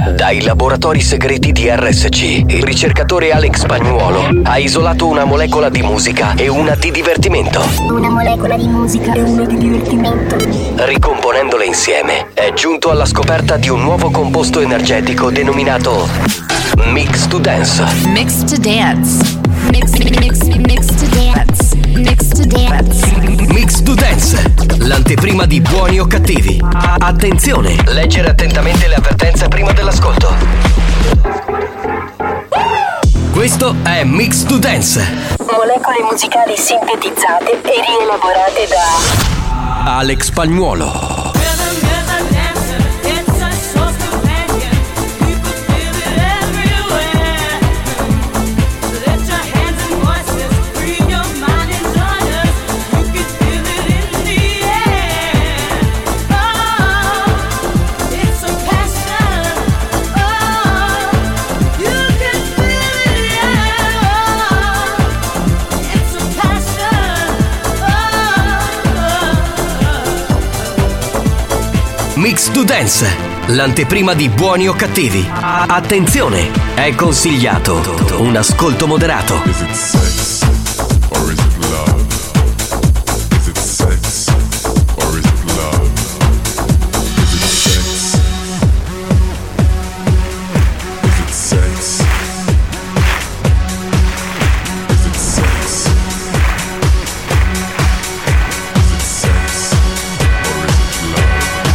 Dai laboratori segreti di RSC, il ricercatore Alex Spagnuolo ha isolato una molecola di musica e una di divertimento. Una molecola di musica e una di divertimento. Ricomponendole insieme, è giunto alla scoperta di un nuovo composto energetico denominato Mix to Dance. Mix to Dance. Mix to Dance. Mix to Dance. Mix to Dance, l'anteprima di Buoni o Cattivi. Attenzione, leggere attentamente le avvertenze prima dell'ascolto. Questo è Mix to Dance. Molecole musicali sintetizzate e rielaborate da Alex Spagnuolo. Mix to Dance, l'anteprima di Buoni o Cattivi. Attenzione, è consigliato un ascolto moderato. Is it sex or is it love? Is it sex or is it love? Is it sex? Is it sex? Is it sex? Is it sex or is it love?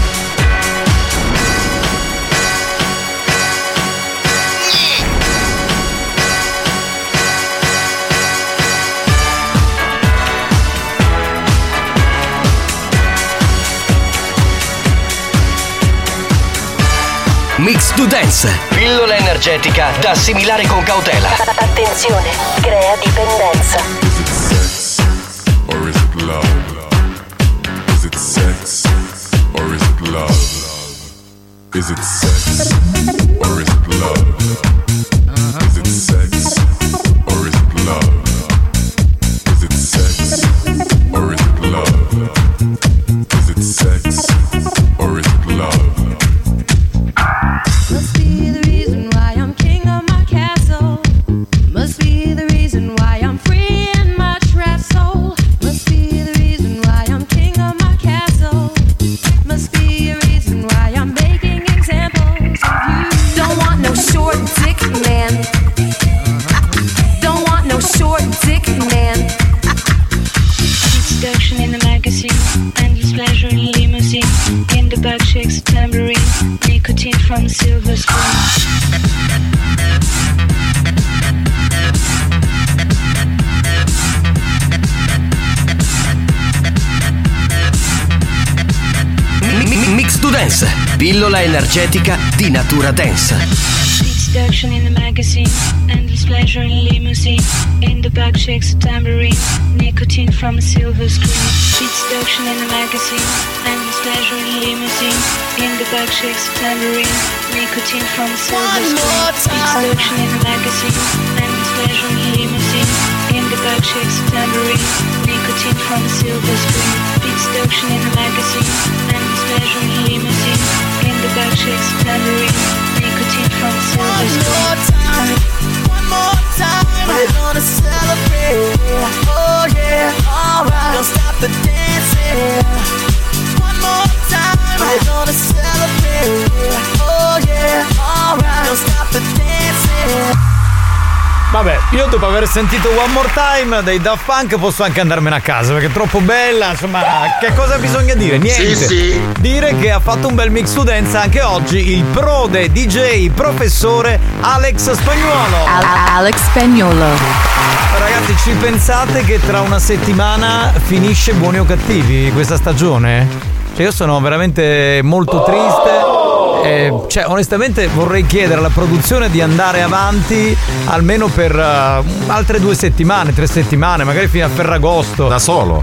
Mix to Dance, pillola energetica da assimilare con cautela. Attenzione, crea dipendenza. Is it sex or is it love? Is it sex or is it love? Is it sex or is it love? Is it sex or is it love? Is it sex or is it love? Is it sex or is it love? Must be the reason why I'm king of my castle. Must be the reason why I'm free in my trapped soul. Must be the reason why I'm king of my castle. Must be a reason why I'm making examples of you. Don't want no short dick man. Don't want no short dick man. Seduction in the magazine, endless pleasure in limousine. In the back shakes a tambourine, nicotine from the silver screen. Mix to Dance, pillola energetica di natura dance. Seduction in the magazine, endless pleasure in limousine. In the back shakes a tambourine, nicotine from a silver screen. Seduction in the magazine, endless pleasure in limousine. In the back shakes a tambourine, nicotine from a silver screen. Seduction in the magazine, endless pleasure in limousine. In the back shakes a tambourine, nicotine from a silver screen. Seduction in the magazine, endless pleasure in limousine. In the back shakes a tambourine, nicotine from a silver screen. One more time, we're gonna celebrate. Oh yeah, alright, don't stop the dancing. One more time, we're gonna celebrate. Oh yeah, alright, don't stop the dancing. Vabbè, io dopo aver sentito One More Time dei Daft Punk posso anche andarmene a casa perché è troppo bella, insomma, che cosa bisogna dire? Niente. Sì. Dire che ha fatto un bel mix to dance anche oggi il prode DJ professore Alex Spagnuolo. Alex Spagnuolo. Ragazzi, ci pensate che tra una settimana finisce Buoni o Cattivi questa stagione? Cioè io sono veramente molto triste. Cioè onestamente vorrei chiedere alla produzione di andare avanti almeno per altre 2 settimane, 3 settimane, magari fino a Ferragosto. Da solo?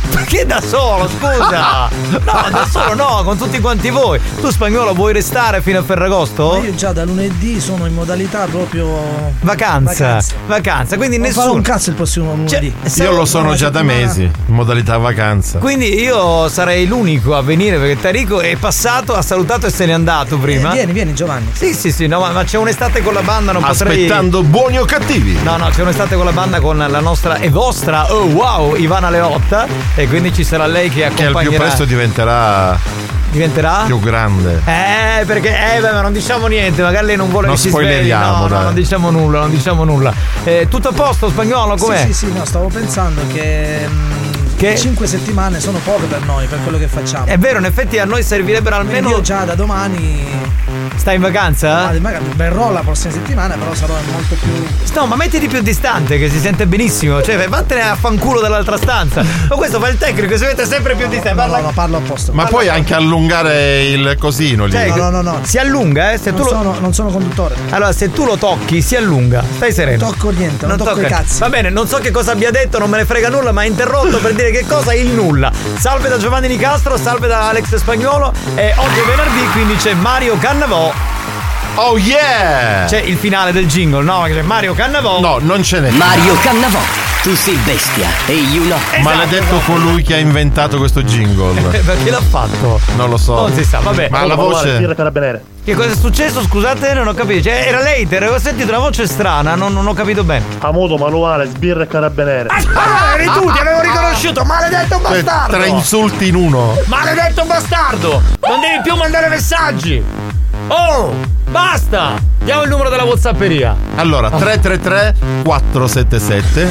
Perché da solo, scusa? No, da solo no, con tutti quanti voi. Tu Spagnolo vuoi restare fino a Ferragosto? Ma io già da lunedì sono in modalità proprio Vacanza. Quindi non nessuno farò un cazzo il prossimo lunedì. Io lo sono già da mesi, in modalità vacanza. Quindi io sarei l'unico a venire perché Tarico è passato, ha salutato e se n'è andato prima. Vieni Giovanni. Sì, no, ma c'è un'estate con la banda, non potrei. Aspettando buoni o cattivi. No, c'è un'estate con la banda con la nostra e vostra, oh wow, Ivana Leotta. E quindi ci sarà lei che accompagnerà. Che al più presto diventerà più grande. Perché ma non diciamo niente, magari lei non vuole non che si spoileriamo, svegli. No, non diciamo nulla. Tutto a posto Spagnolo, com'è? Sì, no, stavo pensando che 5 settimane sono poche per noi, per quello che facciamo. È vero, in effetti a noi servirebbero almeno. Io già da domani. Stai in vacanza? Verrò la prossima settimana, però sarò molto più. No, ma mettiti più distante che si sente benissimo. Cioè, vattene a fanculo dall'altra stanza. Ma questo fa il tecnico, si mette sempre più distante. No, parlo apposta. Ma puoi anche allungare il cosino lì. No. Si allunga, se non sono conduttore. Allora, se tu lo tocchi, si allunga. Stai sereno. Non tocco niente, non tocco i cazzi. Va bene, non so che cosa abbia detto, non me ne frega nulla, ma ha interrotto per dire che cosa? Il nulla. Salve da Giovanni Nicastro, salve da Alex Spagnolo. E oggi è venerdì, quindi c'è Mario Cannavò. Oh yeah! C'è il finale del jingle, no? C'è Mario Cannavò. No, non ce n'è. Mario Cannavò, tu sei bestia e io no. Esatto, maledetto colui che ha inventato questo jingle. Perché l'ha fatto? Non lo so. Non si sa, vabbè. Ma la voce. Che cosa è successo? Scusate, non ho capito. Cioè, era l'Eiter, ho sentito una voce strana, non ho capito bene. Amuto, manuale, sbirra e carabiniere. Eri tu, ti avevo riconosciuto, maledetto bastardo! 3 insulti in uno. Maledetto bastardo! Non devi più mandare messaggi! Oh! Basta! Diamo il numero della WhatsApperia. Allora, 333 477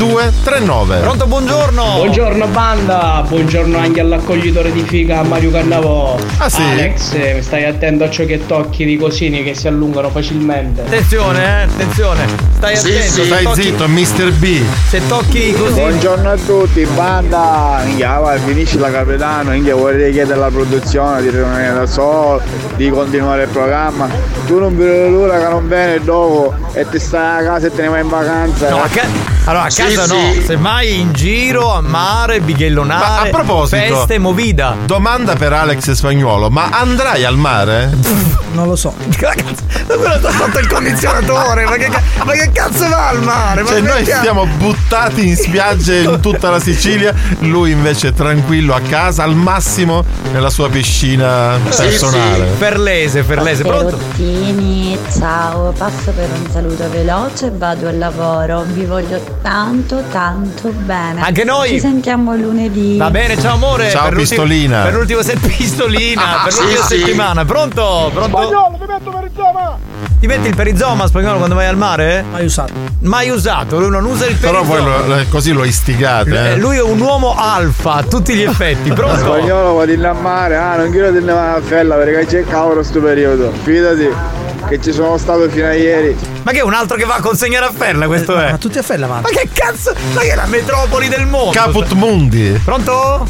2239. Pronto, buongiorno! Buongiorno banda, buongiorno anche all'accoglitore di figa Mario Cannavò. Ah sì? Alex, stai attento a ciò che tocchi di cosini che si allungano facilmente. Attenzione, attenzione. Stai attento. Sì, stai zitto, Mr. B. Se tocchi così. Buongiorno a tutti, banda. Finisci la capitano, vorrei chiedere alla produzione di rimanere da solo, di continuare il programma. Tu non vedi l'ora che non viene dopo e ti stai a casa e te ne vai in vacanza. No, allora a casa no, semmai in giro, a mare, bighellonare. Ma a proposito, feste, movida. Domanda per Alex Spagnolo, ma andrai al mare? Non lo so. Quello sta sotto il condizionatore, ma che cazzo va al mare? Cioè noi stiamo buttati in spiagge in tutta la Sicilia, lui invece è tranquillo a casa, al massimo nella sua piscina personale. Ferlese, pronto? Rottini, ciao, passo per un saluto veloce e vado al lavoro. Vi voglio tanto bene. Anche noi. Ci sentiamo lunedì. Va bene, ciao amore. Ciao pistolina. Per l'ultima pistolina, per l'ultima settimana. Pronto? Spagnolo, mi metto perizoma. Ti metti il perizoma, Spagnolo, quando vai al mare? Mai usato. Lui non usa il perizoma. Però poi così lo istigate. Lui è un uomo alfa a tutti gli effetti. Pronto? Spagnolo, vado in mare. Non quiero di andare a fella perché c'è cavolo sto periodo. Fidati che ci sono stato fino a ieri. Ma che è un altro che va a consegnare a Ferla, questo è? Ma tutti a Ferla, ma che cazzo? Ma che è la metropoli del mondo? Caput Mundi. Pronto?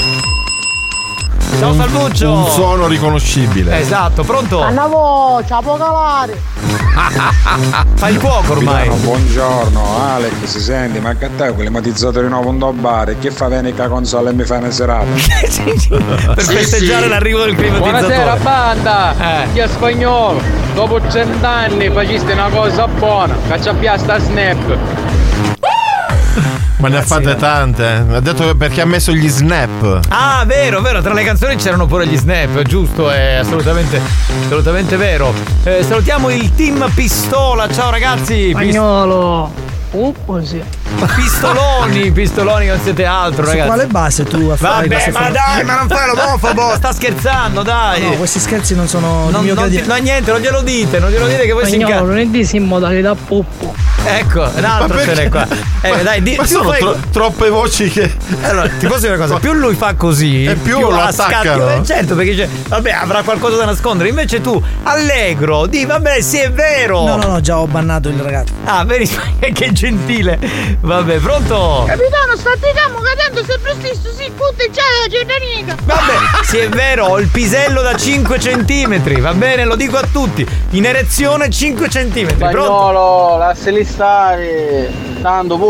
Ciao Salvuccio. Un suono riconoscibile. Esatto, pronto? Cannavò, ciao calare. Fai il cuoco ormai. Buongiorno Alex, si senti? Ma che te climatizzatore nuovo a bar? Che fa venire la console e mi fai una serata? Per festeggiare l'arrivo del climatizzatore. Buonasera banda, chi è Spagnolo? Dopo 100 anni faciste una cosa buona, caccia piasta Snap. Ma ne ha fatte tante. Ha detto perché ha messo gli snap. Ah, vero, tra le canzoni c'erano pure gli snap, giusto, è assolutamente vero. Salutiamo il team Pistola, ciao ragazzi. Spagnolo. Sì. Pistoloni non siete altro, ragazzi. Su quale base tu Vabbè, ma dai, ma non fai l'omofobo, sta scherzando, dai. No, questi scherzi non sono no, niente, non glielo dite che voi si incazzo. Lunedì si in modalità puppo. Ecco, un altro ce n'è qua. Dai, ma sono troppe voci che. Allora, ti posso dire una cosa, più lui fa così e più lo attaccano. Certo, perché dice, vabbè, avrà qualcosa da nascondere. Invece tu, allegro, di vabbè, sì, è vero. No, già ho bannato il ragazzo. Ah, vedi, che gentile. Vabbè, pronto? Capitano, staticamo cadendo sempre stesso, si punteggiare la generica. Vabbè, sì, è vero, ho il pisello da 5 centimetri, va bene, lo dico a tutti. In erezione 5 centimetri. Spagnolo, lasciali stare. Tanto puppo.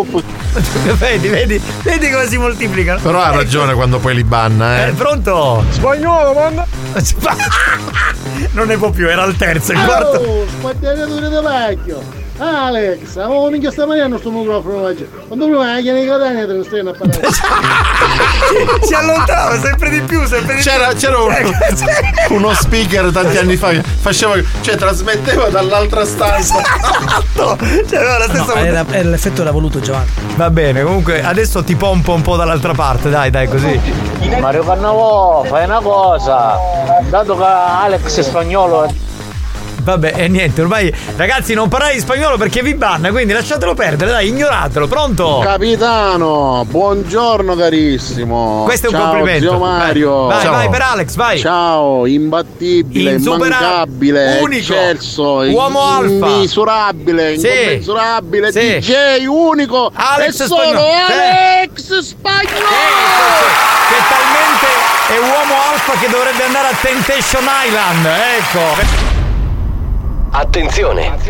Vedi come si moltiplicano. Però ha ragione quando poi li banna, Pronto? Spagnolo, manda. Non ne può più, era il terzo, il quarto. Spagnature di vecchio. Alex, avevo minchia stamattina non sto microfono oggi. Quando prima la chiede i catania te ne stai a parlare. Si allontanava sempre di più, C'era uno speaker tanti anni fa che faceva, cioè trasmetteva dall'altra stanza. Esatto. C'era la stessa era l'effetto era voluto, Giovanni. Va bene, comunque adesso ti pompo un po' dall'altra parte, dai così. Mario Cannavò, fai una cosa. Dato che Alex è spagnolo. Vabbè, e niente, ormai ragazzi non parlare in spagnolo perché vi banna, quindi lasciatelo perdere, dai, ignoratelo. Pronto? Capitano, buongiorno carissimo. Questo è un ciao, complimento. Zio Mario. Vai per Alex, vai. Ciao, imbattibile, immancabile, unico, eccelso, uomo alfa, immisurabile, incommensurabile, sì. DJ unico, Alex e sono Spagnolo. Alex Spagnolo. Che talmente è uomo alfa che dovrebbe andare a Temptation Island, ecco. Attenzione.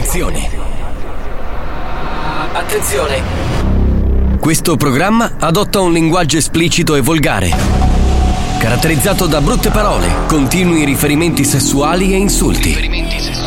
Questo programma adotta un linguaggio esplicito e volgare, caratterizzato da brutte parole, continui riferimenti sessuali e insulti.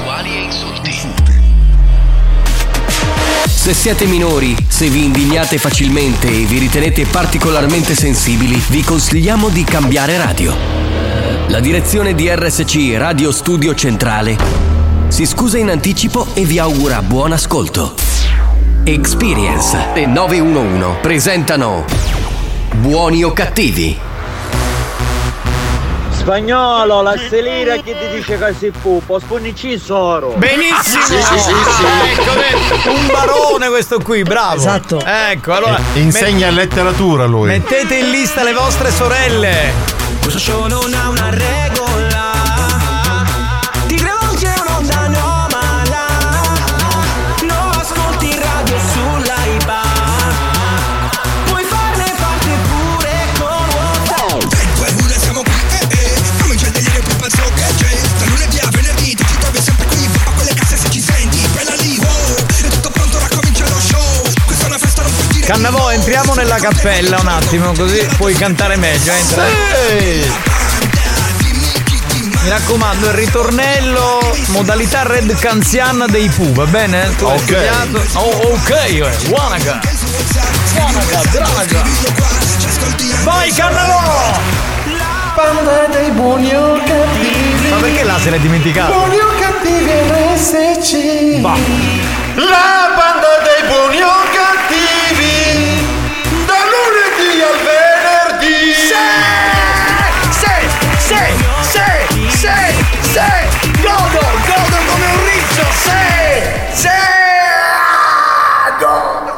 Se siete minori, se vi indignate facilmente e vi ritenete particolarmente sensibili, vi consigliamo di cambiare radio. La direzione di RSC Radio Studio Centrale si scusa in anticipo e vi augura buon ascolto. Experience e 911 presentano Buoni o Cattivi. Spagnolo, la selera che ti dice che sei pupo, spugnici soro. Benissimo! Sì. Ecco, un barone questo qui, bravo. Esatto. Ecco, allora insegna letteratura lui. mettete in lista le vostre sorelle. Questo show non ha una regola. Ti rivolge un'onda anomala. Lo ascolti in radio sull'Aiba. Puoi farne parte pure con WhatsApp. 2 1 siamo qui, comincia il delirio più pazzo che c'è. Da lunedì a venerdì ti ci trovi sempre qui. A quelle casse se ci senti, bella lì, wow. È tutto pronto, ora comincia lo show. Questa è una festa, non puoi dire. Cannavò, entriamo nella cappella un attimo, così puoi cantare meglio. Entra. Mi raccomando, il ritornello modalità Red Canziana dei Pooh, va bene? Tu hai studiato? Ok, Wanaga, Draga. Vai Cannavò! Banda dei buoni o cattivi. Ma perché là se l'hai dimenticato? Buoni o cattivi RSC. Va. La banda dei buoni o cattivi. Da lunedì al venerdì. Godo come un riccio, godo.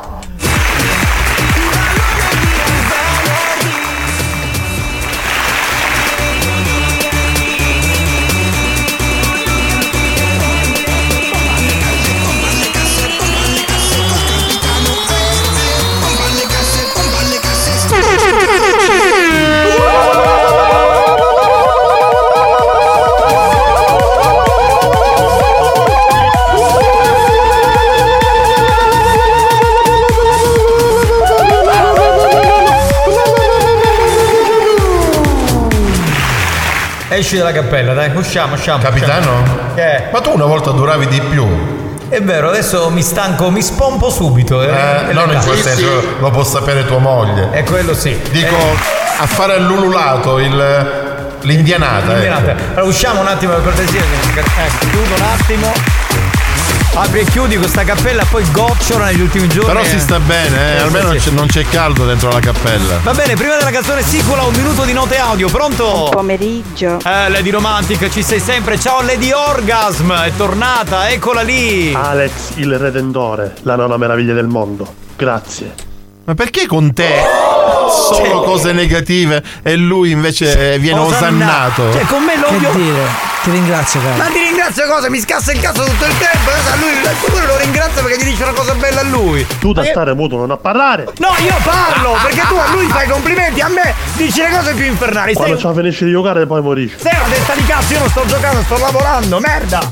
Esci dalla cappella, dai, usciamo. Capitano? Ma tu una volta duravi di più. È vero, adesso mi stanco, mi spompo subito. Non in quel senso, lo può sapere tua moglie. E quello sì. Dico, a fare l'ululato, l'indianata. Ecco. Allora usciamo un attimo per cortesia. Ecco, chiudo un attimo. Apri e chiudi questa cappella, poi gocciola negli ultimi giorni. Però si sta bene, almeno non c'è caldo dentro la cappella. Va bene, prima della canzone sicola, un minuto di note audio, pronto? Buon pomeriggio. Lady Romantic, ci sei sempre. Ciao Lady Orgasm, è tornata, eccola lì. Alex il Redentore, la nona meraviglia del mondo. Grazie. Ma perché con te solo cose negative e lui invece viene osannato? Cioè con me l'odio. Che dire? Ti ringrazio, caro. Ma ti ringrazio cosa? Mi scassa il cazzo tutto il tempo. Lui lo ringrazio perché gli dice una cosa bella a lui. Tu da stare muto non a parlare. No, io parlo perché tu a lui fai complimenti, a me dici le cose più infernali. Quando ce la finisci di giocare poi morisci. Sei una testa di cazzo, io non sto giocando, sto lavorando, merda.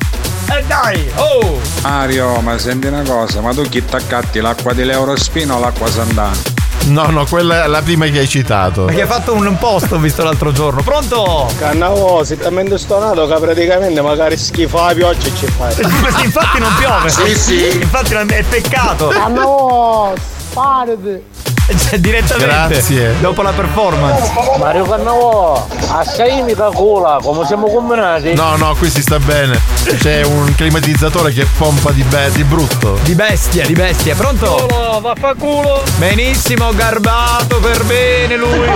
Dai, oh! Mario, ma senti una cosa, ma tu chi t'accatti l'acqua dell'Eurospino o l'acqua Sant'Anna? No, quella è la prima che hai citato. Perché ha fatto un post, ho visto l'altro giorno. Pronto? Cannavo, sei talmente stonato che praticamente magari schifa la pioggia e ci fai. Infatti non piove. Sì. Infatti è peccato. Cannavo, sparati. Cioè, direttamente. Grazie. Dopo la performance. Mario Cannavo, assai mica cola, come siamo combinati? No, qui si sta bene. C'è un climatizzatore che pompa di brutto. Di bestia. Pronto? Culo, vaffanculo. Benissimo, garbato per bene lui.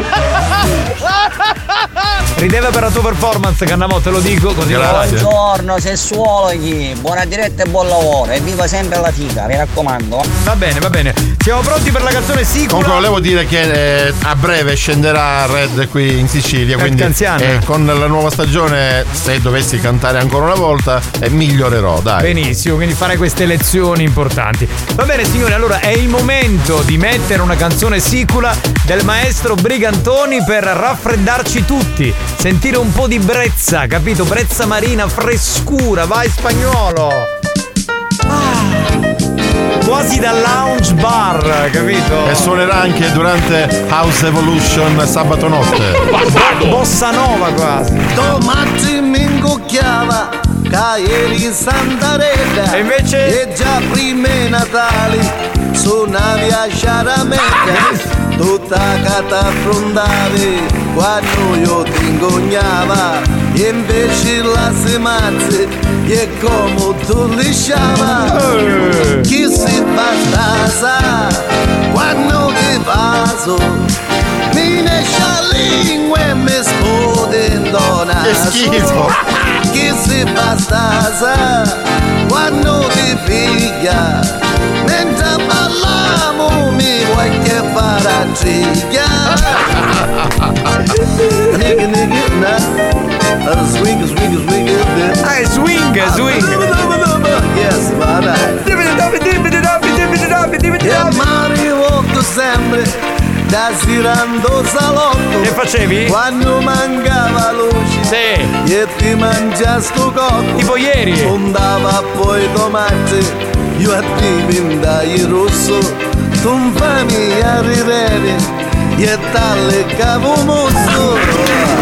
Rideva per la tua performance, Cannavo, te lo dico così. Grazie. Buongiorno sessuologi, buona diretta e buon lavoro e viva sempre la figa, mi raccomando. Va bene. Siamo pronti per la canzone sicura. Comunque volevo dire che a breve scenderà Red qui in Sicilia, quindi con la nuova stagione, se dovessi cantare ancora una volta, migliorerò, dai. Benissimo, quindi fare queste lezioni importanti. Va bene signori, allora è il momento di mettere una canzone sicula del maestro Brigantoni per raffreddarci tutti, sentire un po' di brezza, capito? Brezza marina, frescura, vai Spagnolo! Quasi da lounge bar, capito? E suonerà anche durante House Evolution sabato notte. Bossa nova quasi. Domani mi incucchiava Caeri Santa Rita. E invece? E già prima Natali suonavi a Sciarametta. Tutta che t'affrontavi quando io ti ingognava. E invece la semazze e come tu lisciava. Chi si bastasa quando ti passo mi nesce la lingua e mi spode in donna. Che schifo. Chi si bastasa quando ti piglia mentre balliamo mi vuoi che paratriglia. Nigga na swing yes vada e Mario volto sempre da girando salotto. Che facevi? Quando mancava luce sì. E ti mangia sto cotto tipo ieri fondava poi tomate io a te pindai rosso tu un fammi a ridere e talle cavo mosso.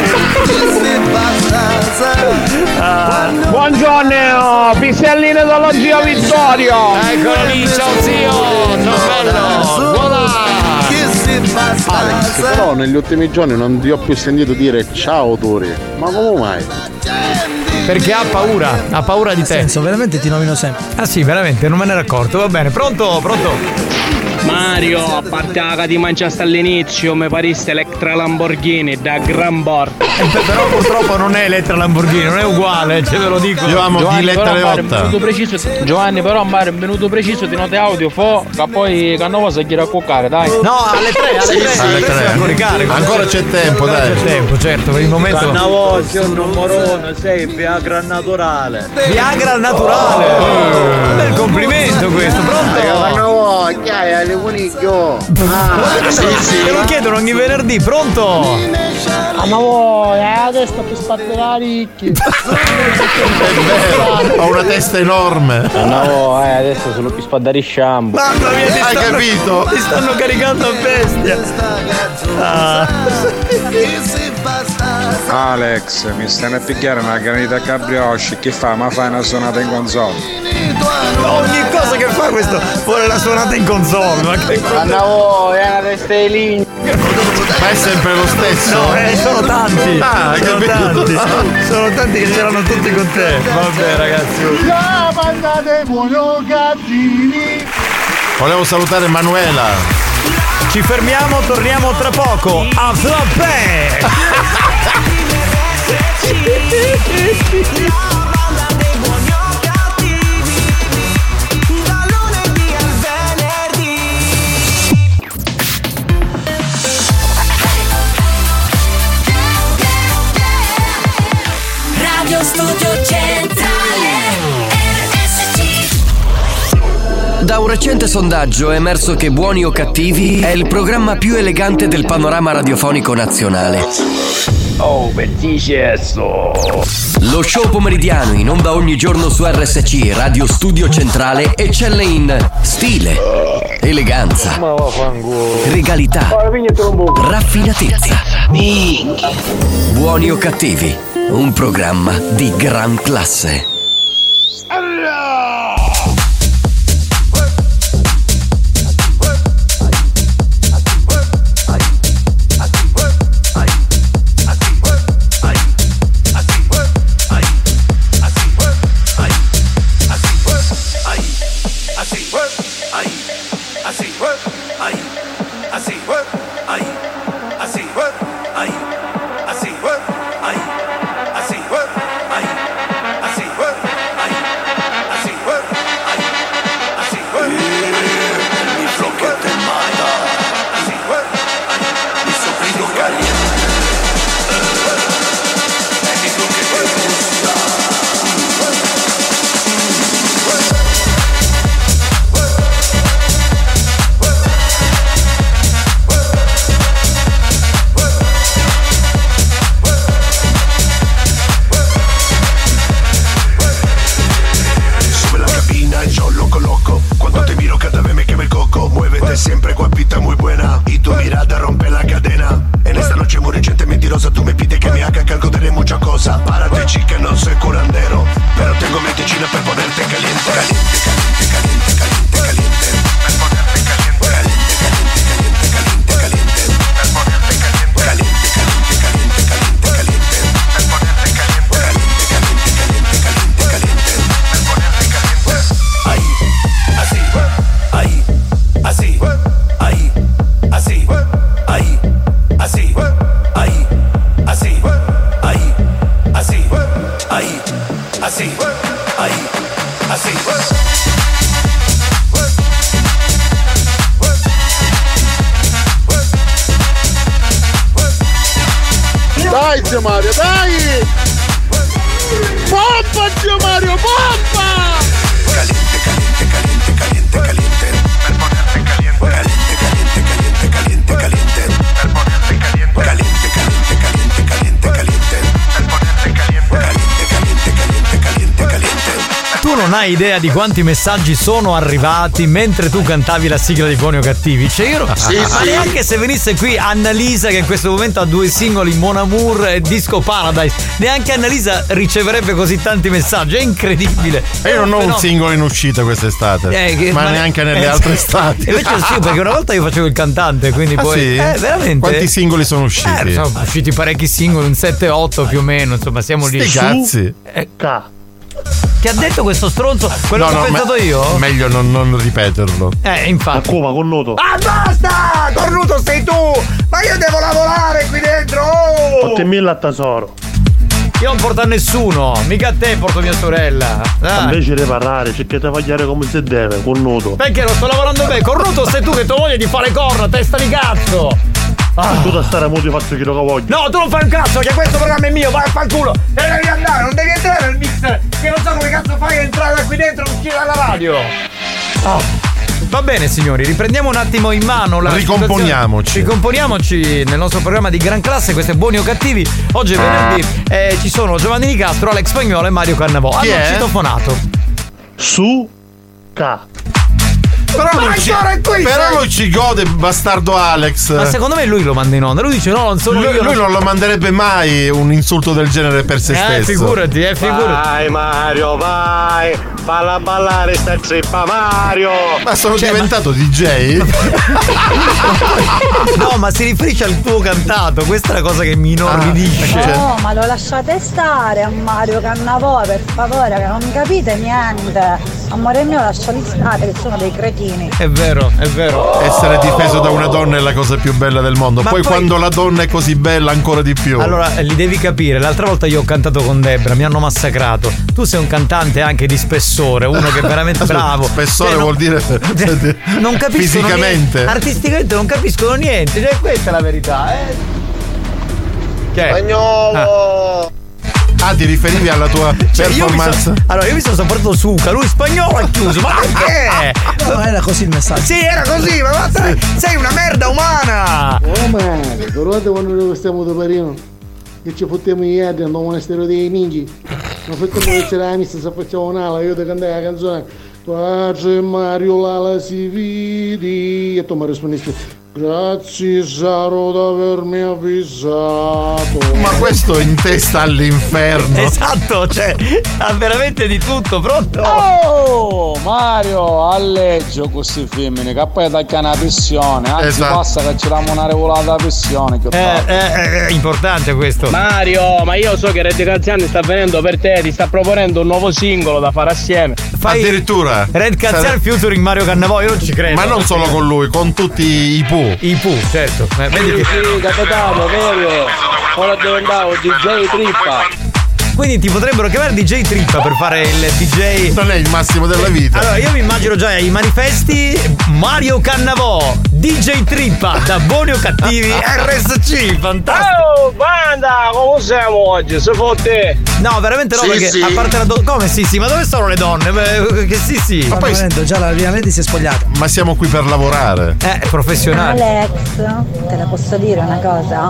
Buongiorno, piselline dallo zio Vittorio. Eccolo lì, ciao zio. Ciao bello. Voilà. Alex, però negli ultimi giorni non ti ho più sentito dire ciao Tori. Ma come mai? Perché ha paura di te. Senso, veramente ti nomino sempre. Ah sì, veramente, non me ne ero accorto. Va bene, pronto? Mario, a parte la che ti mangiaste all'inizio, mi pariste Electra Lamborghini da Gran Bordo. Però purtroppo non è Electra Lamborghini, non è uguale, ce ve lo dico. Io amo Diletta Leotta. Giovanni, però Mario, è venuto preciso di note audio, che poi Cannavo si gira a cuccare, dai. No, alle 3. Ancora c'è tempo, dai. C'è tempo, certo, per il momento. Cannavo, sei un numero sei Viagra naturale. Viagra naturale. Bel complimento questo, pronto? Cannavo, chiai alle coniglio. Te lo chiedono ogni venerdì, pronto? Cannavo, la testa per sbattere ricchi. È vero, ho una testa enorme. No, adesso sono più spaddari shampoo. Mamma mia, hai capito? Ti stanno caricando a bestia. Alex, mi stanno a picchiare una granita cabrioche. Che fa? Ma fai una suonata in console? Ogni cosa che fa questo vuole la suonata in console. Ma che Cannavo, è una testa di linea. Ma è sempre lo stesso? No, sono tanti. Sono tanti che ce l'hanno tutti con te. Vabbè ragazzi. La banda dei buoni o cattivi. Volevo salutare Manuela. Ci fermiamo, torniamo tra poco. A Flappé. Radio Studio Centrale RSC. Da un recente sondaggio è emerso che Buoni o Cattivi è il programma più elegante del panorama radiofonico nazionale. Oh, benissimo. Lo show pomeridiano in onda ogni giorno su RSC Radio Studio Centrale eccelle in stile, eleganza, regalità, raffinatezza. Buoni o cattivi, un programma di gran classe. Siempre guapita, muy buena. Y tu mirada rompe la cadena. En esta noche muy reciente, mentirosa, tú me pides que me haga que algo de mucha cosa. Párate, chica, no soy curandero, pero tengo medicina para ponerte caliente. Caliente, caliente, caliente, caliente, caliente. Para ponerte caliente. Caliente, caliente, caliente, caliente, caliente. Para ponerte caliente. Caliente, caliente, caliente, caliente, caliente. Para ponerte caliente. Caliente, caliente, caliente, caliente, caliente. Para ponerte caliente. Ahí, así, ahí. Así, ahí, así, ahí, así, ahí, así, ahí, así, ahí, así, ahí, así. Dai zio Mario, dai! Pompa zio Mario, pompa! Caliente, caliente, caliente, caliente, caliente. Per ponerte caliente. Caliente, caliente, caliente, caliente, caliente. Per ponerte caliente. Caliente, caliente, caliente, caliente, caliente. Per ponerte caliente. Caliente, caliente, caliente, caliente, caliente. Tu non hai idea di quanti messaggi sono arrivati mentre tu cantavi la sigla di Buoni o Cattivi. Cioè io ma neanche se venisse qui Annalisa, che in questo momento ha 2 singoli, Mon Amour e Disco Paradise, neanche Annalisa riceverebbe così tanti messaggi. È incredibile. E io non ho un singolo in uscita quest'estate, ma neanche nelle altre estati. Invece sì, perché una volta io facevo il cantante, quindi poi sì? Veramente. Quanti singoli sono usciti? Sono usciti parecchi singoli, un 7-8 più o meno, insomma siamo lì. Cazzi. Che ha detto questo stronzo? Quello che ho pensato io? Meglio non ripeterlo. Infatti. Come Cornuto? Ah, basta! Cornuto sei tu! Ma io devo lavorare qui dentro! 8.000 a tesoro. Io non porto a nessuno, mica a te porto mia sorella. Invece di parlare, cerca di fagliare come si deve, Cornuto. Perché non sto lavorando bene? Cornuto sei tu che tu voglia di fare corna, testa di cazzo! Tu da stare muto faccio quello che voglio. No, tu non fai un cazzo, che questo programma è mio, vai a fanculo! E devi andare, non devi entrare nel mixer, che non so come cazzo fai a entrare da qui dentro e uscire dalla radio! Va bene signori, riprendiamo un attimo in mano la Ricomponiamoci nel nostro programma di gran classe, questo è Buoni o Cattivi. Oggi è venerdì e ci sono Giovanni Nicastro, Alex Spagnolo e Mario Cannavò. Hanno citofonato su K. Però lui ci gode, bastardo Alex. Ma secondo me lui lo manda in onda. Lui dice no, non sono io. Lui non lo manderebbe mai un insulto del genere per se stesso. Figurati. Vai Mario, vai. Falla ballare sta zeppa Mario. Ma sono diventato DJ? No, ma si riferisce al tuo cantato. Questa è la cosa che mi inorridisce. No, ma lo lasciate stare a Mario Cannavò, per favore, che non capite niente. Amore mio, lasciali stare, che sono dei cretini. È vero. Essere difeso da una donna è la cosa più bella del mondo. Poi quando la donna è così bella, ancora di più. Allora, li devi capire. L'altra volta io ho cantato con Debra, mi hanno massacrato. Tu sei un cantante anche di spessore, uno che è veramente bravo. Spessore vuol dire non capiscono fisicamente. Niente. Artisticamente non capiscono niente. Cioè, questa è la verità, Che? Spagnolo! Ti riferivi alla tua performance? Allora io mi sono portato Suca, lui Spagnolo ha chiuso, ma perché? No, era così il messaggio. Sì, era così, ma sei una merda umana! Oh ma, guardate quando stiamo da Parino. che ci fottiamo ieri al monastero dei Ninji. Ma facciamo che c'era la messa, se facciamo un'ala, io ti cantai la canzone Pace Mario Lala si vidi, e tu mi rispondesti grazie Saro di avermi avvisato. Ma questo in testa all'inferno. Esatto, cioè ha veramente di tutto. Pronto? Oh Mario, alleggio questi femmine che poi tacca una pressione. Anzi esatto. Basta che ci diamo una regolata pressione che è importante questo. Mario, ma io so che Red Calziani sta venendo per te, ti sta proponendo un nuovo singolo da fare assieme. Addirittura Red Calziani featuring Mario Cannavò, io non ci credo. Ma non solo con lui, con tutti i Pooh. I Pooh, certo. Vedi sì, capitano, vero. Ora diventavo DJ Trippa. Quindi ti potrebbero chiamare DJ Trippa per fare il DJ. Non è il massimo della vita. Allora io mi immagino già ai manifesti Mario Cannavò, DJ Trippa, da buoni o cattivi, RSC, fantastico. Oh banda, come siamo oggi? Se fotte. No, veramente no, sì, perché sì. a parte la come sì, ma dove sono le donne? Che sì. Ma poi già la prima lady si è spogliata. Ma siamo qui per lavorare. Professionali. Alex, te la posso dire una cosa?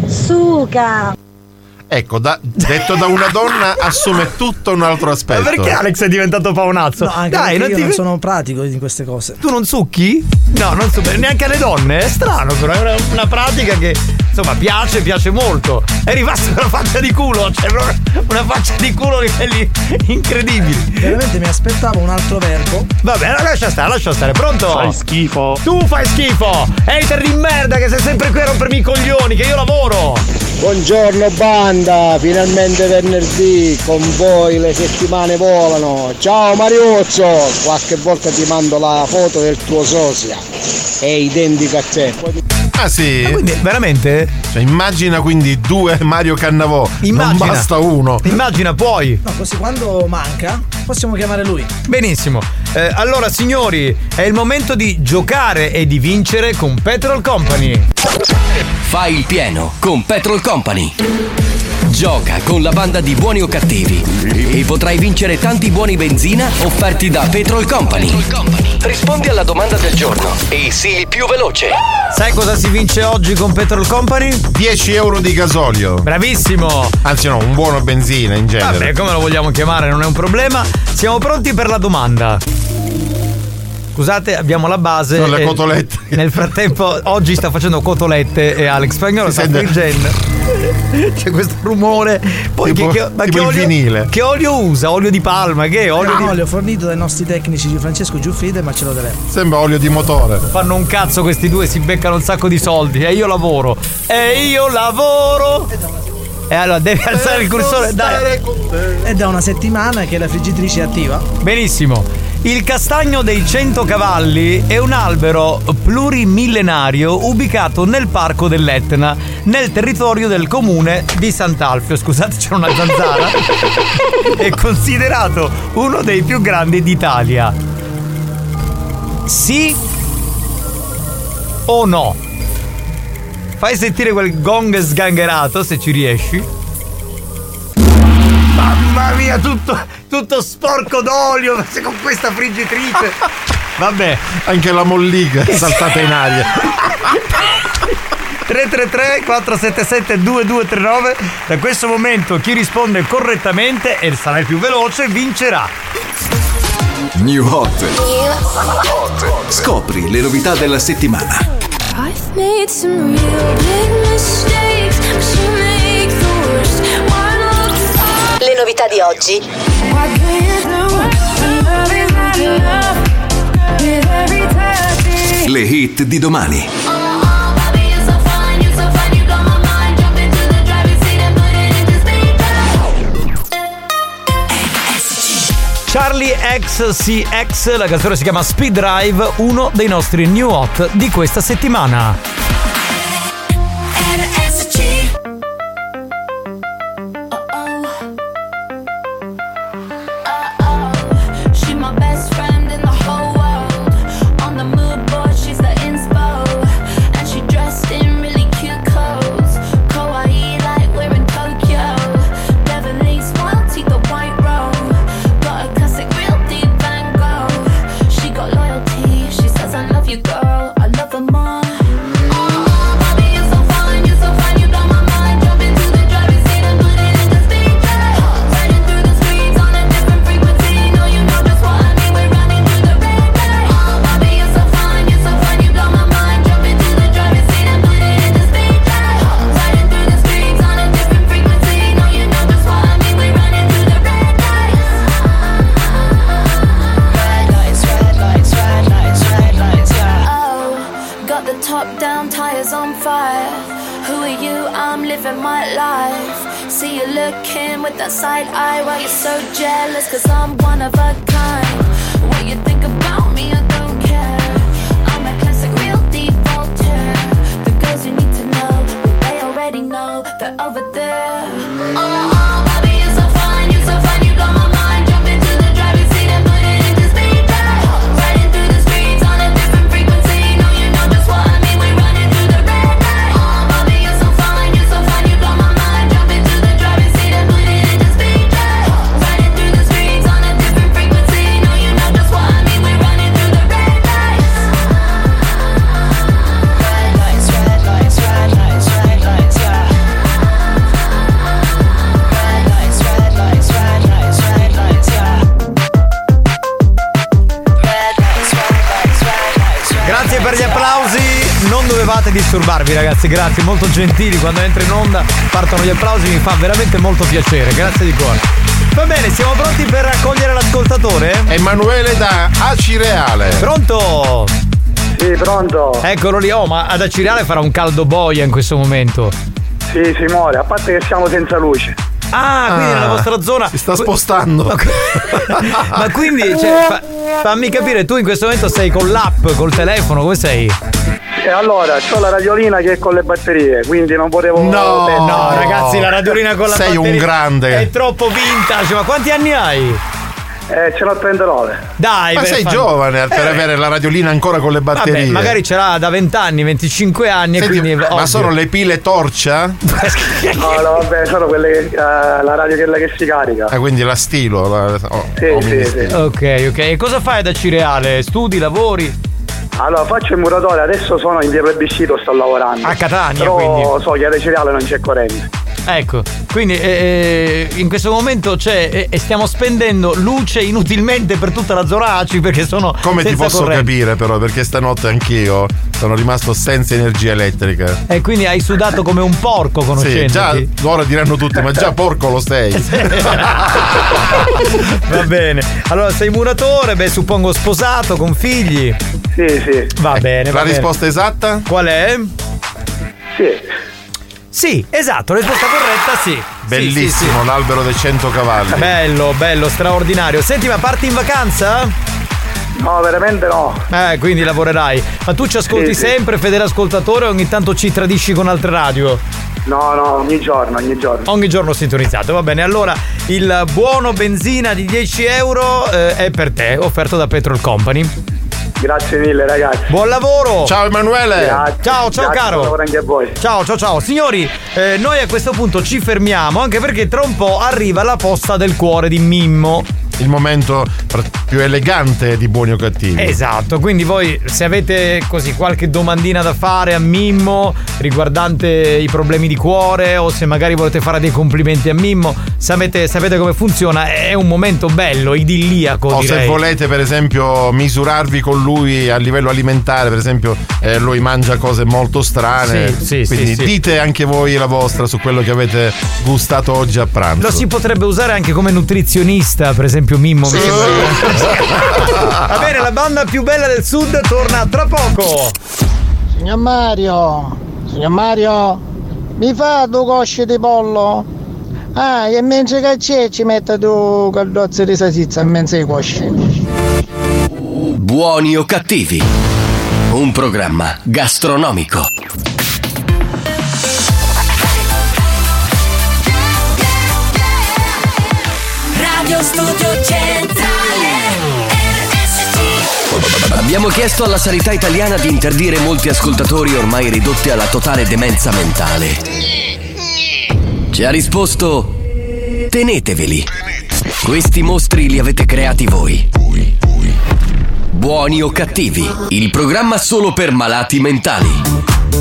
Suca! Ecco, detto da una donna assume tutto un altro aspetto. Ma perché Alex è diventato paonazzo? No, anche dai, non sono pratico in queste cose. Tu non succhi? No, non succhi neanche alle donne. È strano, però è una pratica che insomma piace molto. È rimasto una faccia di culo, cioè una faccia di culo a livelli incredibili. Veramente mi aspettavo un altro verbo. Vabbè, lascia stare, pronto? Fai schifo. Tu fai schifo! Hater di merda che sei sempre qui a rompermi i coglioni, che io lavoro! Buongiorno banda, finalmente venerdì, con voi le settimane volano. Ciao Mariuzzo, qualche volta ti mando la foto del tuo sosia, è identica a te. Ah sì? Ma quindi veramente? Cioè, immagina quindi due Mario Cannavò. Non basta uno. Immagina, puoi. No, così quando manca possiamo chiamare lui. Benissimo. Allora signori, è il momento di giocare e di vincere con Petrol Company. Fai il pieno con Petrol Company. Gioca con la banda di buoni o cattivi e potrai vincere tanti buoni benzina offerti da Petrol Company. Rispondi alla domanda del giorno e sii il più veloce. Sai cosa si vince oggi con Petrol Company? 10 euro di gasolio. Bravissimo. Anzi no, un buono benzina in genere. Vabbè, come lo vogliamo chiamare, non è un problema. Siamo pronti per la domanda. Scusate, abbiamo la base. Sono le cotolette. Nel frattempo oggi sta facendo cotolette e Alex Spagnolo sta friggendo. C'è questo rumore. Poi tipo che olio, vinile. Che olio usa? Olio di palma? Che olio? Olio fornito dai nostri tecnici di Francesco Giuffrida e Marcello D'Alema. Sembra olio di motore. Fanno un cazzo questi due, si beccano un sacco di soldi. E io lavoro. E allora devi alzare il cursore. Dai. È da una settimana che la friggitrice è attiva. Benissimo. Il castagno dei 100 cavalli è un albero plurimillenario ubicato nel parco dell'Etna, nel territorio del comune di Sant'Alfio. Scusate, c'è una zanzara. È considerato uno dei più grandi d'Italia. Sì o no? Fai sentire quel gong sgangherato se ci riesci. Mamma mia, tutto sporco d'olio con questa friggitrice. Vabbè, anche la molliga è saltata in aria. 333 477 2239. Da questo momento chi risponde correttamente e sarà il più veloce vincerà. New Hot. Scopri le novità della settimana. I've made some real big mistakes, but you make the worst one look fine. Le novità di oggi. What can you do when love is not enough? With every touch. Le hit di domani. Charlie XCX, la canzone si chiama Speed Drive, uno dei nostri new hot di questa settimana. She's my best friend in the whole world. On the mood board, she's the inspo. And she dressed in really cute clothes. Kawaii like we're in Tokyo. Beverly smile, teeth the white robe. Got a classic real deep Van Gogh. She got loyalty, she says I love you girl, I love her more. living my life. See you looking with that side eye while you're so jealous, 'cause I'm one of a kind. What you think about me, I don't care. I'm a classic real deep Voltaire. The girls you need to know, they already know they're over there. Oh, baby, you're so fine, you blow my mind. Jump into the driving seat and put it into speed drive. Riding through the streets on a different frequency. No, you know just what I mean, we're running through the red light. Oh, baby, you're so fine, you blow my mind. Jump into the driving seat and put it into speed drive. Riding through the streets on a different frequency. No, you know just what I mean, we're running through the red lights. Red lights, red lights, red lights, red lights, yeah. Red lights, red lights, red lights, red lights, yeah. Red lights, red lights, red lights, red Grazie per gli applausi, non dovevate disturbarvi ragazzi, grazie, molto gentili, quando entro in onda partono gli applausi, mi fa veramente molto piacere, grazie di cuore. Va bene, siamo pronti per raccogliere l'ascoltatore? Emanuele da Acireale. Pronto? Sì, pronto. Eccolo lì, oh, ma ad Acireale farà un caldo boia in questo momento. Sì, si muore, a parte che siamo senza luce. Ah, quindi nella vostra zona si sta spostando. Ma quindi, cioè, fammi capire, tu in questo momento sei con l'app, col telefono, come sei? E allora, c'ho la radiolina che è con le batterie, quindi non potevo. No, ragazzi, la radiolina con la sei batteria un grande. è troppo vintage, ma quanti anni hai? Ce l'ho 39. Dai, ma sei giovane per avere la radiolina ancora con le batterie. Vabbè, magari ce l'ha da 20 anni, 25 anni. Senti, e quindi ma sono le pile torcia? No, vabbè, sono quelle la radio quella che si carica. Quindi la stilo. Sì. Ok. E cosa fai da Cireale? Studi, lavori? Allora, faccio il muratore, adesso sono in via Plebiscito, sto lavorando. A Catania, però quindi. so che a Cireale non c'è corrente. Ecco, quindi in questo momento stiamo spendendo luce inutilmente per tutta la zona ACI perché sono come senza ti posso corrente. capire però, perché stanotte anch'io sono rimasto senza energia elettrica. E quindi hai sudato come un porco, conoscendoti. Sì, già ora diranno tutti, ma già porco lo sei. Va bene. Allora sei muratore, suppongo sposato, con figli. Sì. Va bene. La risposta esatta? Qual è? Sì, esatto, risposta corretta, sì. Bellissimo, sì. L'albero dei 100 cavalli. Bello, straordinario. Senti, ma parti in vacanza? No, veramente no. Quindi lavorerai. Ma tu ci ascolti sempre, fedele ascoltatore, o ogni tanto ci tradisci con altre radio? No, ogni giorno. Ogni giorno sintonizzato, va bene. Allora, il buono benzina di 10 euro è per te, offerto da Petrol Company. Grazie mille ragazzi. Buon lavoro. Ciao Emanuele. Grazie. Ciao caro. Buon lavoro anche a voi. Ciao. Signori, noi a questo punto ci fermiamo, anche perché tra un po' arriva la posta del cuore di Mimmo. Il momento più elegante di Buoni o Cattivi. Esatto, quindi voi se avete così qualche domandina da fare a Mimmo riguardante i problemi di cuore, o se magari volete fare dei complimenti a Mimmo, sapete come funziona, è un momento bello, idilliaco, o direi. Se volete per esempio misurarvi con lui a livello alimentare, per esempio lui mangia cose molto strane, quindi dite anche voi la vostra su quello che avete gustato oggi a pranzo. Lo si potrebbe usare anche come nutrizionista, per esempio Mimmo. Va bene, la banda più bella del sud torna tra poco. Signor Mario, mi fa due cosce di pollo? E mentre che c'è ci mette due caldozze di salsiccia in mezzo ai cosci. Buoni o Cattivi, un programma gastronomico. Radio Studio Centrale RSC. Abbiamo chiesto alla sanità italiana di interdire molti ascoltatori ormai ridotti alla totale demenza mentale. Ci ha risposto: teneteveli. Questi mostri li avete creati voi. Buoni o Cattivi, il programma solo per malati mentali.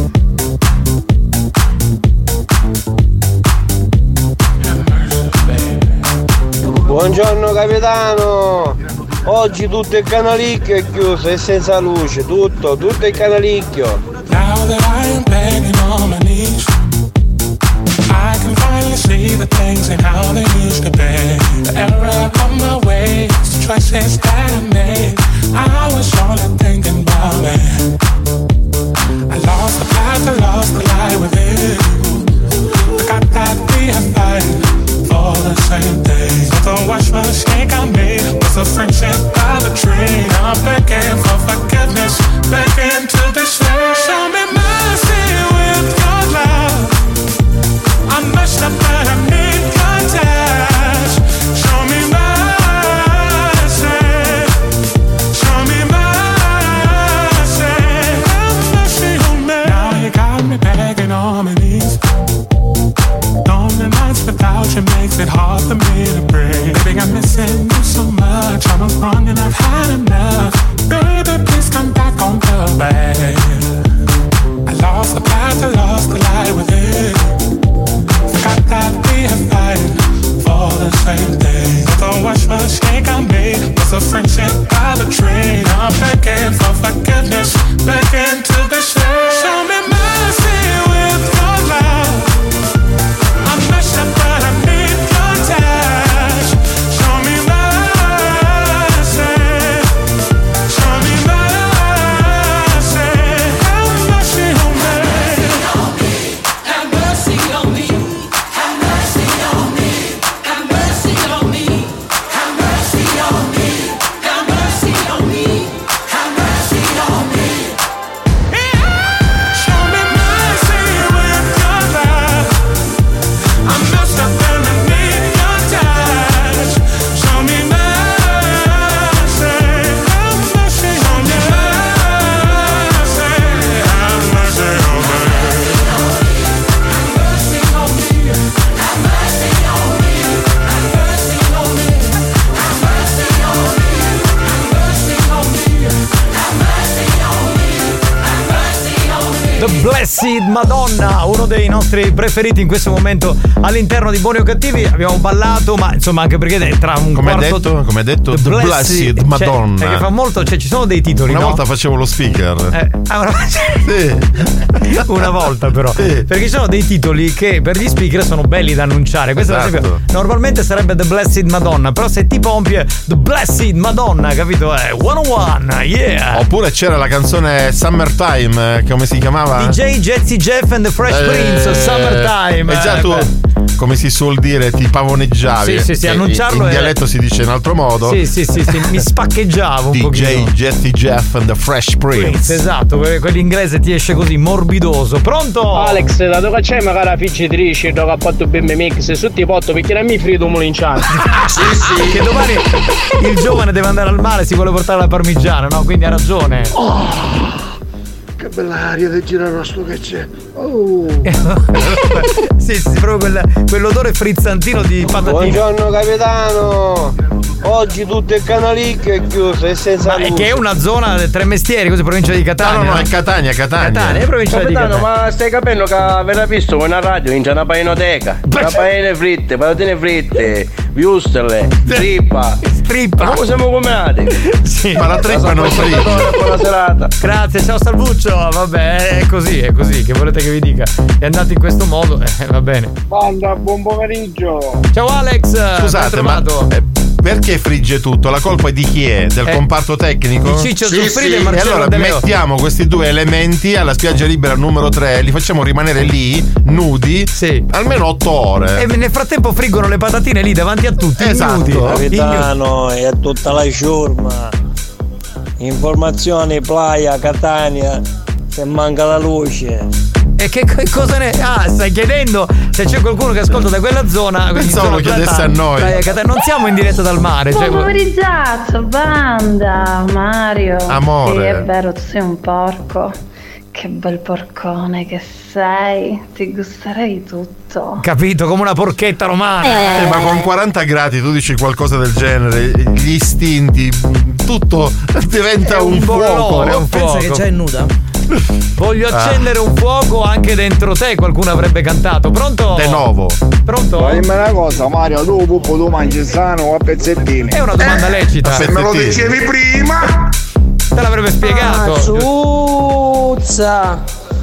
Buongiorno capitano, oggi tutto il canalicchio è chiuso e senza luce, tutto il canalicchio. Now that I am begging on my knees, I can finally see the things and how they used to be. The error of my ways, the choices that I made, I was only thinking about it. I lost the path, I lost the light within. The mistake I made was a friendship by the tree. Now I'm begging for forgiveness, begging to be saved. Show me mercy with your love. I messed up but I need your touch. Show me mercy. Show me mercy. Have mercy on me. Now you got me begging on my knees. Lonely nights without you makes it hard for me to breathe. Baby, I'm missing you so much. I'm wrong and I've had enough. Baby, please come back on the way. I lost the path, I lost the light within. Forgot that we are fighting for the same thing. The worst mistake I made was a friendship by the tree. Now I'm begging for forgiveness, begging to be saved. Show me mercy with your love. I messed up but I need your touch. Show me mercy. Show me mercy. Have mercy on me. Have mercy on me. Have mercy on me. Have mercy on me. Have mercy on me. Have mercy on me. Have mercy on me. Show me mercy with your love. I messed up and I need your touch. Show me mercy. Have mercy on me. Have mercy on me. Have mercy on me. Have mercy on me. Have mercy on me. Have mercy on me. Have mercy on me. Have mercy on me. Have mercy on me. The Blessed Madonna, uno dei nostri preferiti in questo momento all'interno di Buoni o Cattivi. Abbiamo ballato, ma insomma anche perché tra un come quarto hai detto The Blessed Madonna, perché fa molto, cioè ci sono dei titoli. Una no? volta facevo lo speaker. Una volta però, perché ci sono dei titoli che per gli speaker sono belli da annunciare. Questo ad esempio normalmente sarebbe The Blessed Madonna, però se ti pompi è The Blessed Madonna, capito? È 101, yeah. Oppure c'era la canzone Summertime, come si chiamava? DJ Jazzy Jeff and the Fresh Prince, Summertime. E già tu, come si suol dire, ti pavoneggiavi. Sì, annunciarlo in dialetto si dice in altro modo. Sì, mi spaccheggiavo un DJ pochino. Jazzy Jeff and the Fresh Prince. Esatto, perché quell'inglese ti esce così morbidoso. Pronto? Alex, dato che c'è magari la friggitrice dove ha fatto BM Mix sotto i potto perché non mi frido molinciano. Sì. Che domani il giovane deve andare al mare, si vuole portare la parmigiana, no? Quindi ha ragione. Che bella aria del girarosto che c'è. Oh. sì, proprio quell'odore frizzantino di patatine. Buongiorno capitano. Oggi tutto il canalicchio è chiuso e senza luce. Che è una zona dei tre mestieri, così provincia di Catania. No, è Catania. Catania è provincia di Catania. Ma stai capendo che avete visto una radio in una painoteca, una paine fritte, patatine fritte, viustole, trippa. Ma come siamo combinati? Sì, ma la trippa non fritta. Buona serata. Grazie, ciao Salvuccio. Vabbè, è così, che volete che vi dica? È andato in questo modo, va bene. Banda, buon pomeriggio. Ciao Alex. Scusate, ma perché frigge tutto? La colpa di chi è? Del comparto tecnico? Di Ciccio Giuffrida e Marcello E allora De Leo. mettiamo questi due elementi alla spiaggia libera numero 3, li facciamo rimanere lì, nudi, almeno 8 ore. E nel frattempo friggono le patatine lì davanti a tutti. Esatto. Capitano, è tutta la ciurma. Informazioni, playa, Catania, se manca la luce. E che cosa ne. Ah, stai chiedendo se c'è qualcuno che ascolta da quella zona. Pensavo lo chiedesse a noi. Non siamo in diretta dal mare. Buon pomeriggio, banda, Mario. Amore. Sì, è vero, tu sei un porco. Che bel porcone che sei. Ti gusterei tutto. Capito, come una porchetta romana. Ma con 40 gradi tu dici qualcosa del genere, gli istinti, tutto diventa un fuoco. È un fuoco. Pensa che già è nuda. Voglio accendere un fuoco anche dentro te, qualcuno avrebbe cantato. Pronto? De nuovo. Pronto? Ma dimmi una cosa, Mario, tu puppo tu mangi sano o a pezzettini? È una domanda lecita. Se me lo dicevi prima te l'avrebbe spiegato. Zuzza.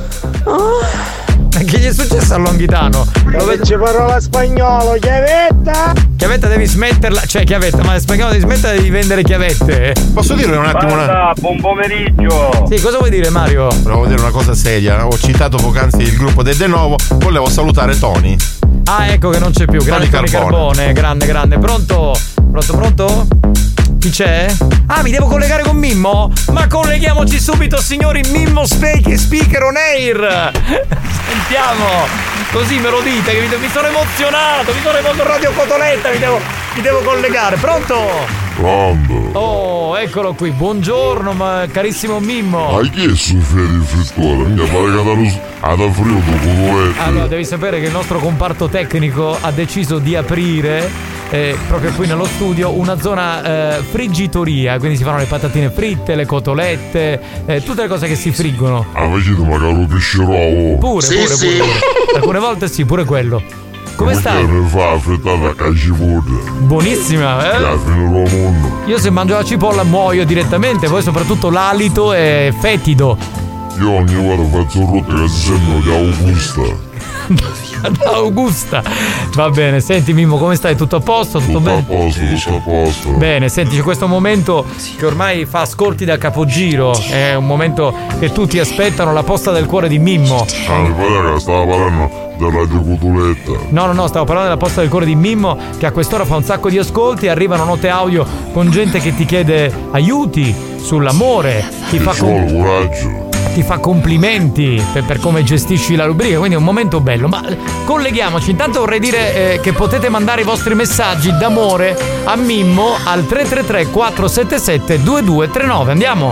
Che gli è successo a Longhitano? Dove c'è parola spagnolo, chiavetta? Chiavetta devi smetterla, cioè chiavetta, ma spagnolo devi smettere di vendere chiavette. Posso dire un attimo buon pomeriggio. Sì, cosa vuoi dire Mario? Volevo dire una cosa seria, ho citato poc'anzi il gruppo del De Novo, volevo salutare Tony. Ah, ecco che non c'è più, grande Tony Carbone, grande. Pronto? Pronto? Chi c'è? Ah, mi devo collegare con Mimmo? Ma colleghiamoci subito, signori. Mimmo Speaker on Air. Sentiamo. Così me lo dite che mi sono emozionato. Radio Cotoletta. Mi devo collegare. Pronto? Oh, eccolo qui. Buongiorno, carissimo Mimmo. Ma chi è soffia di frittore? Mi pare che ad freddo Cotoletta. Allora, devi sapere che il nostro comparto tecnico ha deciso di aprire proprio qui nello studio una zona friggitoria, quindi si fanno le patatine fritte, le cotolette, tutte le cose che si friggono. Ah, facete magari pescerò. Pure. Alcune volte sì, pure quello. Come stai? Mi fa frittata cacipolla. Buonissima, Io se mangio la cipolla muoio direttamente, poi soprattutto l'alito è fetido. Io ogni volta faccio un rotto che si sentono di Augusta. Augusta. Va bene, senti Mimmo, come stai? Tutto a posto? Tutto bene? Tutto a posto. Bene, senti, c'è questo momento che ormai fa ascolti da capogiro. È un momento che tutti aspettano, la posta del cuore di Mimmo. Ah, mi pare che stava parlando della Radio Cotoletta. No, stavo parlando della posta del cuore di Mimmo, che a quest'ora fa un sacco di ascolti, arrivano note audio con gente che ti chiede aiuti sull'amore, ti fa complimenti per come gestisci la rubrica, quindi è un momento bello. Ma colleghiamoci, intanto vorrei dire che potete mandare i vostri messaggi d'amore a Mimmo al 333 477 2239. Andiamo.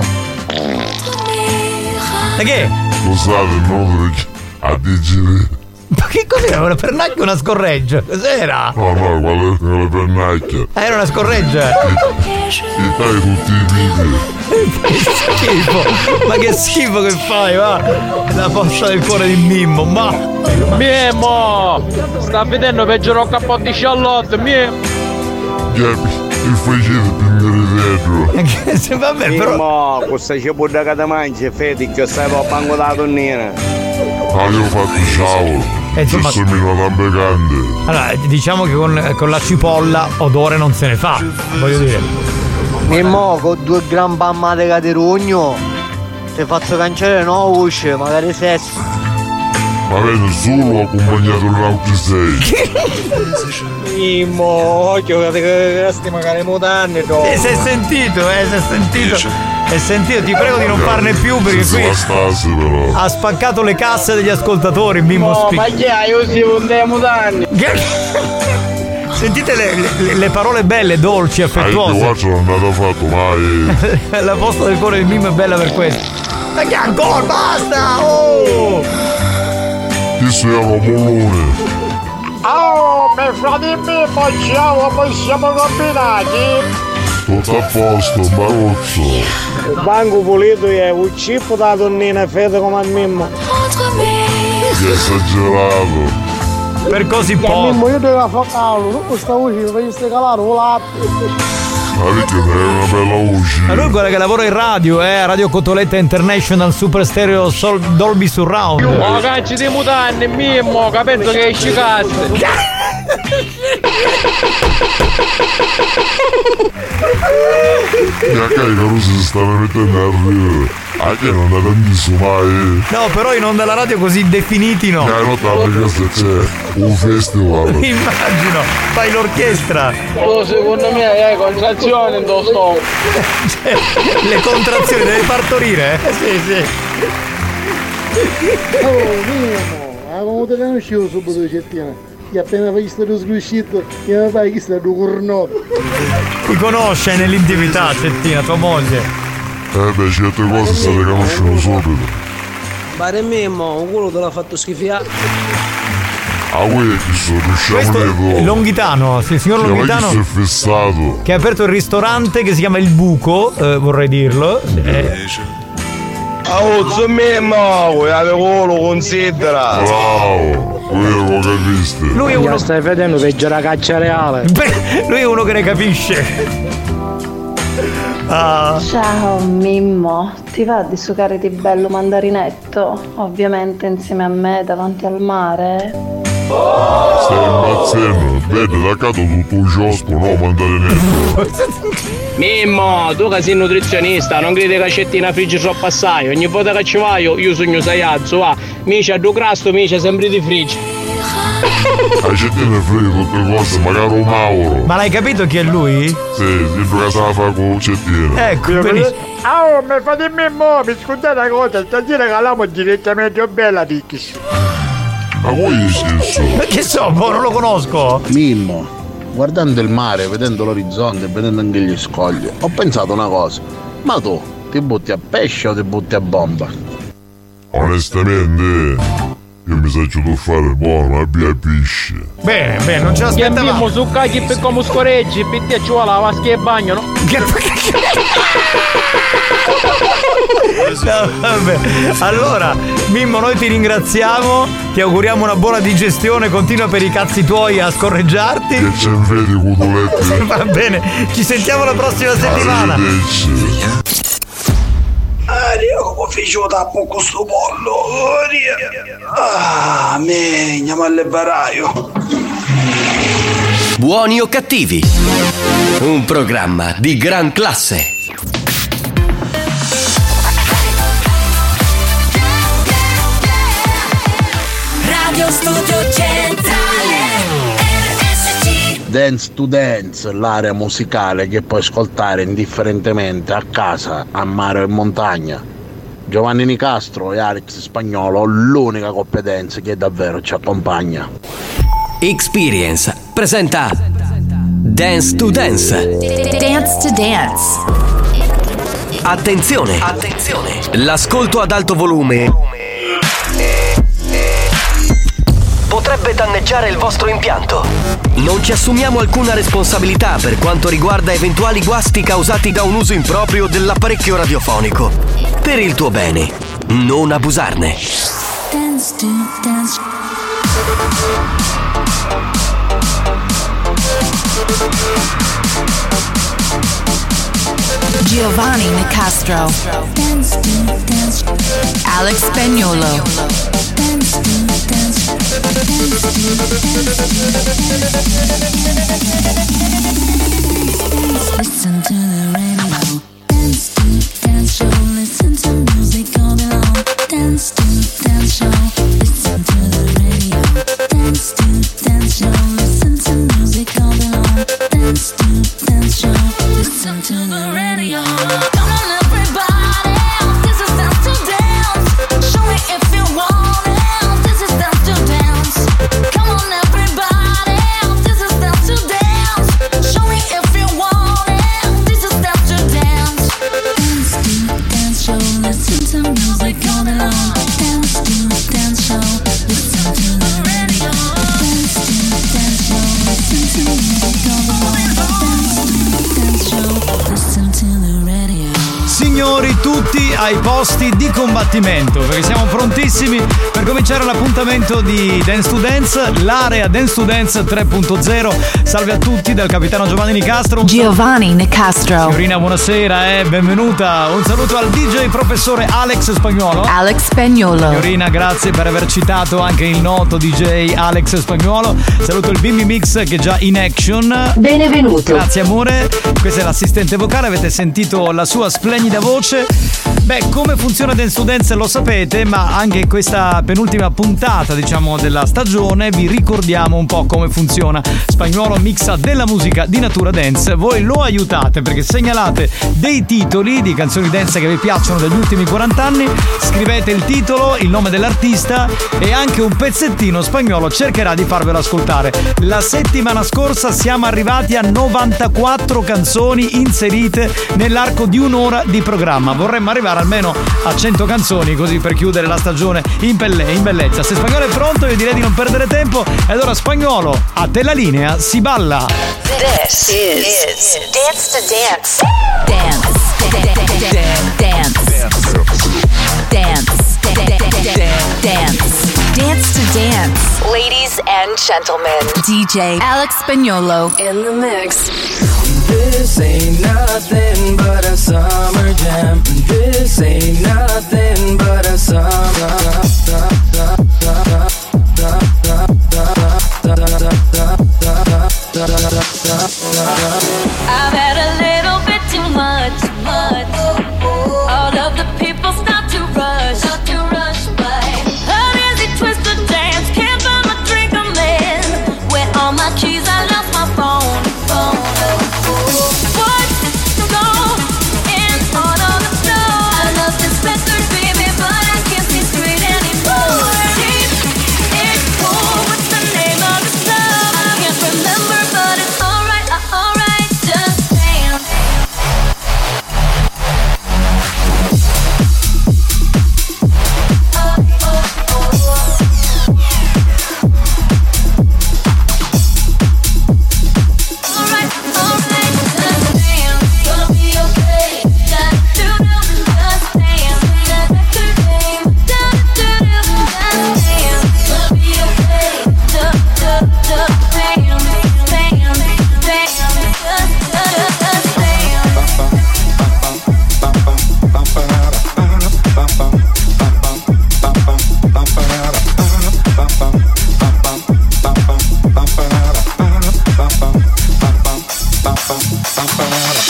E che? Scusate, no, a digere. Ma che cos'era? Una pernacchia o una scorreggia? Cos'era? No, quella pernacchia. Era una scorreggia? Ti fai tutti i video. Che schifo. Ma che schifo che fai, va? La posta del cuore di Mimmo, ma Mimmo! Sta vedendo peggio un cappotto di Charlotte, Mimmo! Il facete più dietro. Vabbè, però. Mimmo, questa cipolla che ti mangi, feti che stai a banco della donnina. Ah, io ho fatto ciao. Insomma, allora, diciamo che con la cipolla odore non se ne fa, voglio dire. Mimmo, con 2 gran pammate di rugno ti faccio cancellare no voce, magari sesso. Ma vedi, solo accompagnato l'altro 6. Mimmo, occhio che resti magari mutanne dopo. Si è sentito, È sentito, ti prego di non farne più perché qui ha spaccato le casse degli ascoltatori, Mimmo ma chi è? Io si vondiamo danni. Sentite le parole belle, dolci, affettuose. Qua ce l'ho andato fatto mai. La posta del cuore di Mimmo è bella per questo. Ma che ancora? Basta! Oh! Ti siamo mollone. Oh, mi frate Mimmo, ciao, poi siamo combinati. Tutto a posto, Maruzzo. Il banco pulito è un cippo da donnina fede come a Mimmo. Che esagerato. Per così poco. Mimmo, io devo fare caldo, non questa voce mi fai calare o latte. Ma perché è una bella voce. Ma lui guarda che lavora in radio, Radio Cotoletta International Super Stereo Dolby Surround. Ma cacci di mutanne, Mimmo, capendo che esci cazzo. La carica Rusi si stava mettendo a ridere. Ah, che non era visto mai. No, però in onda alla radio così definiti no. Notato che c'è un festival. Immagino, fai l'orchestra. Secondo me contrazioni in tuo stomaco. Le contrazioni devi partorire? Sì. Oh, Mimmo, come te ne uscivo subito cettina? Che appena fai stato sguscito, che fai che sta due cornotti. Ti conosce nell'intimità, Cettina, tua moglie. Beh, certe cose se le conoscono subito. Pare Mimmo, un culo te l'ha fatto schifare. Ah, qui sono riuscito Longhitano, sì, il signor Longhitano. Si è fissato. Che ha aperto il ristorante che si chiama Il Buco, vorrei dirlo. Oh, Mimmo, lo considera. Wow. Lui è uno. Stai vedendo peggio la caccia reale. Beh, lui è uno che ne capisce. Ciao Mimmo, ti va di sucare di bello mandarinetto? Ovviamente insieme a me davanti al mare. Stai impazzendo, vedi da capo tutto un giosco, no mandarinetto. Mimmo, tu che sei nutrizionista, non credi che Cettina friggi troppo assai? Ogni volta che ci vai io sogno saiazzo, va. Mica a due crasto, mica sempre di friggi. Accettine free tutte cose, magari un Mauro. Ma l'hai capito chi è lui? Sì, il che se la fa con cettine. Ecco, benissimo. Oh, mi fatemi mi scusate una cosa, stasera caliamo direttamente bella Tix. Ma voi stesso? Ma che so, non lo conosco. Mimmo, guardando il mare, vedendo l'orizzonte, vedendo anche gli scogli, ho pensato una cosa. Ma tu, ti butti a pesce o ti butti a bomba? Onestamente, io mi so tuffare buono, abbia pesce. Bene, non ce l'aspettavamo. Andiamo su cagli per come scorreggi, per te ci vuole la vasca e bagno, no? No, vabbè. Allora, Mimmo, noi ti ringraziamo, ti auguriamo una buona digestione, continua per i cazzi tuoi a scorreggiarti. Che c'è in vedi cutoletti. Va bene, ci sentiamo la prossima settimana. Come faccio tappo con sto pollo? Me, andiamo all'ebbaraio. Buoni o cattivi? Un programma di gran classe. Radio Studio Centrale RSC. Dance to Dance, l'area musicale che puoi ascoltare indifferentemente a casa, a mare o in montagna. Giovanni Nicastro e Alex Spagnolo, l'unica coppia dance che davvero ci accompagna. Experience presenta Dance to Dance. Dance to Dance. Attenzione! L'ascolto ad alto volume potrebbe danneggiare il vostro impianto. Non ci assumiamo alcuna responsabilità per quanto riguarda eventuali guasti causati da un uso improprio dell'apparecchio radiofonico. Per il tuo bene, non abusarne. Dance to Dance. Giovanni Nicastro. Dance to Dance. Alex Spagnolo. Dance to Dance. Listen to the radio. Dance to Dance show. Listen to music all day long. Dance to Dance show. Listen to the radio. Dance to Dance show. Listen to music all day long. Dance to Dance show. Listen to the radio. Come on everybody, this is Dance to Dance. Show me if you want it. This is Dance to Dance. Come on everybody, this is Dance to Dance. Show me if you want it. This is Dance to Dance. Dance to Dance show. Listen to music all day long. Dance to Dance show. Listen to the radio. Dance to Dance show. Listen to music all day long. Dance to Dance show. Listen to the radio. Signori, tutti ai posti di combattimento, perché siamo prontissimi per cominciare l'appuntamento di Dance to Dance, l'area Dance to Dance 3.0. Salve a tutti dal capitano Giovanni Nicastro. Giovanni Nicastro. Signorina, buonasera, benvenuta. Un saluto al DJ professore Alex Spagnolo. Alex Spagnolo. Signorina, grazie per aver citato anche il noto DJ Alex Spagnolo. Saluto il Bimbi Mix che è già in action. Benvenuto. Grazie amore. Questa è l'assistente vocale, avete sentito la sua splendida voce. Beh, come funziona Dance to Dance lo sapete, ma anche in questa penultima puntata, diciamo, della stagione vi ricordiamo un po' come funziona. Spagnolo mixa della musica di natura dance, voi lo aiutate perché segnalate dei titoli di canzoni dance che vi piacciono degli ultimi 40 anni, scrivete il titolo, il nome dell'artista e anche un pezzettino. Spagnolo cercherà di farvelo ascoltare. La settimana scorsa siamo arrivati a 94 canzoni inserite nell'arco di un'ora di programma. Vorremmo arrivare almeno a 100 canzoni, così per chiudere la stagione in bellezza. Se Spagnolo è pronto, io direi di non perdere tempo. E allora Spagnolo, a te la linea, si balla. This is Dance to Dance. Dance. Dance to Dance. Ladies and gentlemen, DJ Alex Spagnolo in the mix. This ain't nothing but a summer jam. This ain't nothing but a summer. I've had a little bit too much. All of the people start to rush, but a dizzy twist of dance. Can't find my drink, I'm there.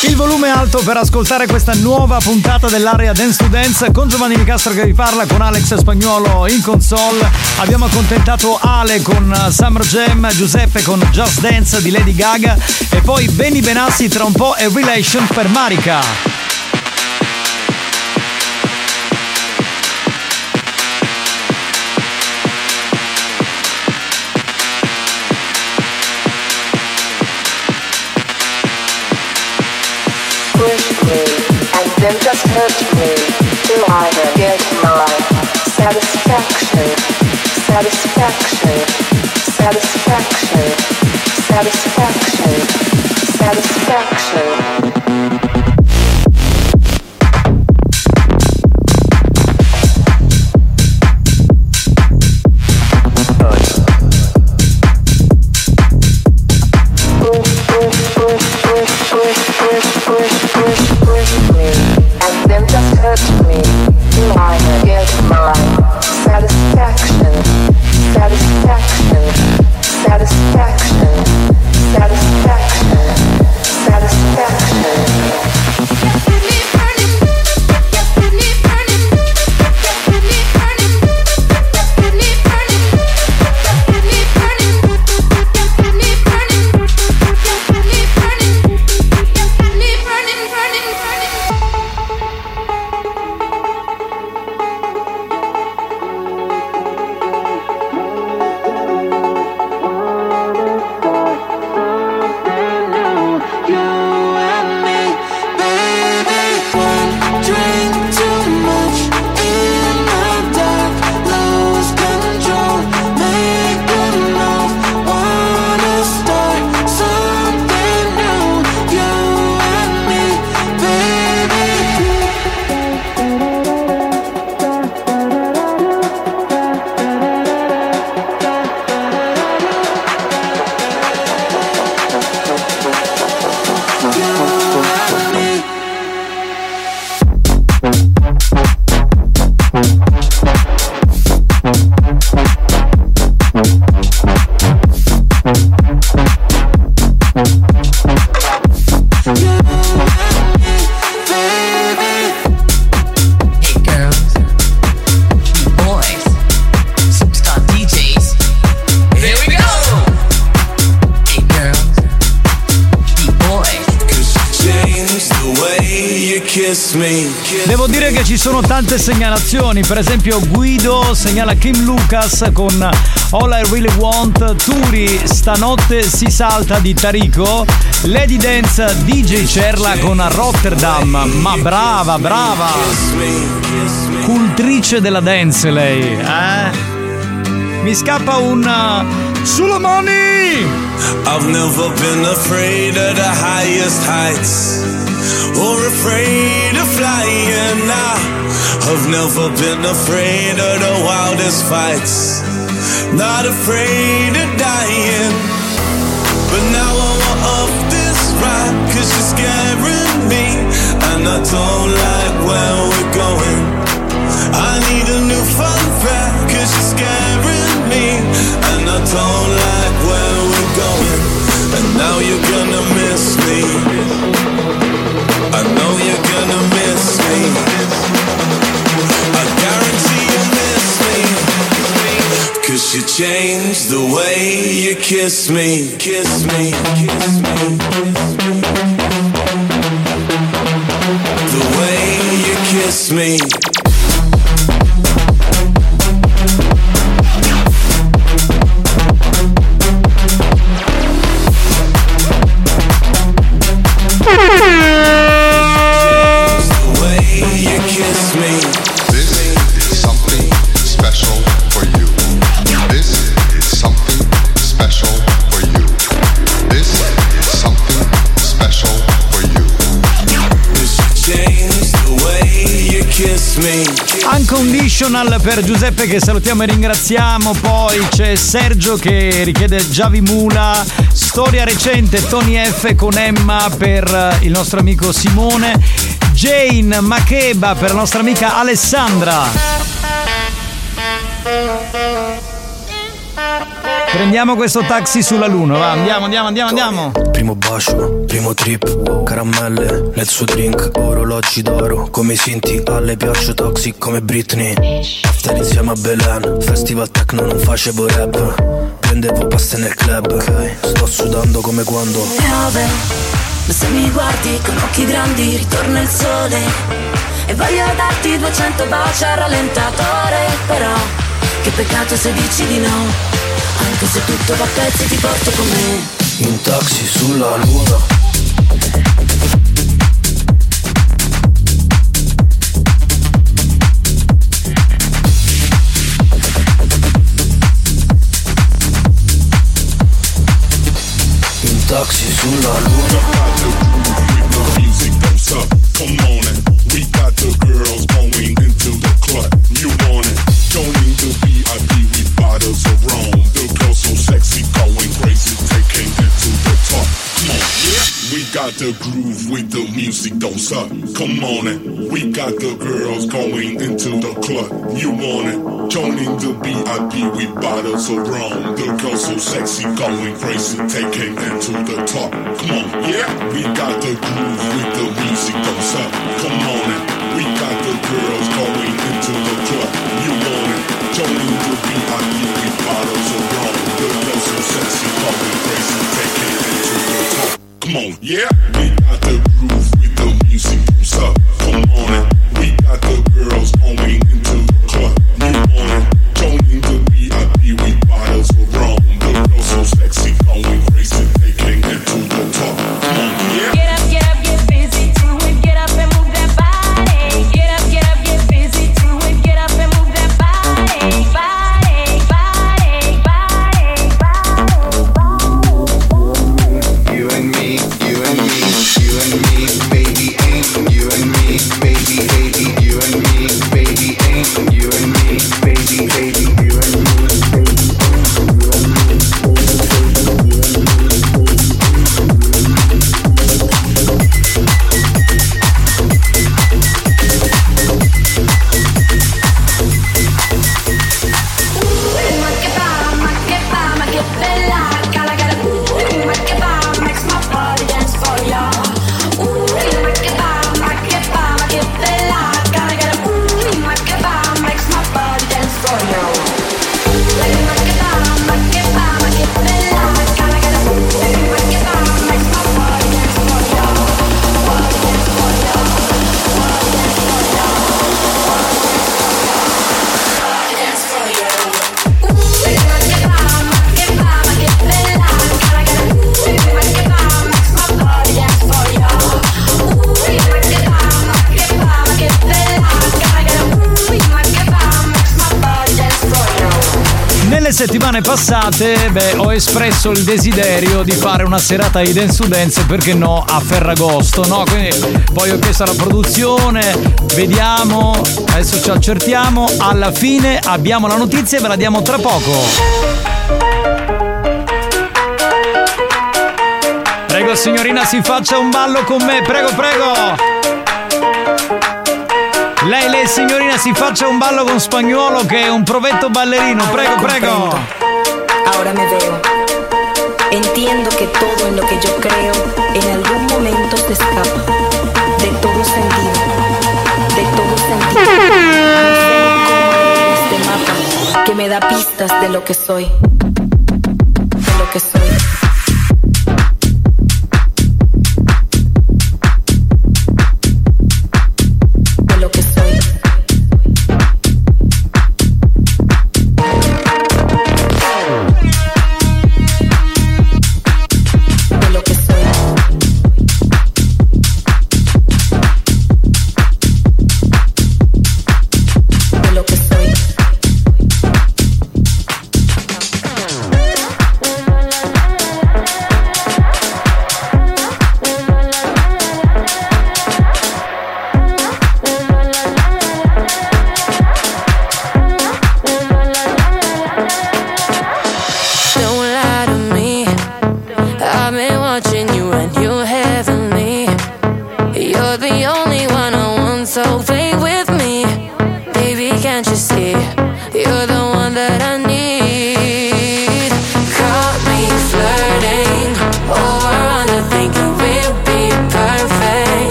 Il volume alto per ascoltare questa nuova puntata dell'Area Dance to Dance con Giovanni Nicastro che vi parla, con Alex Spagnuolo in console. Abbiamo accontentato Ale con Summer Jam, Giuseppe con Just Dance di Lady Gaga e poi Benny Benassi tra un po' e Relation per Marica. Then just hurt me till I get my satisfaction, satisfaction, satisfaction, satisfaction, satisfaction. Devo dire che ci sono tante segnalazioni, per esempio Guido segnala Kim Lucas con All I Really Want, Turi Stanotte si salta di Tarico, Lady Dance DJ Cerla con Rotterdam, ma brava, cultrice della dance lei, Mi scappa un sulle mani! I've never been afraid of the highest heights or afraid of flying now. I've never been afraid of the wildest fights, not afraid of dying. But now I want off this ride, 'cause you're scaring me, and I don't like where we're going. I need a new fun fact, 'cause you're scaring me, and I don't like where we're going. And now you're gonna miss me, I know you're gonna miss me, I guarantee you miss me, 'cause you changed the way you kiss me, kiss me, kiss me, the way you kiss me. Unconditional per Giuseppe che salutiamo e ringraziamo. Poi c'è Sergio che richiede Javi Mula, storia recente Tony F con Emma per il nostro amico Simone, Jane Makeba per la nostra amica Alessandra. Prendiamo questo taxi sulla luna, va, andiamo. Primo bacio, primo trip, caramelle nel suo drink, orologi d'oro, come Sinti, alle piaccio toxic come Britney. After insieme a Belen, festival techno non facevo rap, prendevo paste nel club, sto sudando come quando piove, ma se mi guardi con occhi grandi ritorna il sole e voglio darti 200 baci al rallentatore, però che peccato se dici di no. Anche se tutto va a pezzi ti porto con me in taxi sulla luna. In taxi sulla luna. Come on it, we got the girls going into the club. You want it, joining the VIP with bottles of rum. The girls so sexy, going crazy, taking it to the top. Come on, yeah. We got the groove with the music, don't suck. Come on it, we got the girls going into the club. You want it, joining the VIP with bottles of rum. The girls so sexy, going crazy, taking it to the top. Come on, yeah. We got the groove with the music, don't suck. Come on it, we got the girls going into the club. You want it, joining the VIP with bottles of rum. The girls so sexy, going crazy, taking it to the top. Come on, yeah. We got the groove with the music, don't suck. Come on it, we got the girls going into the club. You want it, joining the VIP with bottles of rum. The girls so sexy, going crazy, taking it to the top. Come on, yeah. Get up, get busy, do it, get up and move that body. Get up, get busy, do it, get up and move that body. Body, body, body, body. You and me, you and me, you and me, baby ain't. You and me, baby, baby, you and me, baby ain't. You and me, baby, baby, you and me, baby. Nelle settimane passate, ho espresso il desiderio di fare una serata di Dance to Dance, perché no, a Ferragosto, no? Quindi poi ho chiesto alla produzione, vediamo, adesso ci accertiamo, alla fine abbiamo la notizia e ve la diamo tra poco. Prego signorina, si faccia un ballo con me, prego. Lei signorina, si faccia un ballo con Spagnuolo, che è un provetto ballerino, prego. Ahora me veo. Entiendo que todo en lo que yo creo en algún momento se escapa de todo sentido. No sé cómo leer este mapa que me da pistas de lo que soy. De lo que soy.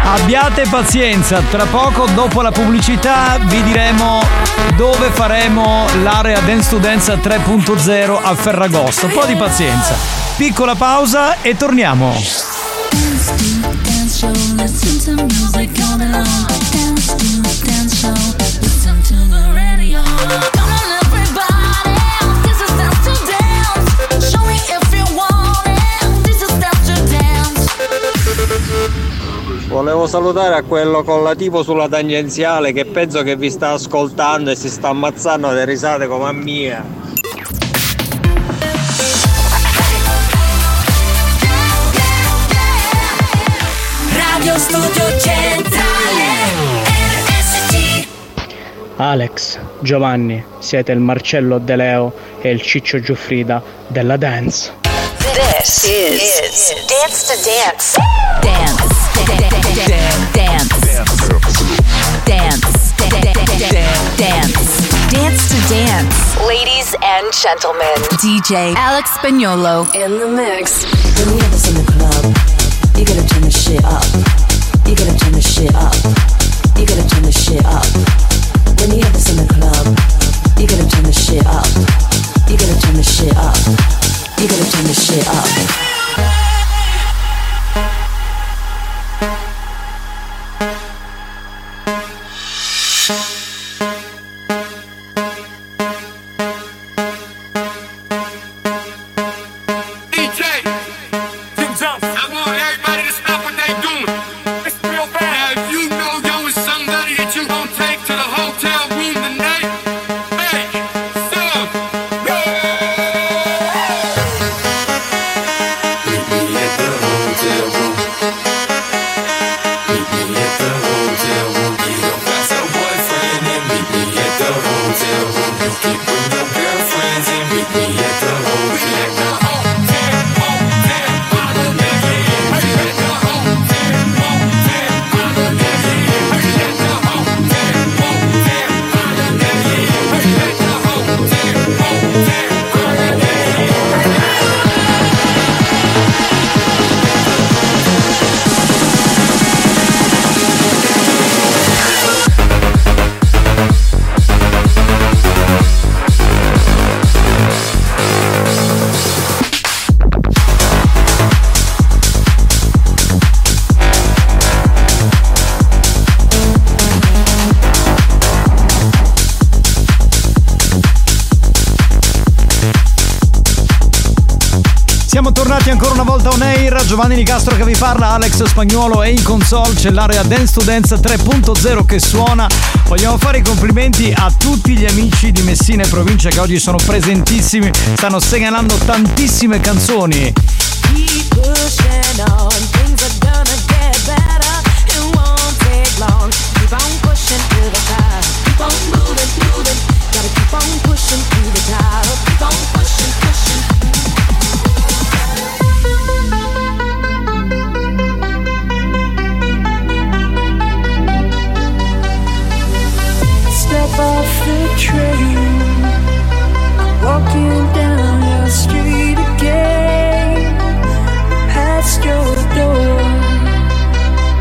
Abbiate pazienza, tra poco dopo la pubblicità vi diremo dove faremo l'area Dance to Dance 3.0 a Ferragosto. Un po' di pazienza. Piccola pausa e torniamo. Dance show, listen to music all day long. Dance to dance show, listen to the radio. Come on everybody, this is dance to dance. Show me if you want it, this is dance to dance. Volevo salutare a quello con la tipo sulla tangenziale che penso che vi sta ascoltando e si sta ammazzando le risate come a mia. Radio Studio Centrale RSC. Alex, Giovanni, siete il Marcello De Leo e il Ciccio Giuffrida della dance. This is Dance to Dance. Dance. Dance to Dance. Ladies and gentlemen, DJ Alex Spagnolo in the mix. When you have this in the club, you gotta turn the shit up. You gotta turn the shit up. You gotta turn the shit up. When you have this in the club, you gotta turn the shit up. You gotta turn the shit up. You gotta turn the shit up. Siamo tornati ancora una volta on air, Giovanni Nicastro che vi parla, Alex Spagnolo e in console c'è l'area Dance to Dance 3.0 che suona. Vogliamo fare i complimenti a tutti gli amici di Messina e provincia che oggi sono presentissimi, stanno segnalando tantissime canzoni. Keep pushing on, things are gonna get better, it won't take long. Keep on pushing to the top, keep on moving, moving, gotta keep on pushing to the top, keep on pushing, pushing. Step off the train, walking down your street again, past your door.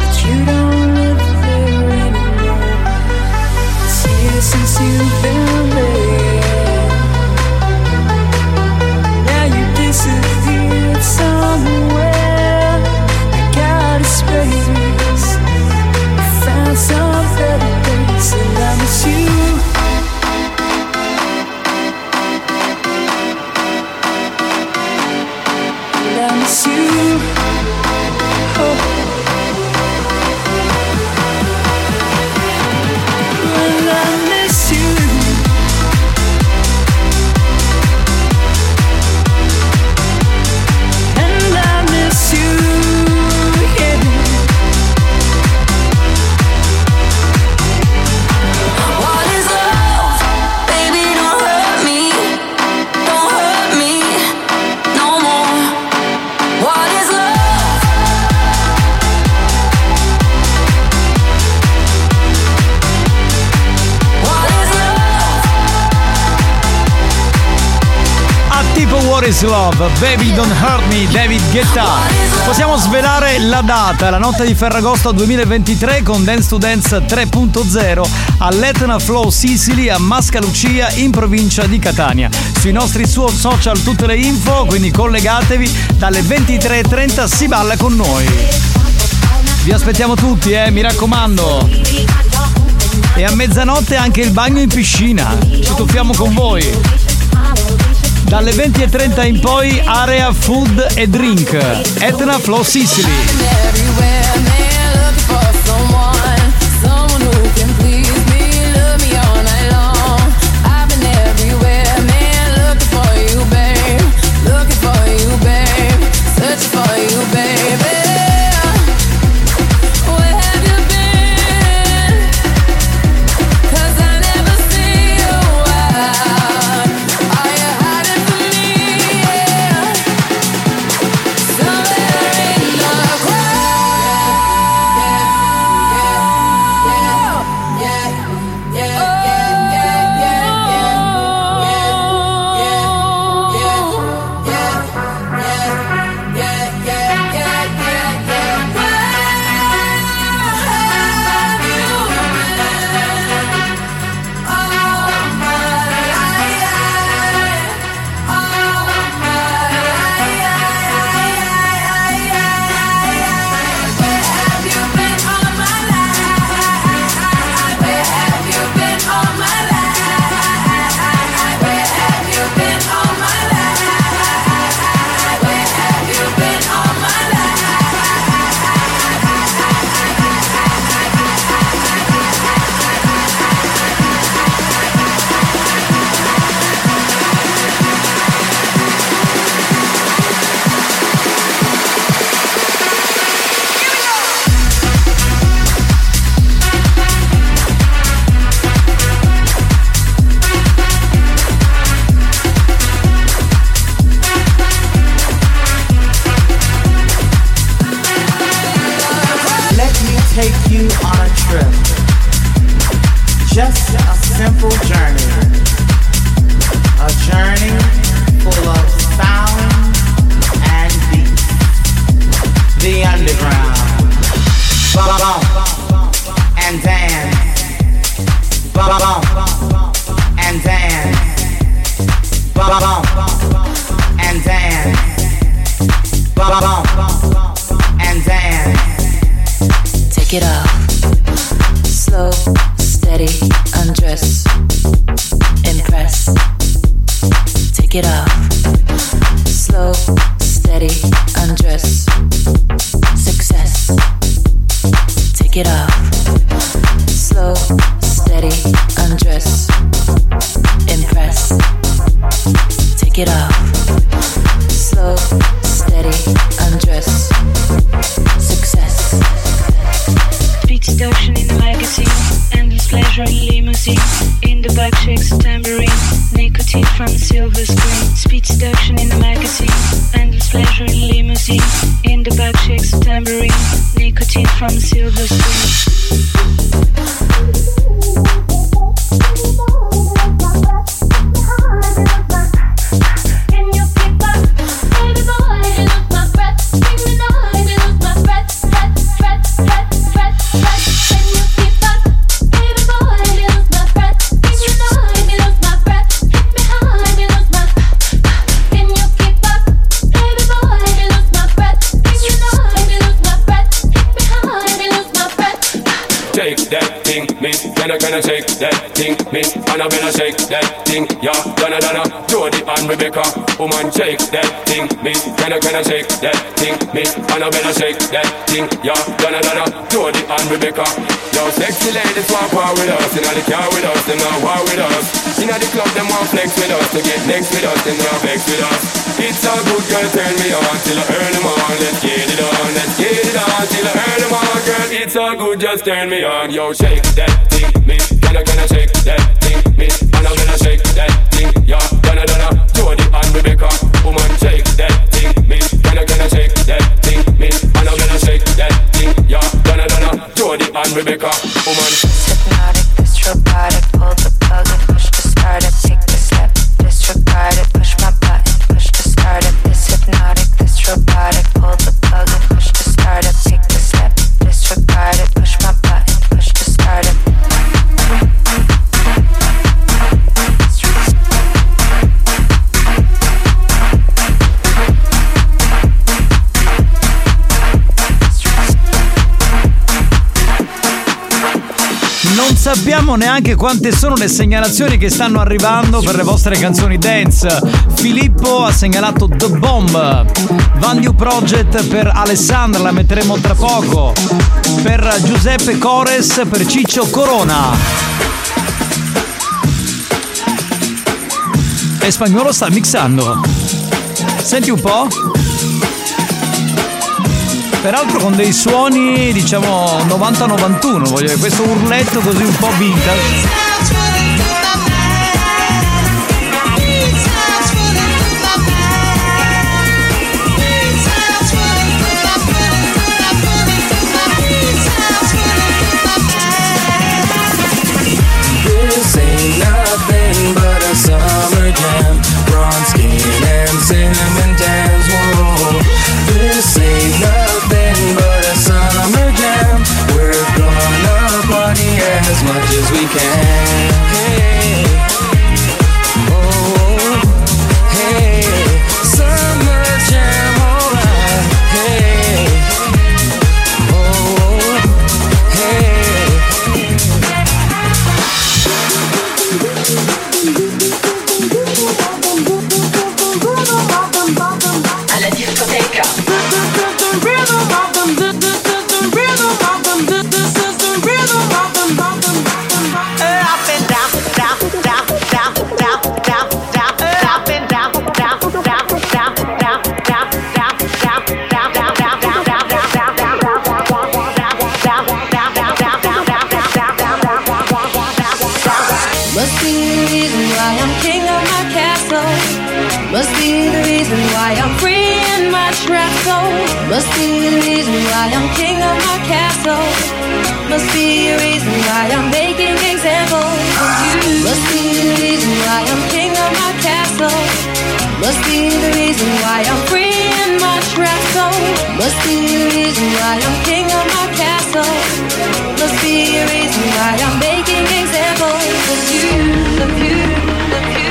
What is Love, Baby Don't Hurt Me, David Guetta. Possiamo svelare la data, la notte di Ferragosto 2023 con Dance to Dance 3.0 all'Etna Flow Sicily a Mascalucia in provincia di Catania. Sui nostri social tutte le info, quindi collegatevi, dalle 23.30 si balla con noi. Vi aspettiamo tutti, mi raccomando. E a mezzanotte anche il bagno in piscina, ci tuffiamo con voi. Dalle 20.30 in poi area food e drink, Etna Flow Sicily. Take it off, slow, steady, undress, impress. Take it off, slow, steady, undress, success. Take it off, slow, steady, undress, impress. Take it off, slow, steady, undress, success. Beat seduction in the magazine, endless pleasure in limousine. In the back shakes a tambourine, nicotine from the silver screen. Speed seduction in the magazine, endless pleasure in limousine. In the back shakes a tambourine, nicotine from the silver screen. Gonna shake that thing, Miss Annabella shake that thing, yeah. Donna, Jody and Rebecca, woman shake that thing, Miss gonna shake that thing, Miss Annabella shake that thing, yeah. Donna, Jody and Rebecca. Yo, sexy ladies walk war with us, inna the car with us, them not war with us. Inna the club them want flex with us, to get next with us, them not vex with us. It's a good girl, turn me on till I earn them on. Let's get it on, let's get it on till I earn them on, girl. It's a good, just turn me on. Yo, shake that thing, Miss gonna shake that thing, Miss Annabella shake that thing, yeah. Donna, Jody and Rebecca, woman shake that thing, Miss gonna shake that thing, Miss Annabella shake that thing, yeah. Donna, Jody and Rebecca, woman. Hypnotic, disrobotic, pull the plug and push to start it. Take the step, disregard it, push my button, push to Non sappiamo neanche quante sono le segnalazioni che stanno arrivando per le vostre canzoni dance. Filippo ha segnalato The Bomb. Van New Project per Alessandra, la metteremo tra poco. Per Giuseppe Cores, per Ciccio Corona. E Spagnuolo sta mixando. Senti un po'. Peraltro con dei suoni, diciamo, 90-91, voglio dire, questo urletto così un po' vintage. This ain't nothing but a summer jam. Bronze skin and cinnamon tans. Whoa. This ain't nothing but a summer jam. We're gonna party as much as we can. Hey. Oh. Hey. Summer jam, alright. Hey. Oh. Hey. Alla discoteca. Must be the reason why I'm king of my castle. Must be the reason why I'm free in my trap soul. Must be the reason why I'm king of my castle. Must be the reason why I'm making examples of you. Must be the reason why I'm king of my castle. Must be the reason why I'm free in my trap soul. Must be the reason why I'm king of my castle. Must be the reason why I'm making examples of you, of you, of you.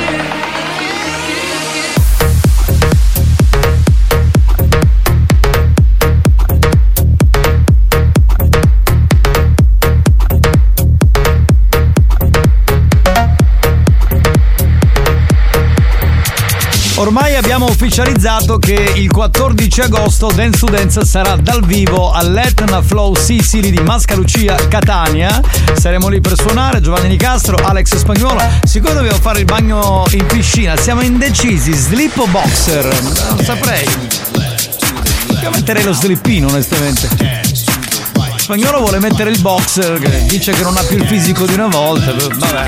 Ormai abbiamo ufficializzato che il 14 agosto Dance to Dance sarà dal vivo all'Etna Flow Sicily di Mascalucia, Catania. Saremo lì per suonare, Giovanni Nicastro, Alex Spagnuolo. Siccome dobbiamo fare il bagno in piscina, siamo indecisi, slip o boxer? Non saprei. Io metterei lo slippino, onestamente. Spagnuolo vuole mettere il boxer, che dice che non ha più il fisico di una volta. Vabbè.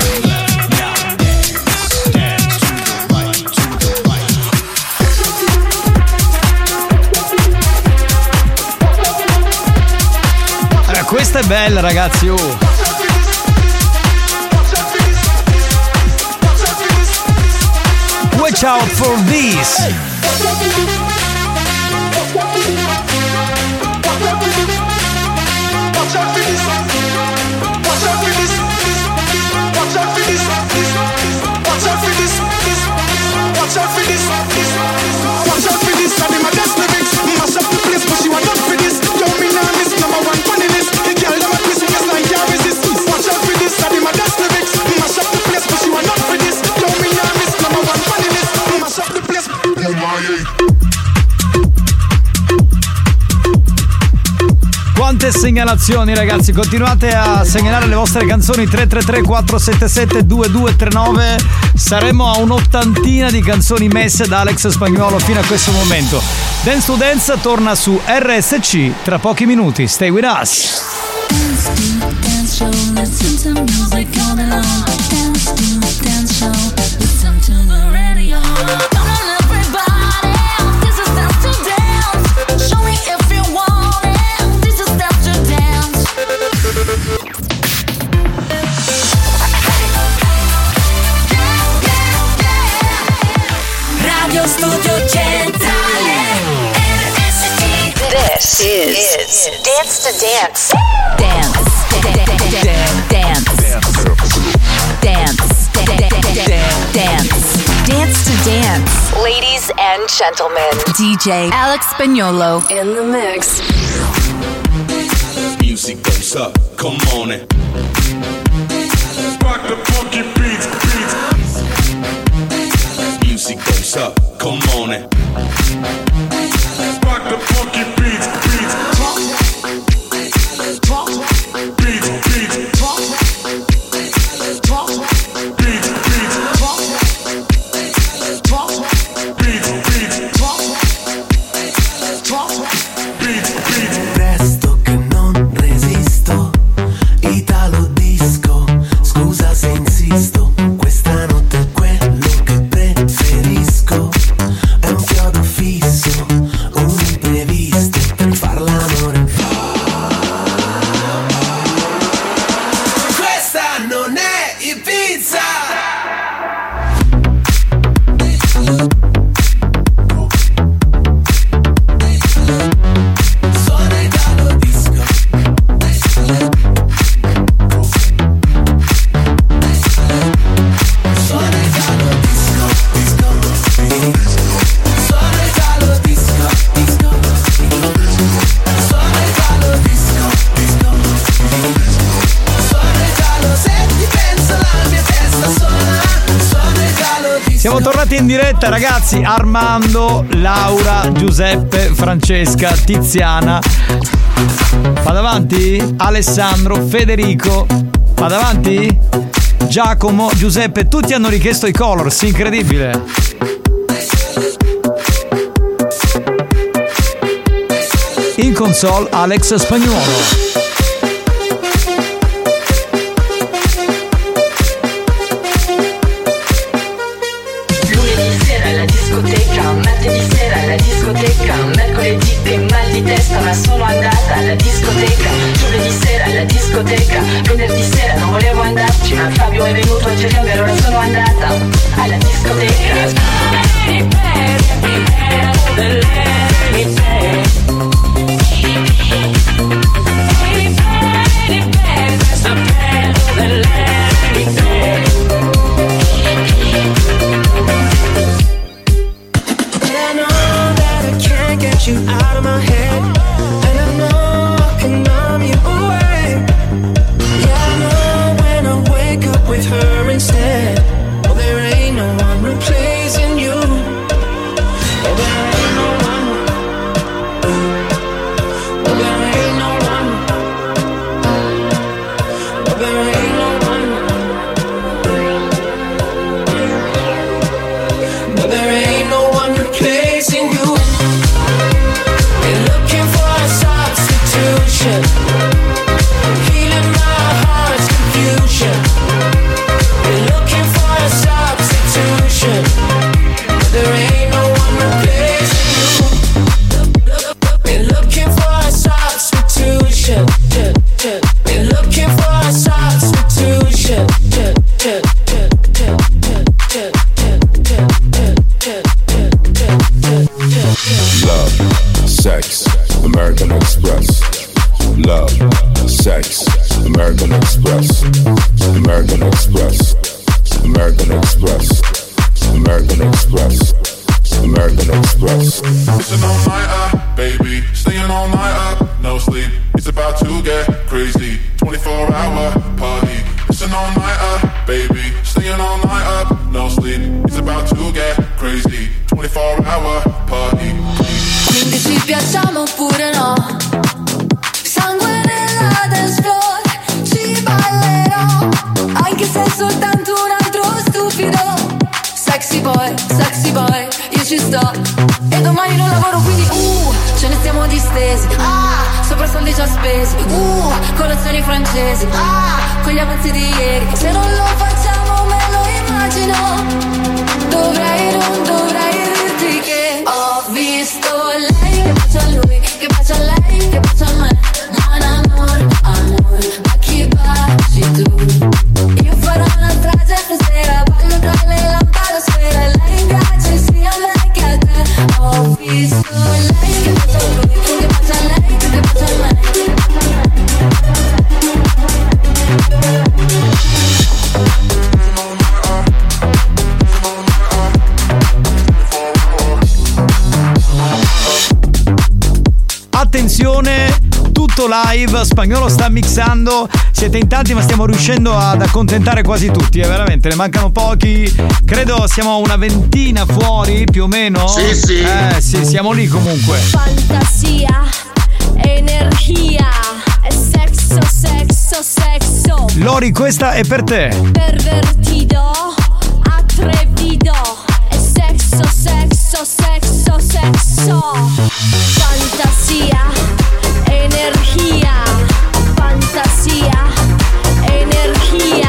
Questa è bella, ragazzi. Oh. Watch out for this. Quante segnalazioni, ragazzi, continuate a segnalare le vostre canzoni. 333 477 2239. Saremo a un'ottantina di canzoni messe da Alex Spagnuolo fino a questo momento. Dance to Dance torna su RSC tra pochi minuti. Stay with us. Dance to dance show, listen to music all day long. Dance to dance show, listen to the radio. Come on everybody, this is dance to dance. Show me if you want it, this is dance to dance. Radio Studio Centrale RSC. This is Dance to Dance. Dance. Dance to Dance. Ladies and gentlemen, DJ Alex Spagnuolo in the mix. music goes up, come on it. Rock the funky beats. Music goes up, come on it. Rock the funky beats. Presto che non resisto, Italo disco, scusa se insisto, questa notte è quello che preferisco, è un chiodo fisso, un imprevisto per far l'amore. Questa non è Ibiza. Siamo tornati in diretta, ragazzi. Armando, Laura, Giuseppe, Francesca, Tiziana. Vado avanti? Alessandro, Federico. Vado avanti? Giacomo, Giuseppe, tutti hanno richiesto i Colors, incredibile. In console Alex Spagnuolo. Martedì sera alla discoteca, mercoledì che mal di testa ma sono andata alla discoteca, giovedì sera alla discoteca, venerdì sera non volevo andarci ma Fabio è venuto a cercarmi allora sono andata alla discoteca. You out of my head, and I know I can numb you away. Yeah, I know when I wake up with her instead. Oh, there ain't no one replacing you. Oh, there ain't no one. Oh, there ain't no one. Oh, there ain't no one. Oh, there ain't no one replacing you. Healing my heart's confusion. We're looking for a substitution. There ain't no one replacing you. We're looking for a substitution. We're looking for a substitution. Love, sex, American Express. Love, sex, American Express. American Express. American Express. American Express. American Express. Listen all night up, baby. Staying all night up, no sleep. It's about to get crazy. 24-hour party. Listen all night up, baby. Staying all night up, no sleep. It's about to get crazy. 24-hour party. Quindi ci piacciamo oppure no? Sangue nella dance floor, ci ballerò, anche se è soltanto un altro stupido. Sexy boy, io ci sto. E domani non lavoro quindi ce ne stiamo distesi. Sopra soldi già spesi. Colazioni francesi. Con gli avanzi di ieri. Se non lo facciamo me lo immagino. Non dovrei dirti che ho visto lei che bacia a lui, che bacia a lei, che bacia a me. Mon amor, amor, ma chi baci tu? Io farò una strage stasera, ballo tra le lampadosfere. Lei piace sia a me che a te. Ho visto lei che bacia a lui, che bacia a lei, che bacia a me. tutto live. Spagnolo sta mixando. Siete in tanti, ma stiamo riuscendo ad accontentare quasi tutti. Veramente, ne mancano pochi. Credo siamo una ventina fuori, più o meno. Sì, sì. Sì, siamo lì comunque. Fantasia, energia, e sexo, sexo, sexo. Lori, questa è per te. Pervertido, atrevido, e sexo, sexo, sexo, sexo. Fantasia, energia, fantasia, energia.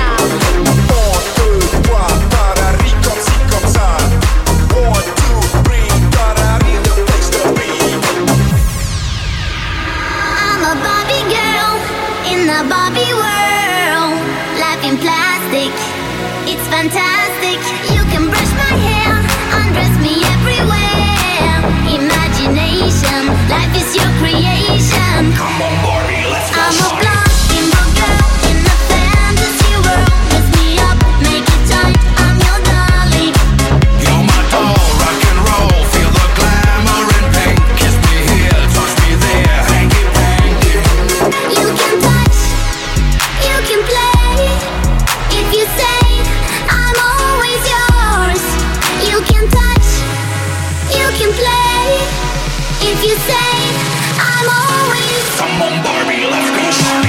I'm a Barbie girl in the Barbie world. Life in plastic, it's fantastic. You can brush my hair, undress me everywhere. Imagination, life is your creation. Come on, Barbie, let's go. I'm a blonde bimbo girl in a fantasy world. Dress me up, make it tight, I'm your darling. You're my doll, rock and roll, feel the glamour and pain. Kiss me here, touch me there, hanky panky. You can touch, you can play. If you say I'm always yours, you can touch, you can play. If you say I'm always. Come on, Barbie, let's go.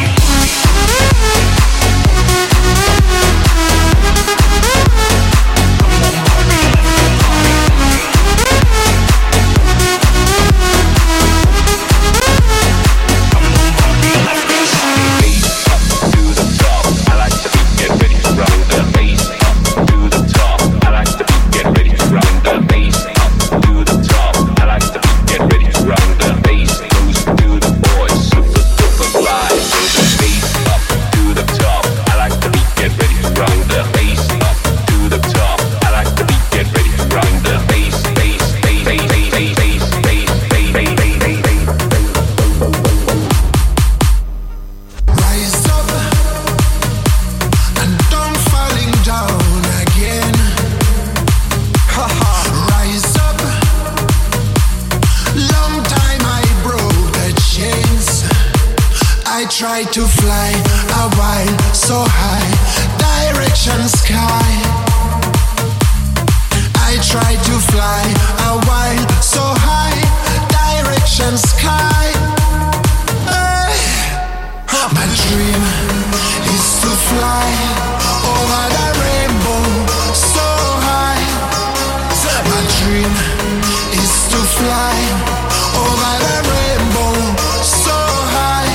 Rise up and don't falling down again. Rise up. Long time I broke the chains. I tried to fly a while so high, direction sky. I tried to fly a while so high, direction sky. My dream is to fly over the rainbow so high. My dream is to fly over the rainbow so high.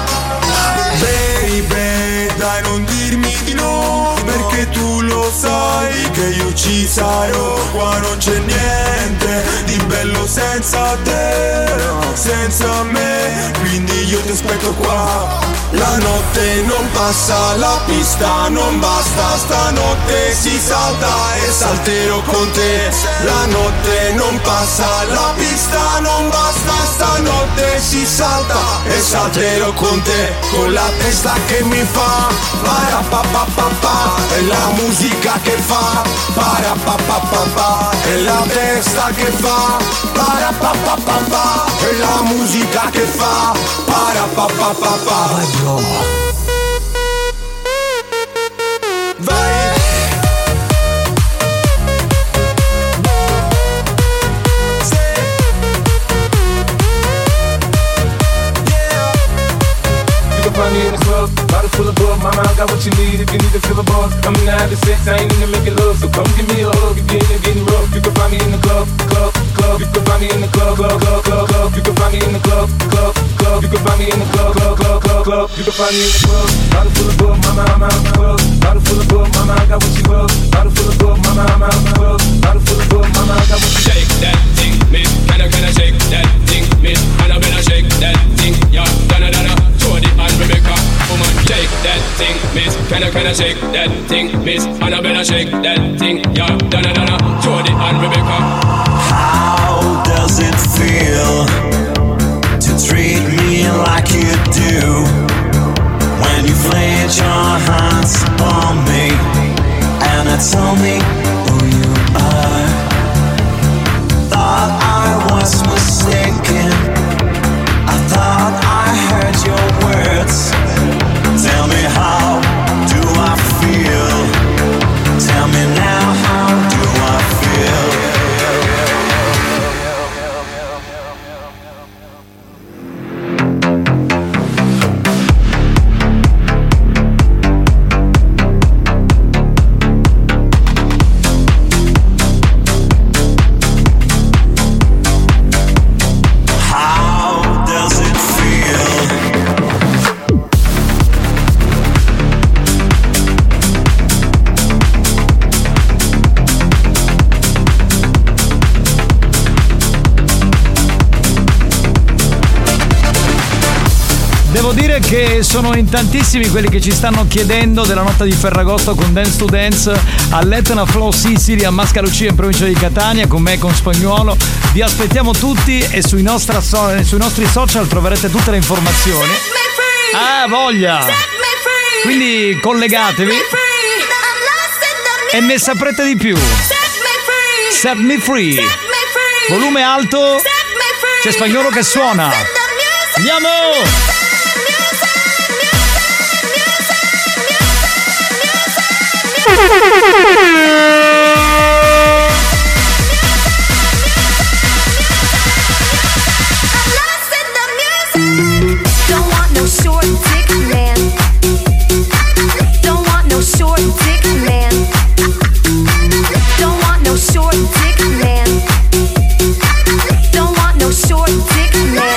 Baby, dai non dirmi di no, perché tu lo sai che io ci sarò. Qua non c'è niente di bello senza te, senza me, quindi io ti aspetto qua. La notte non passa, la pista non basta, stanotte si salta e salterò con te. La notte non passa, la pista non basta, stanotte si salta e salterò con te. Con la testa che mi fa parapapapapa, è la musica che fa parapapapapa, è la testa che fa parapapapapa, è la musica che fa parapapapapa. Vai bro. Vai. Find me in the club, bottle full of bug. Mama, I got what you need if you need to fill a buzz. I'm in the habit of sex, I ain't into making love, so come give me a hug. You're getting rough. You can find me in the club, club, club. You can find me in the club, club, club, club, club. You can find me in the club, club, club. You can find me in the club, club, club, club, club. You can find me in the club, bottle full of bug. Mama, I'm out in the club, bottle full of bug. Mama, I got what you love. Bottle full of bug. Mama, I'm out in the club, bottle full of bug. Mama, I got what you shake that thing, miss. Can I shake that thing, miss? And I better shake that thing, yeah. Donna, Jody and Rebecca, woman, shake that thing, miss. Can I shake that thing, miss? And I better shake that thing, yeah. Donna, Jody and Rebecca. How does it feel to treat me like you do when you've laid your hands on me and tell me who you are? Thought I was mistaken, I thought I heard your che sono in tantissimi quelli che ci stanno chiedendo della notte di Ferragosto con Dance to Dance all'Etna Flow Sicily a Mascalucia in provincia di Catania, con me e con Spagnuolo. Vi aspettiamo tutti e sui nostri social troverete tutte le informazioni. Ah, voglia! Quindi collegatevi e ne saprete di più. Set me free. Volume alto. C'è Spagnuolo che suona. Andiamo! Don't want no short dick man. Don't want no short dick man. Don't want no short dick man. Don't want no short dick man.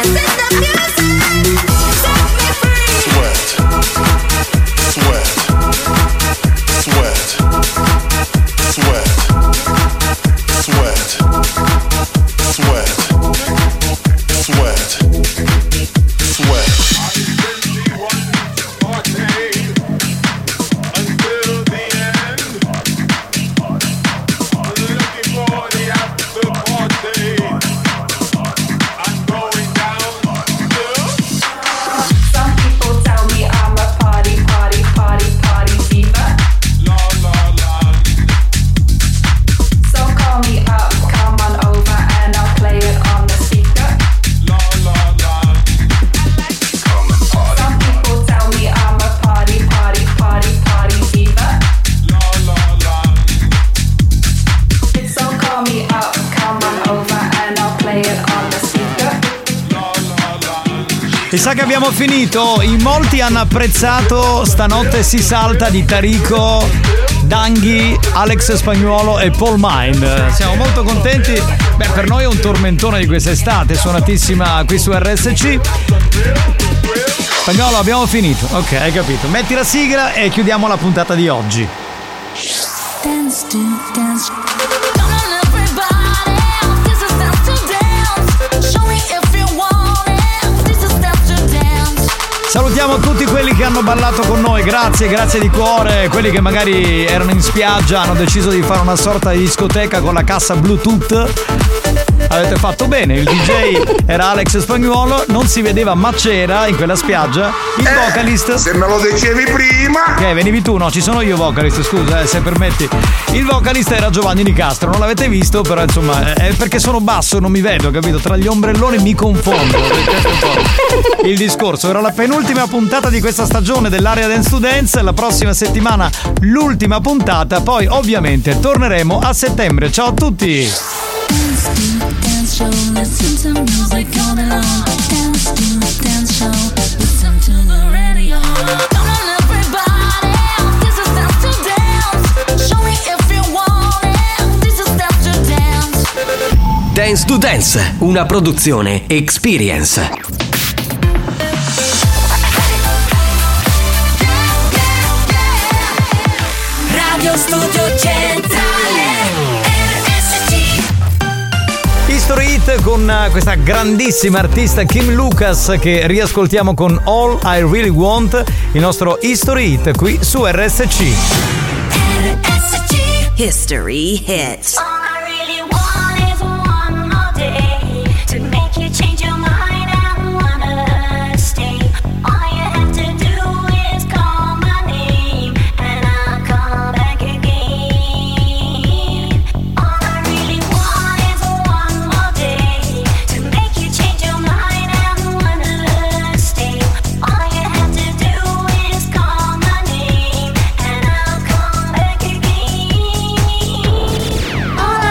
Mi sa che abbiamo finito. In molti hanno apprezzato Stanotte si salta di Tarico, Danghi, Alex Spagnuolo e Paul Mind. Siamo molto contenti. Beh, per noi è un tormentone di quest'estate, suonatissima qui su RSC. Spagnuolo, abbiamo finito. Ok, hai capito. Metti la sigla e chiudiamo la puntata di oggi. Dance to dance. Salutiamo tutti quelli che hanno ballato con noi, grazie di cuore. Quelli che magari erano in spiaggia, hanno deciso di fare una sorta di discoteca con la cassa Bluetooth. Avete fatto bene, il DJ era Alex Spagnuolo, non si vedeva ma c'era in quella spiaggia il vocalist. Se me lo dicevi prima. Ok, venivi tu, no, ci sono io vocalist, scusa, se permetti. Il vocalist era Giovanni Nicastro, non l'avete visto, però insomma, è perché sono basso, non mi vedo, capito? Tra gli ombrelloni mi confondo. Il discorso era la penultima puntata di questa stagione dell'Area Dance to Dance. La prossima settimana l'ultima puntata, poi ovviamente torneremo a settembre. Ciao a tutti. Dance show, listen to music all day long. Dance to dance show, listen to the radio. Come on everybody, this is dance to dance. Show me if you want it, this is dance to dance. Dance to Dance, una produzione Experience. Radio Studio Centrale. History Hit con questa grandissima artista Kim Lucas che riascoltiamo con All I Really Want, il nostro History Hit qui su RSC. History Hits. All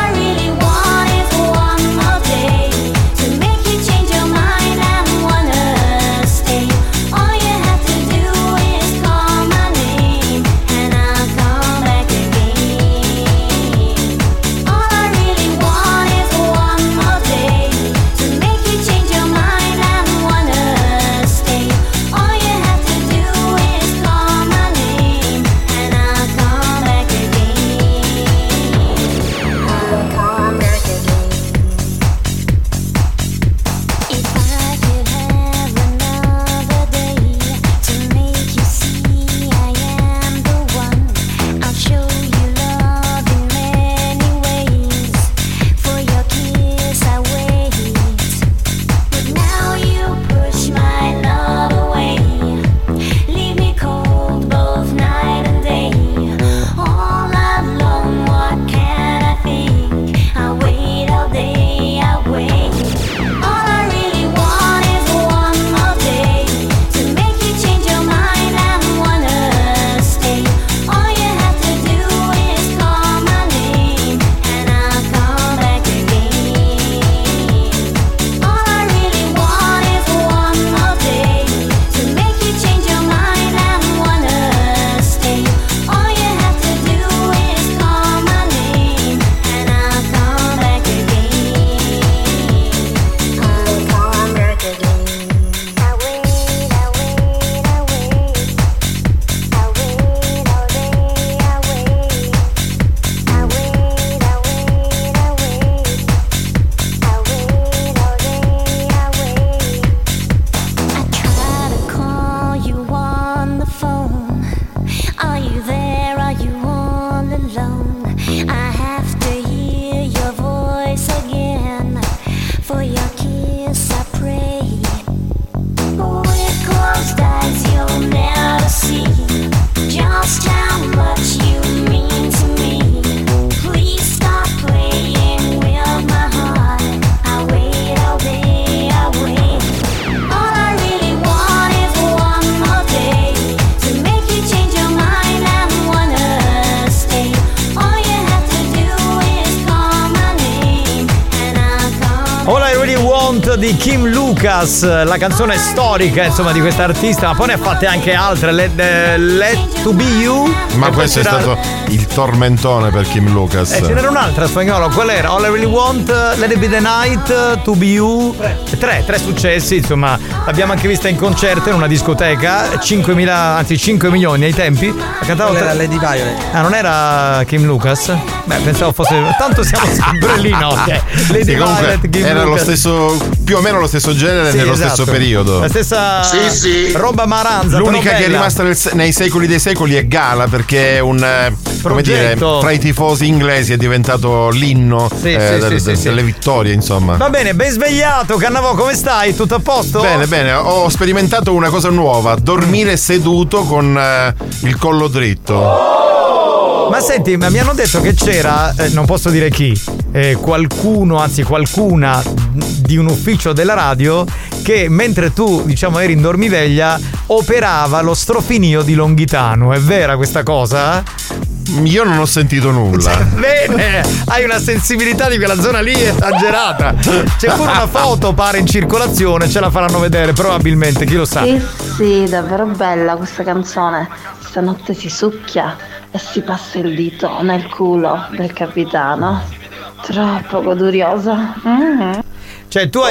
di Kim Lucas, la canzone storica insomma di questa artista, ma poi ne ha fatte anche altre, Let to Be You. Ma questo è stato il tormentone per Kim Lucas. Ce n'era un'altra spagnolo, qual era? All I Really Want, Let It Be the Night, To Be You. Tre successi, insomma, l'abbiamo anche vista in concerto in una discoteca, 5 milioni ai tempi. Era Lady Violet. Ah, non era Kim Lucas? Beh, pensavo fosse. Tanto siamo sempre lì, no? Lady Violet, Kim era Lucas. Lo stesso, più o meno lo stesso genere, Sì, nello esatto. stesso periodo. La stessa roba maranza. L'unica però che è bella. rimasta nei secoli dei secoli è Gala, perché è un come dire, Progetto. fra i tifosi inglesi è diventato l'inno delle vittorie, insomma. Va bene, ben svegliato, Cannavò, come stai? Tutto a posto? Bene, ho sperimentato una cosa nuova, dormire seduto con il collo dritto. Ma senti, ma mi hanno detto che c'era, non posso dire chi, qualcuno, anzi qualcuna di un ufficio della radio che mentre tu, diciamo, eri in dormiveglia operava lo strofinio di Longhitano. È vera questa cosa? Io non ho sentito nulla. Bene, hai una sensibilità di quella zona lì esagerata. C'è pure una foto, pare, in circolazione, ce la faranno vedere probabilmente, chi lo sa. Sì, davvero bella questa canzone. Stanotte si succhia e si passa il dito nel culo del capitano. Troppo goduriosa. Cioè tu hai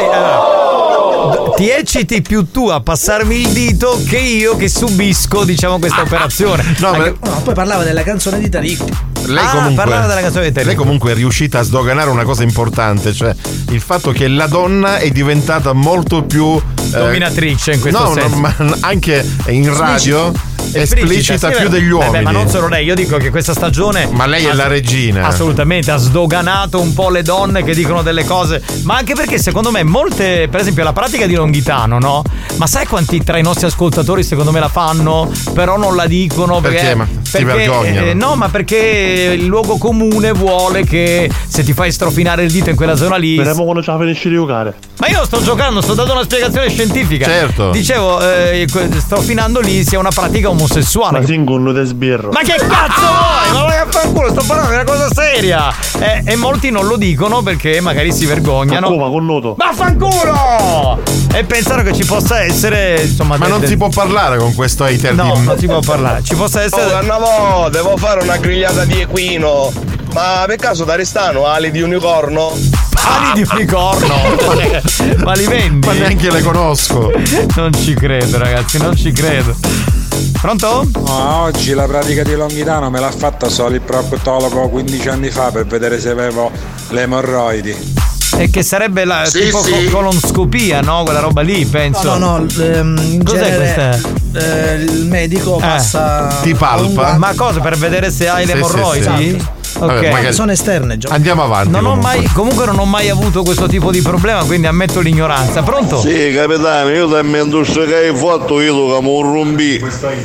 ti ecciti più tu a passarmi il dito che io che subisco, diciamo, questa operazione. No, poi parlava della canzone di Tariq. parlava della canzone di Tariq. Lei comunque è riuscita a sdoganare una cosa importante, cioè il fatto che la donna è diventata molto più dominatrice in questo senso. ma anche in radio esplicita più degli uomini. Ma non solo lei, io dico che questa stagione. Ma lei è la regina. Assolutamente, ha sdoganato un po' le donne che dicono delle cose. Ma anche perché secondo me molte, per esempio la pratica di Longhitano, no? Ma sai quanti tra i nostri ascoltatori secondo me la fanno, però non la dicono perché si vergognano. No, ma perché il luogo comune vuole che se ti fai strofinare il dito in quella zona lì. Speriamo quando ce la finisci di giocare. Ma io sto giocando, sto dando una spiegazione scientifica. Certo. Dicevo, strofinando lì sia una pratica omosessuale. Ma singono de sbirro. Ma che cazzo vuoi? Ma vai a fare culo, sto parlando di una cosa seria. E molti non lo dicono perché magari si vergognano. Ma con noto. Vaffanculo! E pensano che ci possa essere, insomma. Ma non si può parlare con questo hater. No, non si può parlare. Ci possa essere. No, devo fare una grigliata di equino. Ma per caso da Restano ali di unicorno? Ali di unicorno? Ma li vendi? Ma neanche le conosco. Non ci credo, ragazzi, non ci credo. Pronto? No, oggi la pratica di Longhitano me l'ha fatta solo il proctologo 15 anni fa per vedere se avevo le emorroidi. E che sarebbe la tipo colonscopia, no? Quella roba lì, penso. No, in cos'è genere, il medico passa. Ti palpa. Ma cosa? Per vedere se hai le emorroidi? Sì. Ok. Vabbè, sono esterne. Andiamo avanti. Non ho mai avuto questo tipo di problema, quindi ammetto l'ignoranza. Pronto? Sì, capitano, io mi industria che hai fatto, io come un rumbi.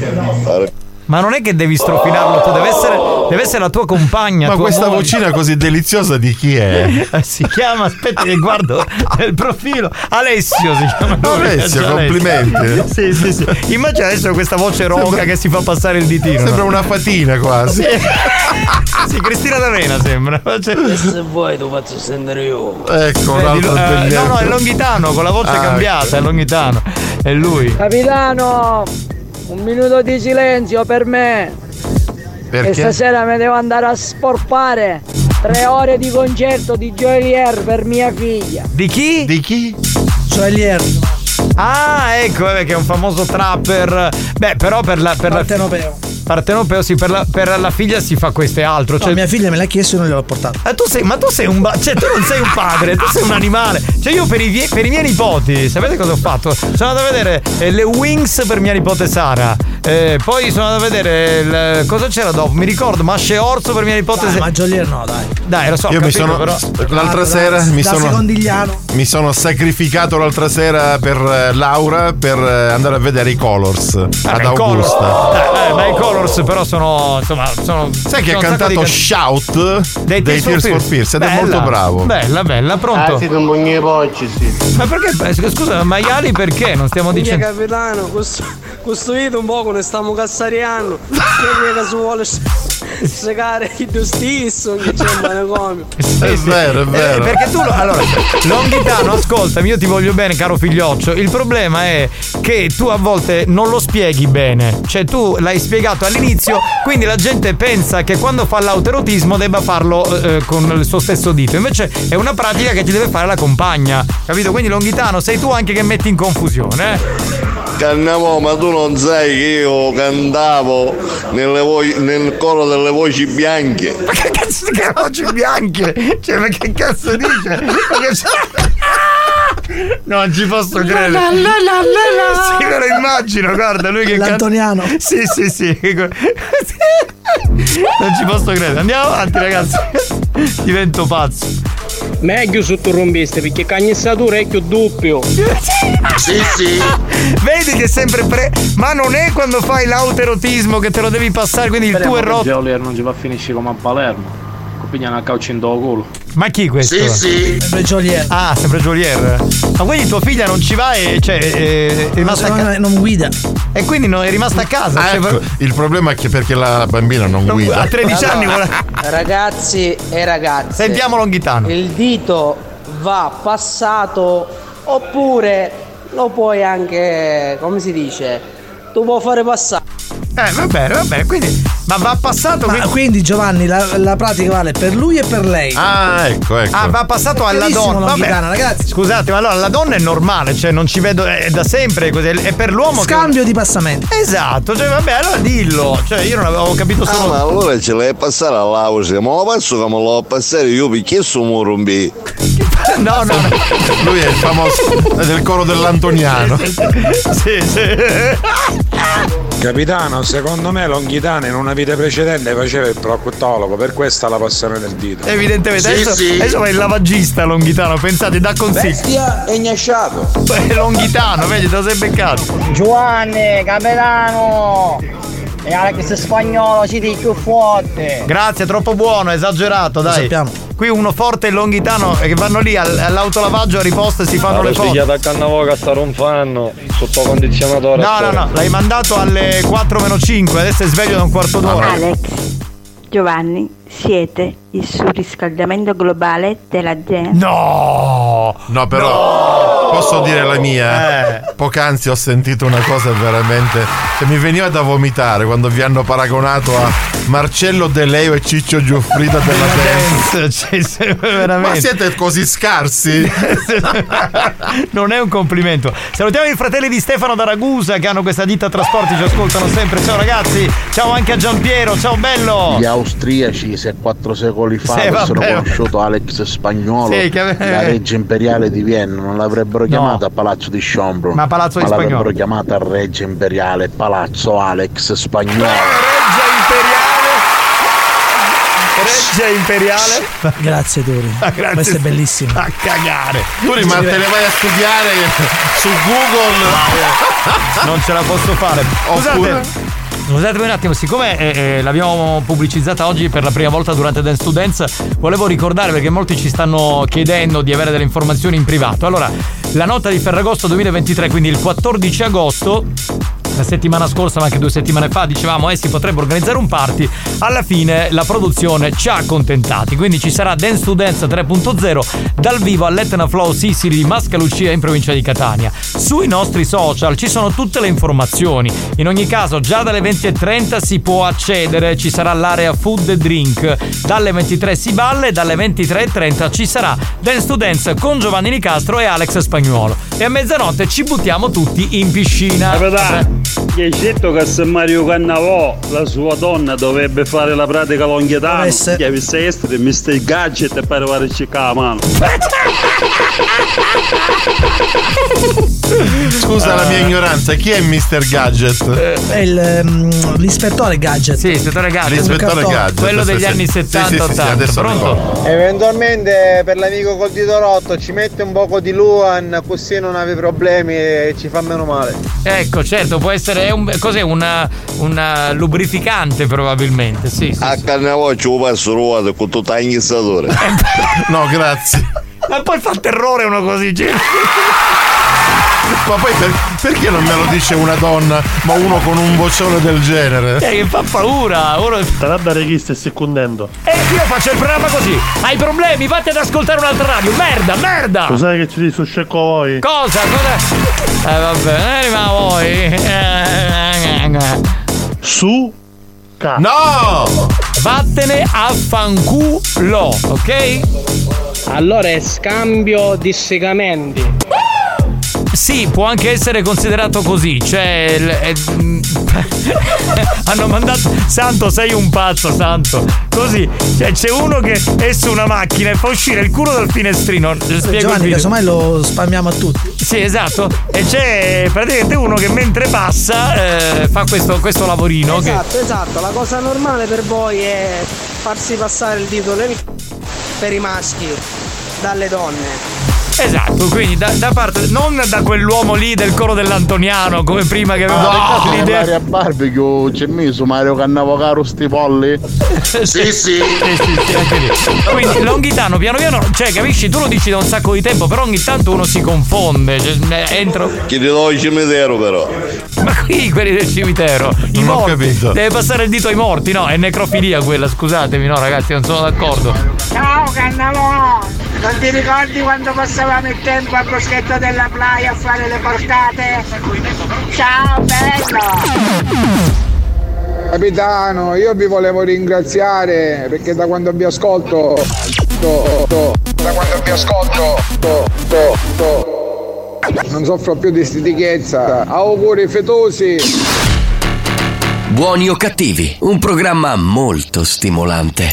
Ma non è che devi strofinarlo tu, deve essere la tua compagna. Ma tua questa moglie. vocina così deliziosa di chi è? Si chiama, aspetta che guardo il profilo. Alessio si chiama. Alessio, complimenti. Sì. Immagina adesso questa voce roca che si fa passare il ditino. Sembra una fatina quasi. Sì, Cristina D'Avena sembra. Se vuoi tu faccio sentire io. Ecco, un altro no, è Longhitano con la voce cambiata, è Longhitano. È lui. Capitano, un minuto di silenzio per me. Perché? E stasera me devo andare a sporpare 3 ore di concerto di Joelier per mia figlia. Di chi? Di chi? Joelier. Ah, ecco, che è un famoso trapper. Beh, però per la Partenopeo, sì, per la figlia si fa questo e altro. No, mia figlia me l'ha chiesto e non gliel'ho portato. Tu sei un cioè tu non sei un padre, tu sei un animale. Cioè io per i miei nipoti, sapete cosa ho fatto? Sono andato a vedere le Wings per mia nipote Sara. Poi sono andato a vedere cosa c'era dopo, mi ricordo, Masce Orso per mia nipote Sara. Ma Jolier no, dai. Dai, lo so, io però l'altra sera secondigliano. mi sono sacrificato l'altra sera per Laura per andare a vedere i Colors ad Augusta. Ma i Colors però sono sai che ha cantato Shout dei Tears for Fears ed è molto bravo. Bella, pronto? Siete un buoni pocci, sì. Ma perché? Scusa, maiali perché? Non stiamo dicendo. Capitano, questo video un po' ne stiamo cassariando. Che vuole segare il stesso che c'è un manicomio. È vero, è vero. Perché tu, allora, Longhitano, ascoltami, io ti voglio bene, caro figlioccio. Il problema è che tu a volte non lo spieghi bene. Cioè, tu l'hai spiegato all'inizio, quindi la gente pensa che quando fa l'autoerotismo debba farlo con il suo stesso dito. Invece è una pratica che ti deve fare la compagna. Capito? Quindi, Longhitano, sei tu anche che metti in confusione, Cannavo, ma tu non sai che io cantavo nel coro delle voci bianche. Ma che cazzo di voci bianche? Cioè, ma che cazzo dice? Non ci posso credere. Sì, me lo immagino, guarda, lui che l'Antoniano. Sì. Non ci posso credere. Andiamo avanti, ragazzi. Divento pazzo. Meglio sotto rombiste perché cagnissatura è più doppio. Sì. Vedi che è sempre ma non è quando fai l'autoerotismo che te lo devi passare, quindi il tuo è rotto. Jolier non ci va a finire come a Palermo. Pigliano a calcio in culo. Ma chi questo? Sì. Sempre Jolier. Ah, sempre Jolier. Ma quindi tua figlia non ci va e è rimasta a casa? Non guida. E quindi non è rimasta a casa. Ecco, il problema è che perché la bambina non guida. A 13 anni Ragazzi e ragazze, sentiamo Longhitano. Il dito va passato oppure lo puoi anche, come si dice, tu puoi fare passare. Va bene, quindi ma va passato. Ma quindi Giovanni la pratica vale per lui e per lei. Ah, ecco. Ah, va passato alla donna. Vabbè, ragazzi. Scusate, ma allora la donna è normale, cioè non ci vedo, è da sempre così, è per l'uomo scambio di passamento. Esatto, cioè vabbè, allora dillo. Cioè io non avevo capito solo. Ma allora ce l'hai passare all'ausia, ma lo passo che me lo devo passare io perché sono rombi. No. Lui è il famoso del coro dell'Antoniano. Sì. Capitano, secondo me Longhitano in una vita precedente faceva il proctologo, per questa la passione del dito. Evidentemente adesso fa il lavagista Longhitano, pensate, dà consigli. Bestia e gnasciato. Longhitano, vedi, te lo sei beccato. Giovanni, capitano! E Alex Spagnolo ci dice più forte. Grazie, troppo buono, esagerato, dai. Lo sappiamo. Qui uno forte e Longhitano che vanno lì all'autolavaggio a riposta e si fanno le foto. da Cannavo che sta ronfando sotto condizionatore. No, l'hai mandato alle 4-5, adesso è sveglio da un quarto d'ora. Alex, Giovanni, siete il surriscaldamento globale della gente. No, però posso dire la mia? Poc'anzi ho sentito una cosa veramente che mi veniva da vomitare quando vi hanno paragonato a Marcello De Leo e Ciccio Giuffrida della Dance. Veramente. Ma siete così scarsi? Non è un complimento. Salutiamo i fratelli di Stefano da Ragusa che hanno questa ditta trasporti, ci ascoltano sempre. Ciao ragazzi, ciao anche a Giampiero, ciao bello. Gli austriaci, se 4 secoli fa avessero conosciuto Alex Spagnolo, la reggia imperiale di Vienna non l'avrebbero chiamata Palazzo di Schönbrunn, ma Palazzo di Spagnolo. L'avrebbero chiamata Reggia Imperiale Palazzo Alex Spagnolo. Reggia Imperiale. Grazie Turi. Grazie. Questo è bellissimo. A cagare. Turi, ma te ne vai a studiare su Google? Non ce la posso fare. Scusatemi un attimo, siccome l'abbiamo pubblicizzata oggi per la prima volta durante Dance to Dance, volevo ricordare, perché molti ci stanno chiedendo di avere delle informazioni in privato. Allora, la nota di Ferragosto 2023, quindi il 14 agosto, la settimana scorsa ma anche 2 settimane fa dicevamo si potrebbe organizzare un party. Alla fine la produzione ci ha accontentati, quindi ci sarà Dance to Dance 3.0 dal vivo all'Etna Flow Sicily di Mascalucia in provincia di Catania. Sui nostri social ci sono tutte le informazioni. In ogni caso già dalle 20:30 si può accedere, ci sarà l'area food e drink, dalle 23 si balla e dalle 23:30 ci sarà Dance to Dance con Giovanni Nicastro e Alex Spagnuolo e a mezzanotte ci buttiamo tutti in piscina. Che hai detto che se Mario Cannavò, la sua donna, dovrebbe fare la pratica Longhitano, che avesse essere Mr. Gadget e per farci la mano. Scusa la mia ignoranza, chi è Mr. Gadget? È l'ispettore Gadget. Sì, l'ispettore Gadget. L'ispettore Gadget. Quello degli anni 70-80. Pronto? Eventualmente per l'amico col dito rotto ci mette un poco di Luan, così non avevi problemi e ci fa meno male. Ecco, certo, può essere un lubrificante probabilmente, sì. A Cannavò ci passo ruote con tutto l'inghizzatore. No, grazie. Ma poi fa terrore uno così. Ma poi perché non me lo dice una donna, ma uno con un vocione del genere? Che fa paura. Tarabba regista e secondendo. E io faccio il programma così. Hai problemi? Vatti ad ascoltare un'altra radio. Merda. Cos'è che ci dici su scecco voi? Cosa? Vabbè, ma voi. Su. No! Vattene a fanculo, ok? Allora è scambio di segamenti. Sì, può anche essere considerato così, cioè hanno mandato Santo, sei un pazzo, Santo. Così, cioè c'è uno che è su una macchina e fa uscire il culo dal finestrino. Giovanni, casomai lo spammiamo a tutti. Sì, esatto. E c'è praticamente uno che mentre passa fa questo lavorino. Esatto, la cosa normale per voi è farsi passare il dito per i maschi dalle donne. Esatto, quindi da parte, non da quell'uomo lì del coro dell'Antoniano come prima che aveva detto l'idea. Mario Barbecue c'è messo Mario Cannavo caro sti polli. Sì. Anche lì. Quindi Longhitano piano cioè capisci, tu lo dici da un sacco di tempo, però ogni tanto uno si confonde, cioè, entro. Chiedi al cimitero però. Ma qui quelli del cimitero, i non morti. Ho capito. Deve passare il dito ai morti, no? È necrofilia quella, scusatemi, no ragazzi, non sono d'accordo. Ciao Cannavo! Non ti ricordi quando passavamo il tempo al boschetto della playa a fare le portate? Ciao bello! Capitano, io vi volevo ringraziare perché da quando vi ascolto non soffro più di stitichezza. Auguri fetosi. Buoni o cattivi, un programma molto stimolante.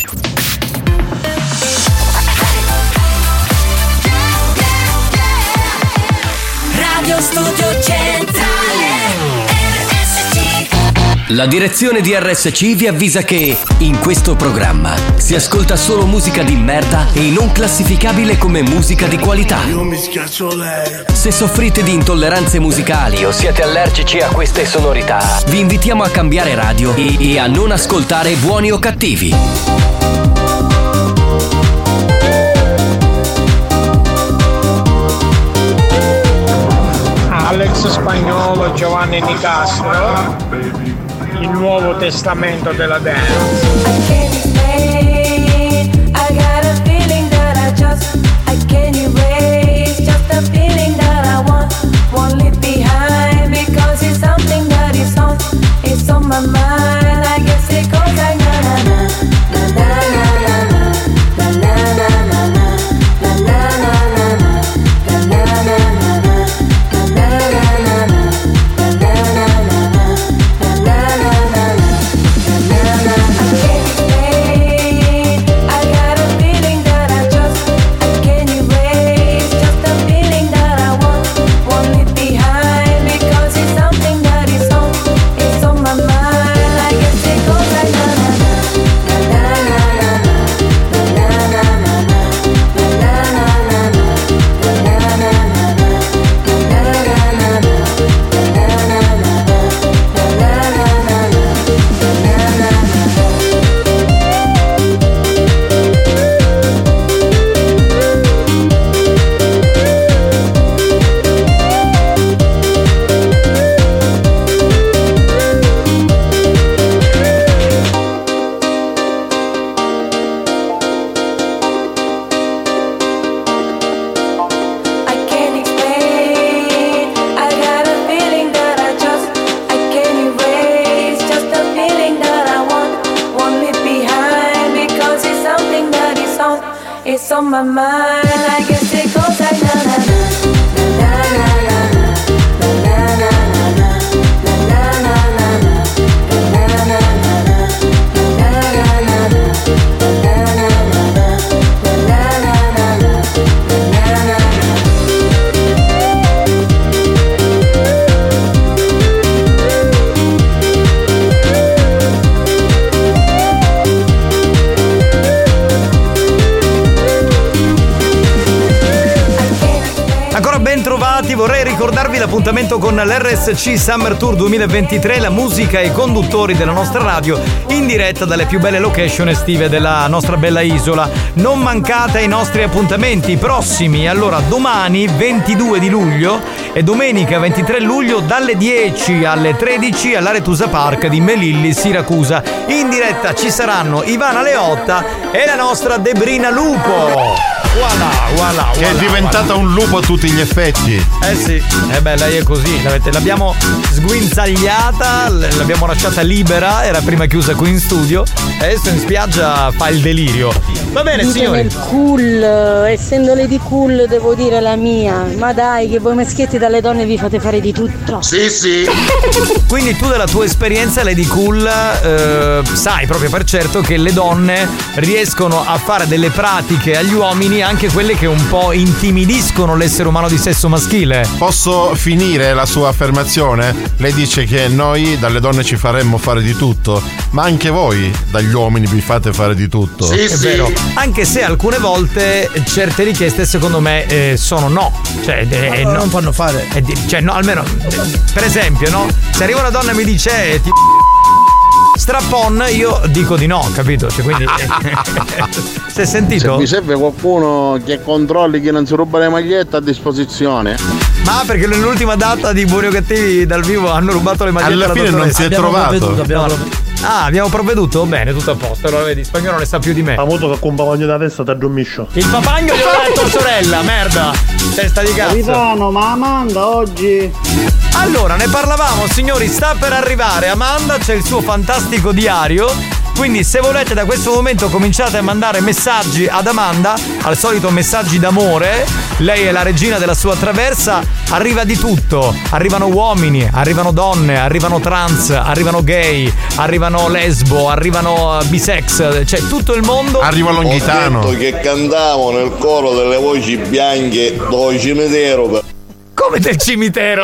Radio Studio Centrale RSC. La direzione di RSC vi avvisa che in questo programma si ascolta solo musica di merda e non classificabile come musica di qualità. Io mi schiaccio lei. Se soffrite di intolleranze musicali o siete allergici a queste sonorità, vi invitiamo a cambiare radio e a non ascoltare Buoni o Cattivi. Alex Spagnolo, Giovanni Nicastro, il Nuovo Testamento della dance. It's on my mind, I guess it goes like na na na na na na na Vorrei ricordarvi l'appuntamento con l'RSC Summer Tour 2023, la musica e i conduttori della nostra radio in diretta dalle più belle location estive della nostra bella isola. Non mancate ai nostri appuntamenti prossimi. Allora, domani 22 di luglio e domenica 23 luglio dalle 10 alle 13 all'Aretusa Park di Melilli, Siracusa. In diretta ci saranno Ivana Leotta e la nostra Debrina Lupo. Voilà, che è diventata un lupo a tutti gli effetti. Sì, lei è così, l'abbiamo sguinzagliata, l'abbiamo lasciata libera, era prima chiusa qui in studio e adesso in spiaggia fa il delirio. Va bene, dite signori. Nel cool, essendo Lady Cool devo dire la mia, ma dai che voi maschietti dalle donne vi fate fare di tutto. Sì. Quindi tu dalla tua esperienza Lady Cool sai proprio per certo che le donne riescono a fare delle pratiche agli uomini, anche quelle che un po' intimidiscono l'essere umano di sesso maschile. Posso finire la sua affermazione? Lei dice che noi dalle donne ci faremmo fare di tutto, ma anche voi dagli uomini vi fate fare di tutto. È vero. Anche se alcune volte certe richieste secondo me sono no. Cioè non fanno fare. Cioè no, almeno per esempio, no? Se arriva una donna e mi dice ti strap-on, io dico di no, capito? Cioè, quindi si è sentito? Se vi serve qualcuno che controlli che non si ruba le magliette, a disposizione. Ma perché nell'ultima data di Buoni o Cattivi dal vivo hanno rubato le magliette alla fine non si è trovato. Abbiamo provveduto? Bene, tutto a posto. Allora vedi, Spagnolo ne sa più di me. Ha avuto che con un papagno da testa ti addormiscio. Il papagno glielo ha detto a sorella, merda. Testa di cazzo. Capitano, ma Amanda oggi. Allora, ne parlavamo, signori, sta per arrivare Amanda, c'è il suo fantastico diario. Quindi se volete da questo momento cominciate a mandare messaggi ad Amanda, al solito messaggi d'amore. Lei è la regina della sua traversa, arriva di tutto. Arrivano uomini, arrivano donne, arrivano trans, arrivano gay, arrivano lesbo, arrivano bisex, cioè tutto il mondo. Arriva Longhitano. Ho detto che cantavo nel coro delle voci bianche do cimitero. Come del cimitero?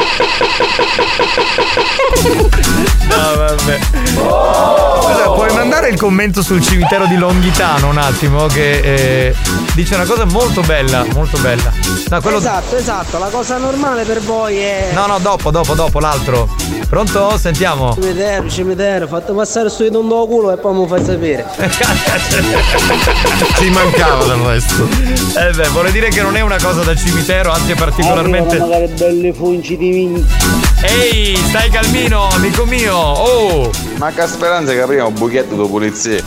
No, vabbè. Scusa, puoi mandare il commento sul cimitero di Longhitano un attimo? Che dice una cosa molto bella, molto bella. No, quello... Esatto, la cosa normale per voi è. No, dopo, l'altro. Pronto? Sentiamo. Cimitero, fatto passare su di un culo e poi mi fai sapere. Ci mancava del resto. Vuole dire che non è una cosa da cimitero, anzi è particolarmente. Magari belli funci di vini. Ehi, stai calmino, amico mio. Oh! Manca speranza che apriamo un buchetto di pulizia.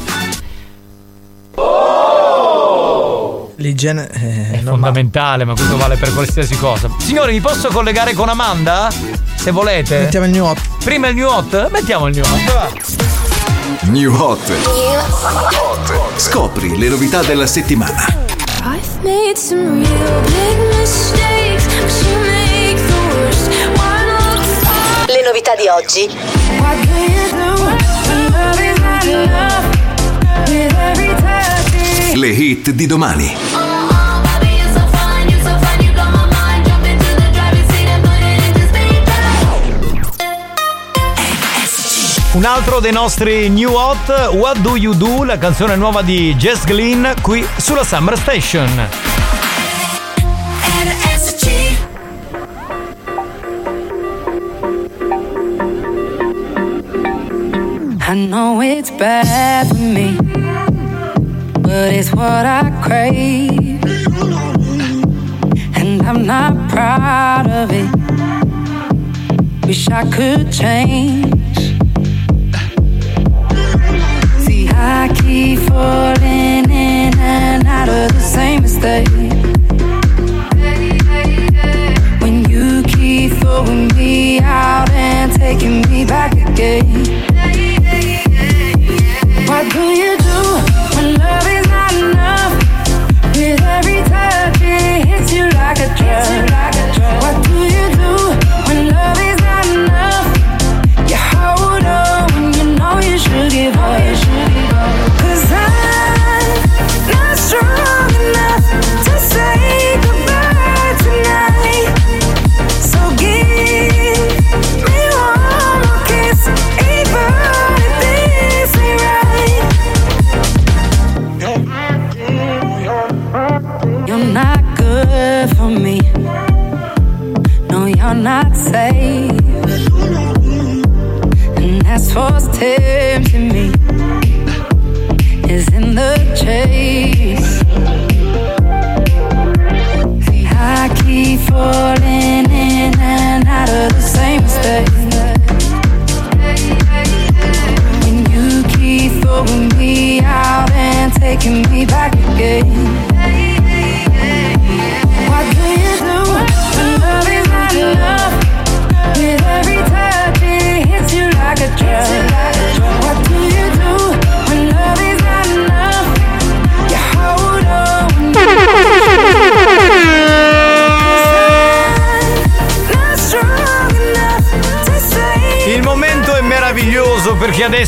L'igiene è fondamentale, ma questo vale per qualsiasi cosa. Signori, mi posso collegare con Amanda? Se volete. Mettiamo il new hot. Prima il new hot? Mettiamo il new hot, va. New hot. Scopri le novità della settimana. I've made some real big mistakes, but you make the worst one look fine. Le novità di oggi. What do you do when love is not enough? With every touch. Le hit di domani. Un altro dei nostri new hot, What Do You Do, la canzone nuova di Jess Glynn qui sulla Summer Station. I know it's bad for me, but it's what I crave, and I'm not proud of it. Wish I could change. See, I keep falling in and out of the same mistake. When you keep throwing me out and taking me back again. What do you do when love is not enough? With every touch it hits you like a drug. What do you do when love is not enough? Your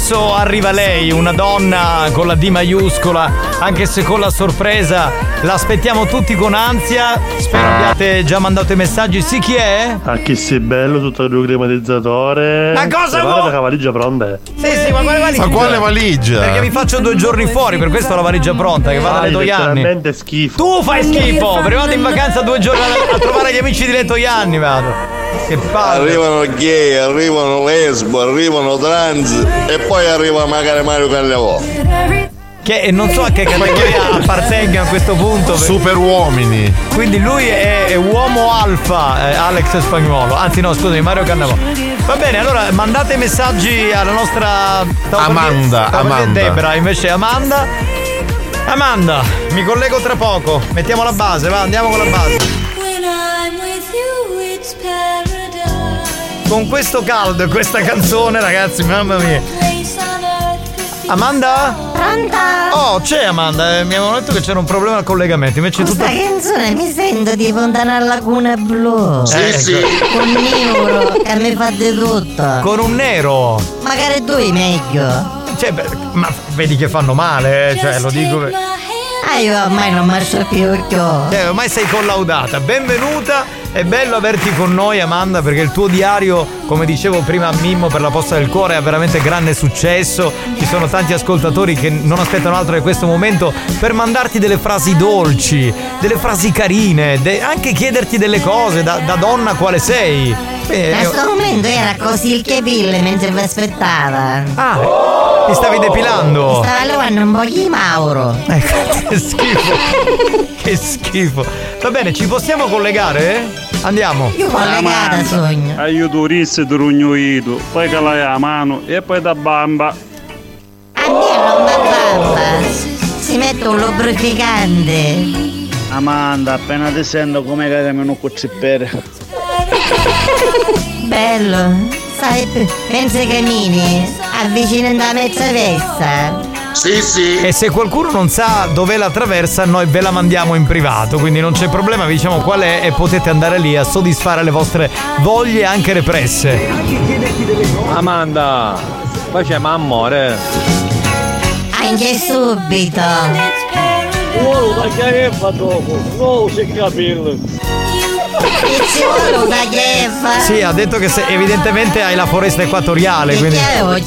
adesso arriva lei, una donna con la D maiuscola, anche se con la sorpresa. L'aspettiamo tutti con ansia. Spero abbiate già mandato i messaggi. Sì, chi è? Ah, che sei bello, tutto il climatizzatore. Ma cosa vuoi? La valigia pronta. Sì, ma quale valigia? Ma quale valigia? Perché mi faccio 2 giorni fuori, per questo ho la valigia pronta, che vado alle Toianni. Veramente schifo. Tu fai schifo, perché vado in vacanza 2 giorni a trovare gli amici di Letoianni, vado. Che palle. Arrivano gay, arrivano lesbo, arrivano trans e poi arriva magari Mario Cannavò. Che non so a che categoria appartenga a questo punto. Super uomini. Quindi lui è uomo alfa, Alex Spagnuolo. Anzi no, scusami, Mario Cannavò. Va bene, allora mandate messaggi alla nostra Amanda. Debra, invece Amanda, mi collego tra poco. Mettiamo la base, va, andiamo con la base. Con questo caldo e questa canzone, ragazzi, mamma mia. Amanda? Pronta? Oh, c'è Amanda, mi avevano detto che c'era un problema al collegamento. Invece questa canzone mi sento tipo una laguna blu. Sì. Un nero che mi fa di tutto. Con un nero? Magari tu è meglio. Cioè, ma vedi che fanno male, cioè, lo dico. Io ormai non marcio più. Ormai sei collaudata. Benvenuta. È bello averti con noi, Amanda, perché il tuo diario, come dicevo prima a Mimmo per la posta del cuore, ha veramente grande successo. Ci sono tanti ascoltatori che non aspettano altro che questo momento per mandarti delle frasi dolci, delle frasi carine, anche chiederti delle cose da donna quale sei. In questo momento era così il capille mentre vi aspettava. Ah, ti stavi depilando? Mi stava levando un po' di Mauro. Che schifo. Che schifo. Va bene, ci possiamo collegare? Andiamo. Io collegata sogno. Aiuto risse di rugnuito, poi calai a mano e poi da bamba. A me non da bamba. Si mette un lubrificante. Amanda, appena ti sento come cagami un cuccippere. Bello. Sai, mentre cammini, avvicinando la mezza vesta. Sì. E se qualcuno non sa dov'è la traversa, noi ve la mandiamo in privato, quindi non c'è problema, vi diciamo qual è e potete andare lì a soddisfare le vostre voglie anche represse. Amanda, facciamo amore. Anche subito. No, si capilla. Sì, ha detto che evidentemente hai la foresta equatoriale, quindi.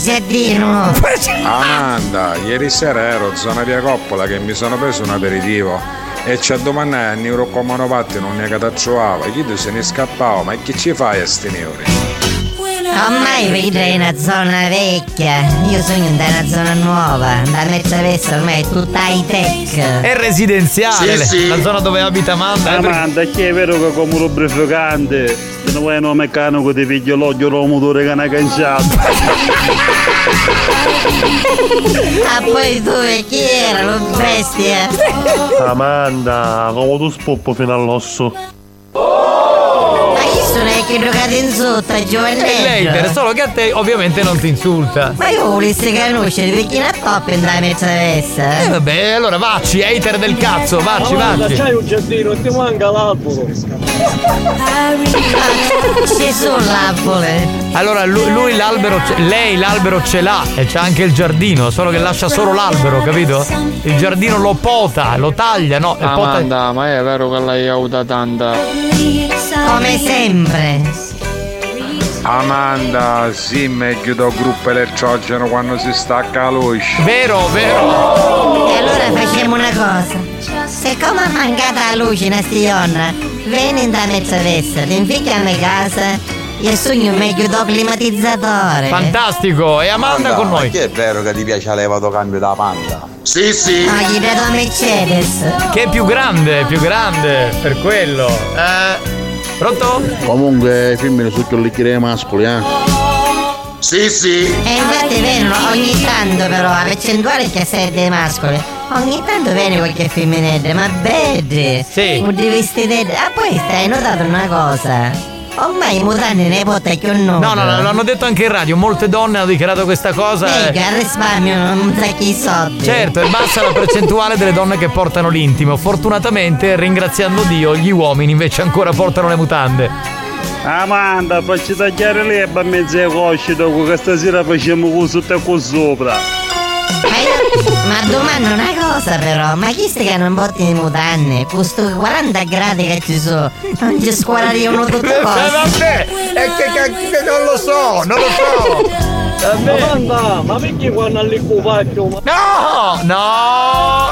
Amanda, ieri sera ero zona via Coppola che mi sono preso un aperitivo e ci ha domandato a Neuro con monopattino non ne catacciava, chi se ne scappava, ma che ci fai a sti neuri? Ormai vedrei una zona vecchia, io sono in una zona nuova, da mezza vesta ormai è tutta high tech. È residenziale, sì. La zona dove abita Amanda. Amanda, che è vero che come un lubrificante, se non vuoi un meccanico ti piglia l'olio o motore che hanno canciato. Ah, poi tu chi era lo bestia? Amanda, come tu spoppo fino all'osso. Non è che giocate in sotto a Giovanello. Solo che a te ovviamente non ti insulta. Ma io volessi conoscere perché non top in la mezza vesta. Vabbè, allora vacci, hater del cazzo, vacci. C'hai un giardino, ti manca l'albero. C'è solo l'albero. Allora lui l'albero, lei l'albero ce l'ha e c'ha anche il giardino, solo che lascia solo l'albero, capito? Il giardino lo pota, lo taglia, no? Amanda, ma è vero che l'hai aiutata tanta? Come sempre. Amanda, sì, meglio do gruppo elettrogeno quando si stacca la luce. Vero. E allora facciamo una cosa. Siccome è mancata la luce in stionna, vieni in da mezza vesta, ti inficchi a me casa. Io sogno meglio do climatizzatore. Fantastico, e Amanda con noi. Che è vero che ti piace l'elevato cambio da Panda? Sì. No, gli vedo Mercedes. Che è più grande, per quello. Pronto? Comunque i femmine su che le mascoli, Sì. E infatti vengono ogni tanto però, la percentuale è che sei dei mascoli. Ogni tanto viene qualche femminile, ma vedi? Sì. Un vestiti. Ah, poi stai notato una cosa? Ormai i mutanti ne porta più un No, l'hanno detto anche in radio, molte donne hanno dichiarato questa cosa. Al risparmio un sacco di soldi. Certo, è bassa la percentuale delle donne che portano l'intimo. Fortunatamente, ringraziando Dio, gli uomini invece ancora portano le mutande. Amanda, facci tagliare l'erba a mezzo ai cosci dopo che stasera facciamo con sotto e con sopra. Ma domando una cosa però, ma chi stai che non botti di mutanne? Questo 40 gradi che ci sono, non ci squadrariano tutte cose. Vabbè, è che non lo so. Amanda, ma perché quando lì cupacchio? No.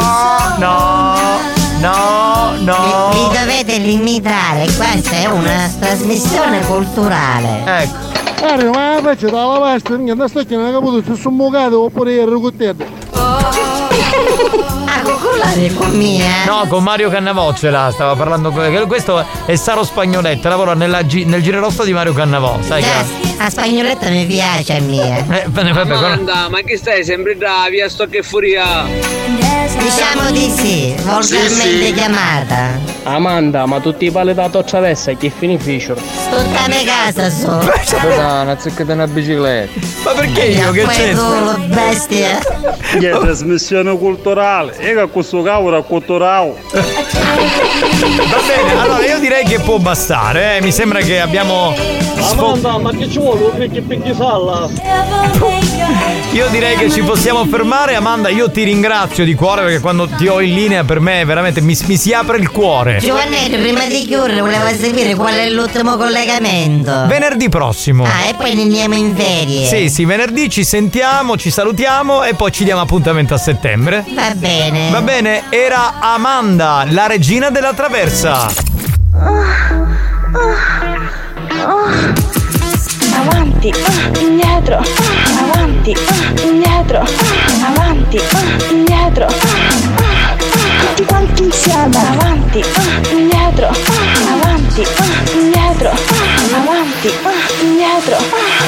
Vi dovete limitare, questa è una trasmissione culturale. Ecco. Ma faccio dalla pasta, non sto che non ho capito se sono muccato oppure ero rucchettato. Ah, con la mia? No, con Mario Cannavò stava parlando. Questo è Saro Spagnoletta, lavora nel Girelotto di Mario Cannavò, sai che? A Spagnoletta mi piace a mia. Amanda, ma che stai sempre da via sto che furia? Diciamo di sì, volgarmente chiamata. Amanda, ma tutti i pali da toccia adesso che finificio? Tutta me casa so. Scusa, una zeccata una bicicletta. Ma perché io che c'è? Tu bestia. Che è trasmissione culturale, e che questo cavolo è culturale. Va bene, allora io direi che può bastare, mi sembra che abbiamo. Amanda, ma che ci vuole? Picchi salla. Io direi che ci possiamo fermare. Amanda, io ti ringrazio di cuore perché quando ti ho in linea per me veramente mi si apre il cuore. Giovannetto, prima di chiudere volevo sapere qual è l'ultimo collegamento. Venerdì prossimo. Ah, e poi ne andiamo in ferie. Sì, venerdì ci sentiamo, ci salutiamo e poi ci diamo appuntamento a settembre. Va bene. Va bene, era Amanda, la regina della traversa. Avanti, indietro, avanti, indietro, avanti, indietro, tutti quanti insieme, avanti, indietro, avanti, indietro, avanti, indietro.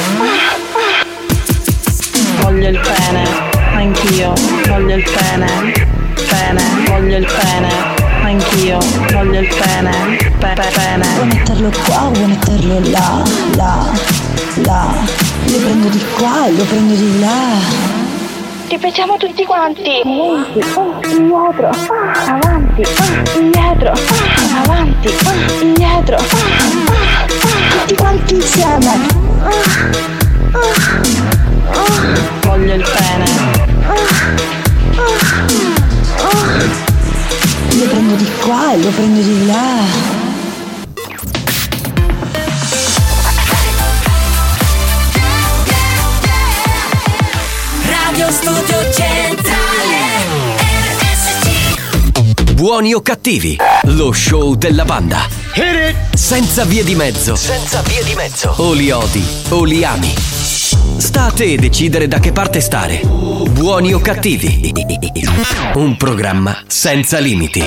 Voglio il pene, anch'io, voglio il pene, voglio il pene, anch'io, voglio il pene, pene. Vuoi metterlo qua, vuoi metterlo là, là. Lo prendo di qua e lo prendo di là. Ripetiamo tutti quanti. Avanti, indietro, avanti, indietro, tutti quanti insieme. Voglio il pene. Lo prendo di qua e lo prendo di là. Radio Studio Centrale RSC. Buoni o cattivi, lo show della banda. Senza vie di mezzo. O li odi o li ami. Sta a te decidere da che parte stare. Buoni o cattivi. Un programma senza limiti.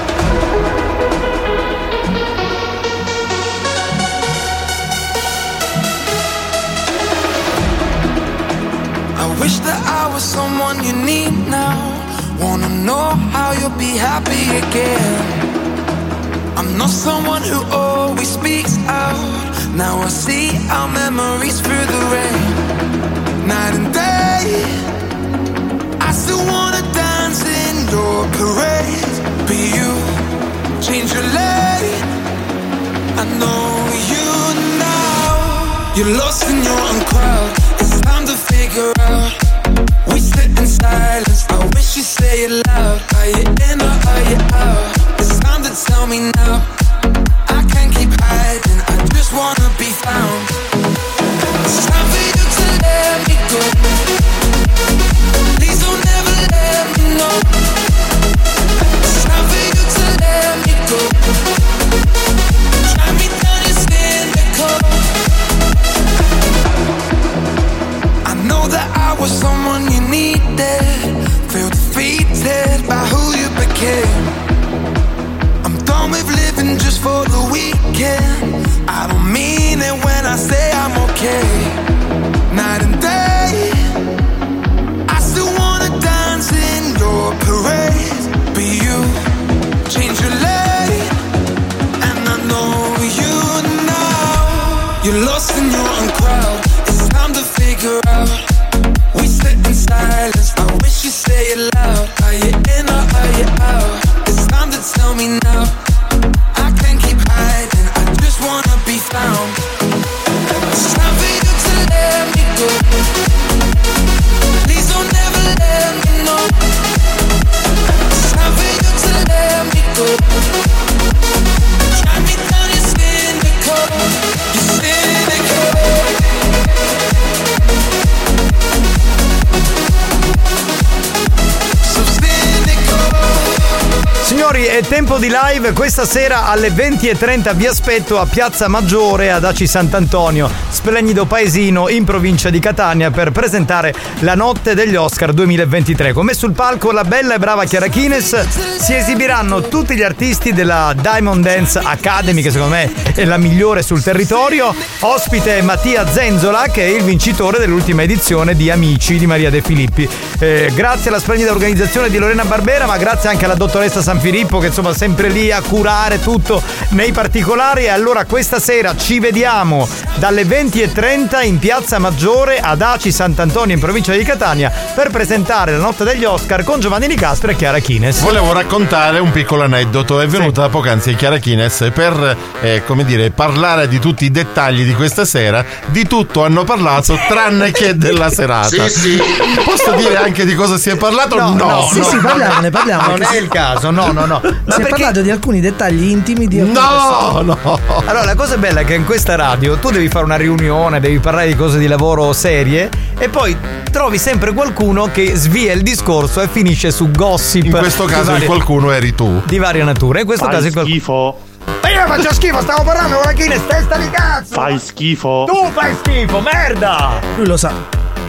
I wish that I was someone you need now. Wanna know how you'll be happy again. I'm not someone who always speaks out. Now I see our memories through the rain. Night and day, I still wanna dance in your parade. But you change your lane. I know you now. You're lost in your own crowd. It's time to figure out. We sit in silence. I wish you say it loud. Are you in or are you out? It's time to tell me now. I can't keep hiding. I just wanna be found. It's time for you to let me go. Please don't ever let me know. It's time for you to let me go. Drive me down your cynical. I know that I was someone you needed. Feel defeated by who you became. I'm done with living just for the weekend. I don't mean it when I say I'm okay. Night and day, I still wanna dance in your parade. But you change your lane, and I know you now. You're lost in your own crowd. It's time to figure out. We sit in silence. I wish you say it loud. Are you in or are you out? It's time to tell me now. I can't keep hiding. I just wanna be Signori, è tempo di live. Questa sera alle 20:30 vi aspetto a Piazza Maggiore ad Aci Sant'Antonio, splendido paesino in provincia di Catania, per presentare la notte degli Oscar 2023. Con me sul palco la bella e brava Chiara Kines. Si esibiranno tutti gli artisti della Diamond Dance Academy, che secondo me è la migliore sul territorio. Ospite Mattia Zenzola, che è il vincitore dell'ultima edizione di Amici di Maria De Filippi. Grazie alla splendida organizzazione di Lorena Barbera, ma grazie anche alla dottoressa Sanfilippo, che insomma sempre lì a curare tutto nei particolari. E allora questa sera ci vediamo dalle 20:30 in Piazza Maggiore ad Aci Sant'Antonio in provincia di Catania per presentare la notte degli Oscar con Giovanni Nicastro e Chiara Kines. Volevo raccontare un piccolo aneddoto. È venuta poc'anzi Chiara Kines per come dire, parlare di tutti i dettagli di questa sera. Di tutto hanno parlato tranne che della serata. Sì. Posso dire anche di cosa si è parlato? No. Sì, parliamone. Non è il caso, no. Si è parlato di alcuni dettagli intimi di No. Allora, la cosa bella è che in questa radio tu devi fare una riunione, devi parlare di cose di lavoro serie e poi trovi sempre qualcuno che svia il discorso e finisce su gossip. In questo caso il qualcuno eri tu. Di varia natura. In questo caso il schifo. Ma io faccio schifo, stavo parlando con la Kines, testa di cazzo! Fai schifo. Tu fai schifo, merda! Lui lo sa.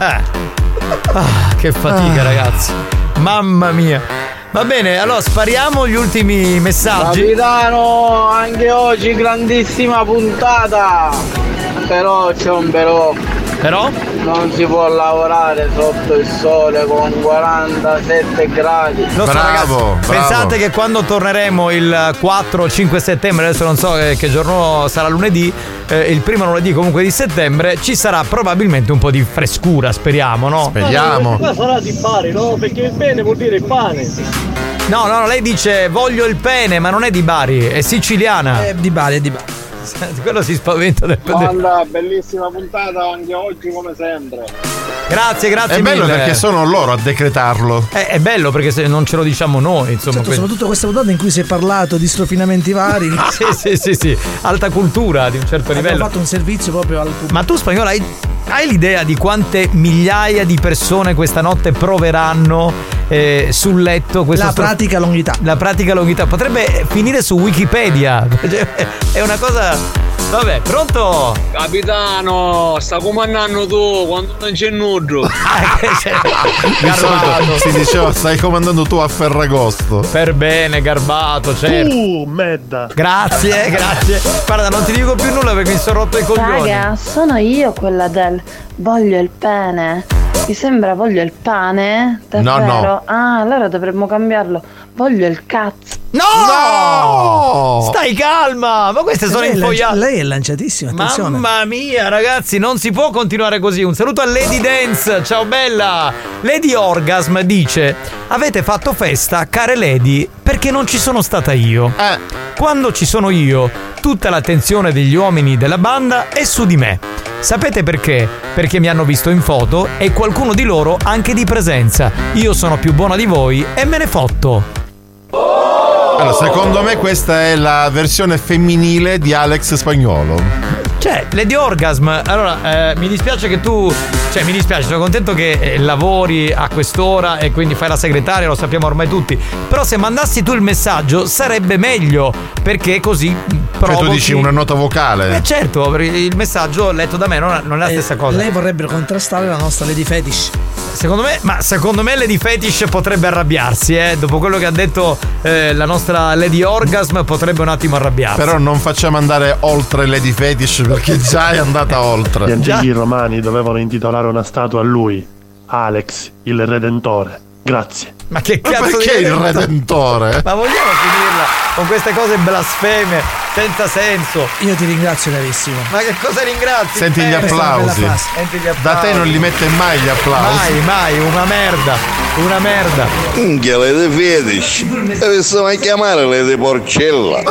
Che fatica, ragazzi. Mamma mia. Va bene, allora spariamo gli ultimi messaggi. Capitano, anche oggi grandissima puntata. Però c'è un però. Però? Non si può lavorare sotto il sole con 47 gradi. Lo so, ragazzi, pensate che quando torneremo il 4 o 5 settembre, adesso non so che giorno sarà, lunedì, il primo lunedì comunque di settembre, ci sarà probabilmente un po' di frescura, speriamo, no? Speriamo. Ma sarà di Bari, no? Perché il bene vuol dire il pane. No, lei dice voglio il pene, ma non è di Bari, è siciliana. È di Bari. Quello si spaventa del Guarda, bellissima puntata anche oggi come sempre. Grazie È bello mille. perché sono loro a decretarlo. È bello perché se non ce lo diciamo noi, insomma. Certo, soprattutto questa puntata in cui si è parlato di strofinamenti vari. Sì, alta cultura di un certo livello. Abbiamo fatto un servizio proprio al pubblico. Ma tu, Spagnolo, hai l'idea di quante migliaia di persone questa notte proveranno sul letto la pratica longità? La pratica longità potrebbe finire su Wikipedia. È una cosa. Vabbè, pronto? Capitano, sta comandando tu quando non c'è nudo. Di solito si diceva stai comandando tu a Ferragosto. Per bene, Garbato, certo. Medda. Grazie. Guarda, non ti dico più nulla perché mi sono rotto i coglioni. Raga, sono io quella del voglio il pene. Ti sembra voglio il pane? Davvero? No. Ah, allora dovremmo cambiarlo. Voglio il cazzo. No! Stai calma! Ma queste sono infogliate. Lei è lanciatissima, attenzione. Mamma mia, ragazzi, non si può continuare così. Un saluto a Lady Dance. Ciao bella. Lady Orgasm dice: avete fatto festa, care Lady, perché non ci sono stata io. Quando ci sono io, tutta l'attenzione degli uomini della banda è su di me. Sapete perché? Perché mi hanno visto in foto e qualcuno di loro anche di presenza. Io sono più buona di voi e me ne fotto. Allora, secondo me questa è la versione femminile di Alex Spagnuolo. Cioè, Lady Orgasm, allora mi dispiace che tu, cioè mi dispiace, sono contento che lavori a quest'ora e quindi fai la segretaria, lo sappiamo ormai tutti, però se mandassi tu il messaggio sarebbe meglio, perché così provochi... Cioè tu dici una nota vocale? Certo, il messaggio letto da me non è la stessa cosa. Lei vorrebbe contrastare la nostra Lady Fetish. Secondo me Lady Fetish potrebbe arrabbiarsi, dopo quello che ha detto la nostra Lady Orgasm potrebbe un attimo arrabbiarsi. Però non facciamo andare oltre Lady Fetish perché già è andata oltre. Gli antichi romani dovevano intitolare una statua a lui, Alex, il Redentore. Grazie. Ma che cazzo perché il Redentore? Ma vogliamo finirla con queste cose blasfeme senza senso? Io ti ringrazio carissimo. Ma che cosa ringrazi? Senti gli applausi. Da te non li mette mai gli applausi. Mai, una merda. Minchia, le Fetish. Dovessimo chiamare le de Porcella.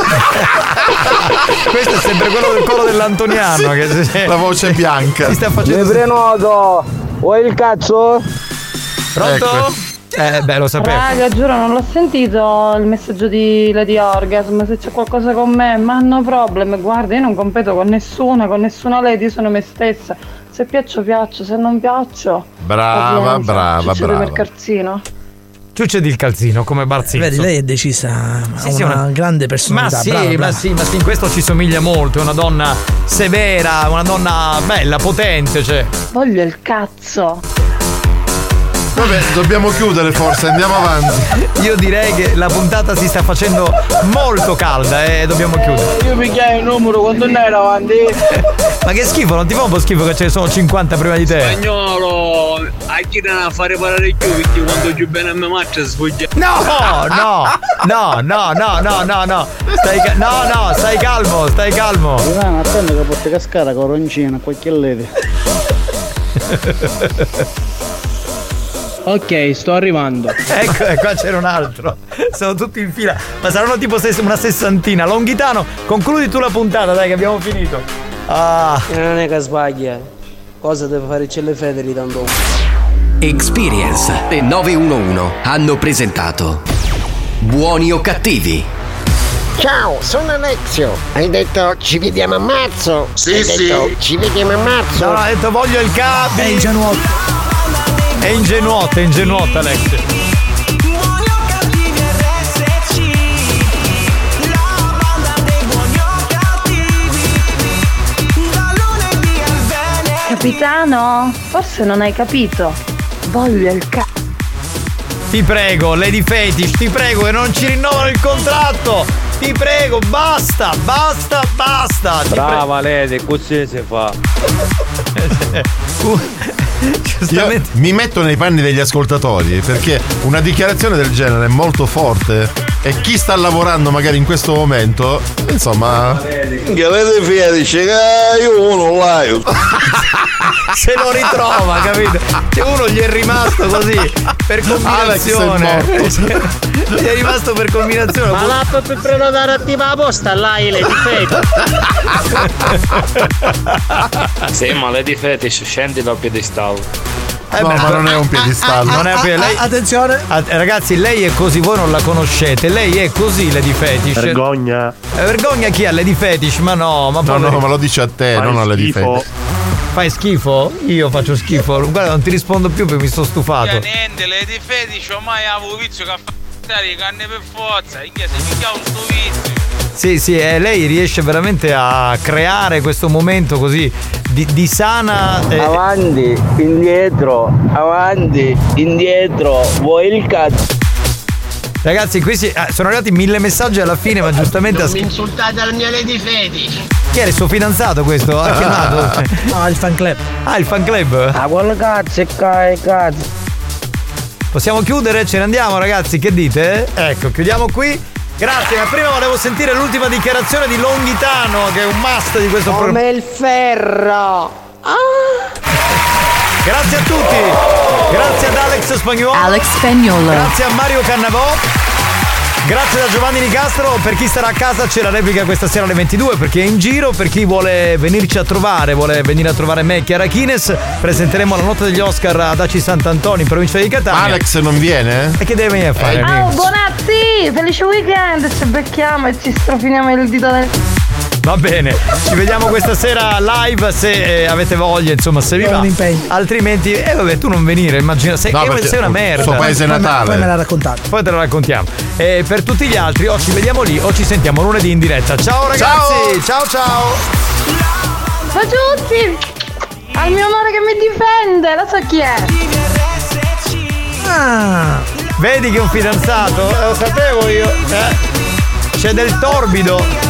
Questo è sempre quello del coro dell'Antoniano. Sì, che la voce bianca. Si sta facendo. Le prenoto. Vuoi il cazzo? Pronto? Ecco. Lo sapevo. Raga, giuro, non l'ho sentito il messaggio di Lady Orgasm. Se c'è qualcosa con me, ma no problem. Guarda, io non competo con nessuna lady, sono me stessa. Se piaccio, se non piaccio. Brava. Del carzino. Ciuccia il calzino come Barzizzo. Vedi, lei è decisa, ha una grande personalità. Ma sì, brava, brava. ma sì, in questo ci somiglia molto. È una donna severa, una donna bella, potente, cioè. Voglio il cazzo. Vabbè, dobbiamo chiudere forse, andiamo avanti. Io direi che la puntata si sta facendo molto calda e dobbiamo chiudere. Io pigliai il numero quando ne ero avanti. Ma che schifo, non ti fa un po' schifo che ce ne sono 50 prima di te? Spagnolo, a chi da fare parare i più perché quando giù bene a me macchia sfugge. No. Stai calmo. Ivano, attendo che possa cascare coroncina, qualche leve. Ok, sto arrivando. Ecco, qua c'era un altro. Sono tutti in fila. Ma saranno tipo una sessantina. Longhitano, concludi tu la puntata, dai, che abbiamo finito. Non è che sbaglia. Cosa deve fare Celle Federi tanto? Experience e 911 hanno presentato Buoni o cattivi? Ciao, sono Alexio. Hai detto ci vediamo a marzo? Sì, Hai sì. detto ci vediamo a marzo? No, ha detto voglio il capo. È ingenuotto Alexio. Capitano, forse non hai capito. Voglio il cazzo. Ti prego, Lady Fetish, ti prego che non ci rinnovano il contratto. Ti prego, basta. Brava Lady, così si fa. Io mi metto nei panni degli ascoltatori, perché una dichiarazione del genere è molto forte e chi sta lavorando magari in questo momento, insomma, che avete fiat dice che io uno live se lo ritrova, capito? Che uno gli è rimasto così per combinazione. Gli è rimasto per combinazione. Ma l'app per prenotare attiva la posta là è Lady Fetish. Sì, ma Lady Fetish scendi dal piedistallo. ma non è un piedistallo. Non è lei, attenzione. Ragazzi, lei è così, voi non la conoscete. Lei è così, Lady Fetish. Vergogna. Vergogna chi ha Lady Fetish? Ma no, ma no, ma lo dice a te, non a Lady Fetish. Fai schifo? Io faccio schifo. Guarda, non ti rispondo più perché mi sto stufato. Niente, Lady Fetish ormai avevo vizio che fare le canne per forza. In chiesa mi chiamo sto vizio. Sì, lei riesce veramente a creare questo momento così di sana. Avanti, indietro, vuoi il cazzo? Ragazzi, qui sono arrivati 1000 messaggi alla fine, ma giustamente. Non mi insultate al mio Lady Fetish. Chi era il suo fidanzato questo? Ha chiamato? No, il fan club. Ah, il fan club? Ah, quello cazzo, cazzo. Possiamo chiudere? Ce ne andiamo, ragazzi, che dite? Ecco, chiudiamo qui. Grazie, ma prima volevo sentire l'ultima dichiarazione di Longhitano, che è un must di questo programma. Come il ferro. Grazie a tutti. Grazie ad Alex Spagnuolo. Grazie a Mario Cannavò. Grazie da Giovanni Nicastro. Per chi starà a casa c'è la replica questa sera alle 22, perché è in giro. Per chi vuole venirci a trovare, vuole venire a trovare me e Chiara Chines, presenteremo la notte degli Oscar ad Aci Sant'Antonio in provincia di Catania. Alex non viene? E che deve venire a fare? Buonazzi, felice weekend. Ci becchiamo e ci strofiniamo il dito del... Va bene, ci vediamo questa sera live se avete voglia, insomma, se vi va. Altrimenti, vabbè, tu non venire, immagina, sei una merda. Suo paese natale. Poi me la raccontate. Poi te la raccontiamo. E per tutti gli altri, o ci vediamo lì o ci sentiamo lunedì in diretta. Ciao ragazzi, ciao. Ciao a tutti. Al mio amore che mi difende, lo so chi è. Vedi che è un fidanzato? Lo sapevo io. C'è del torbido.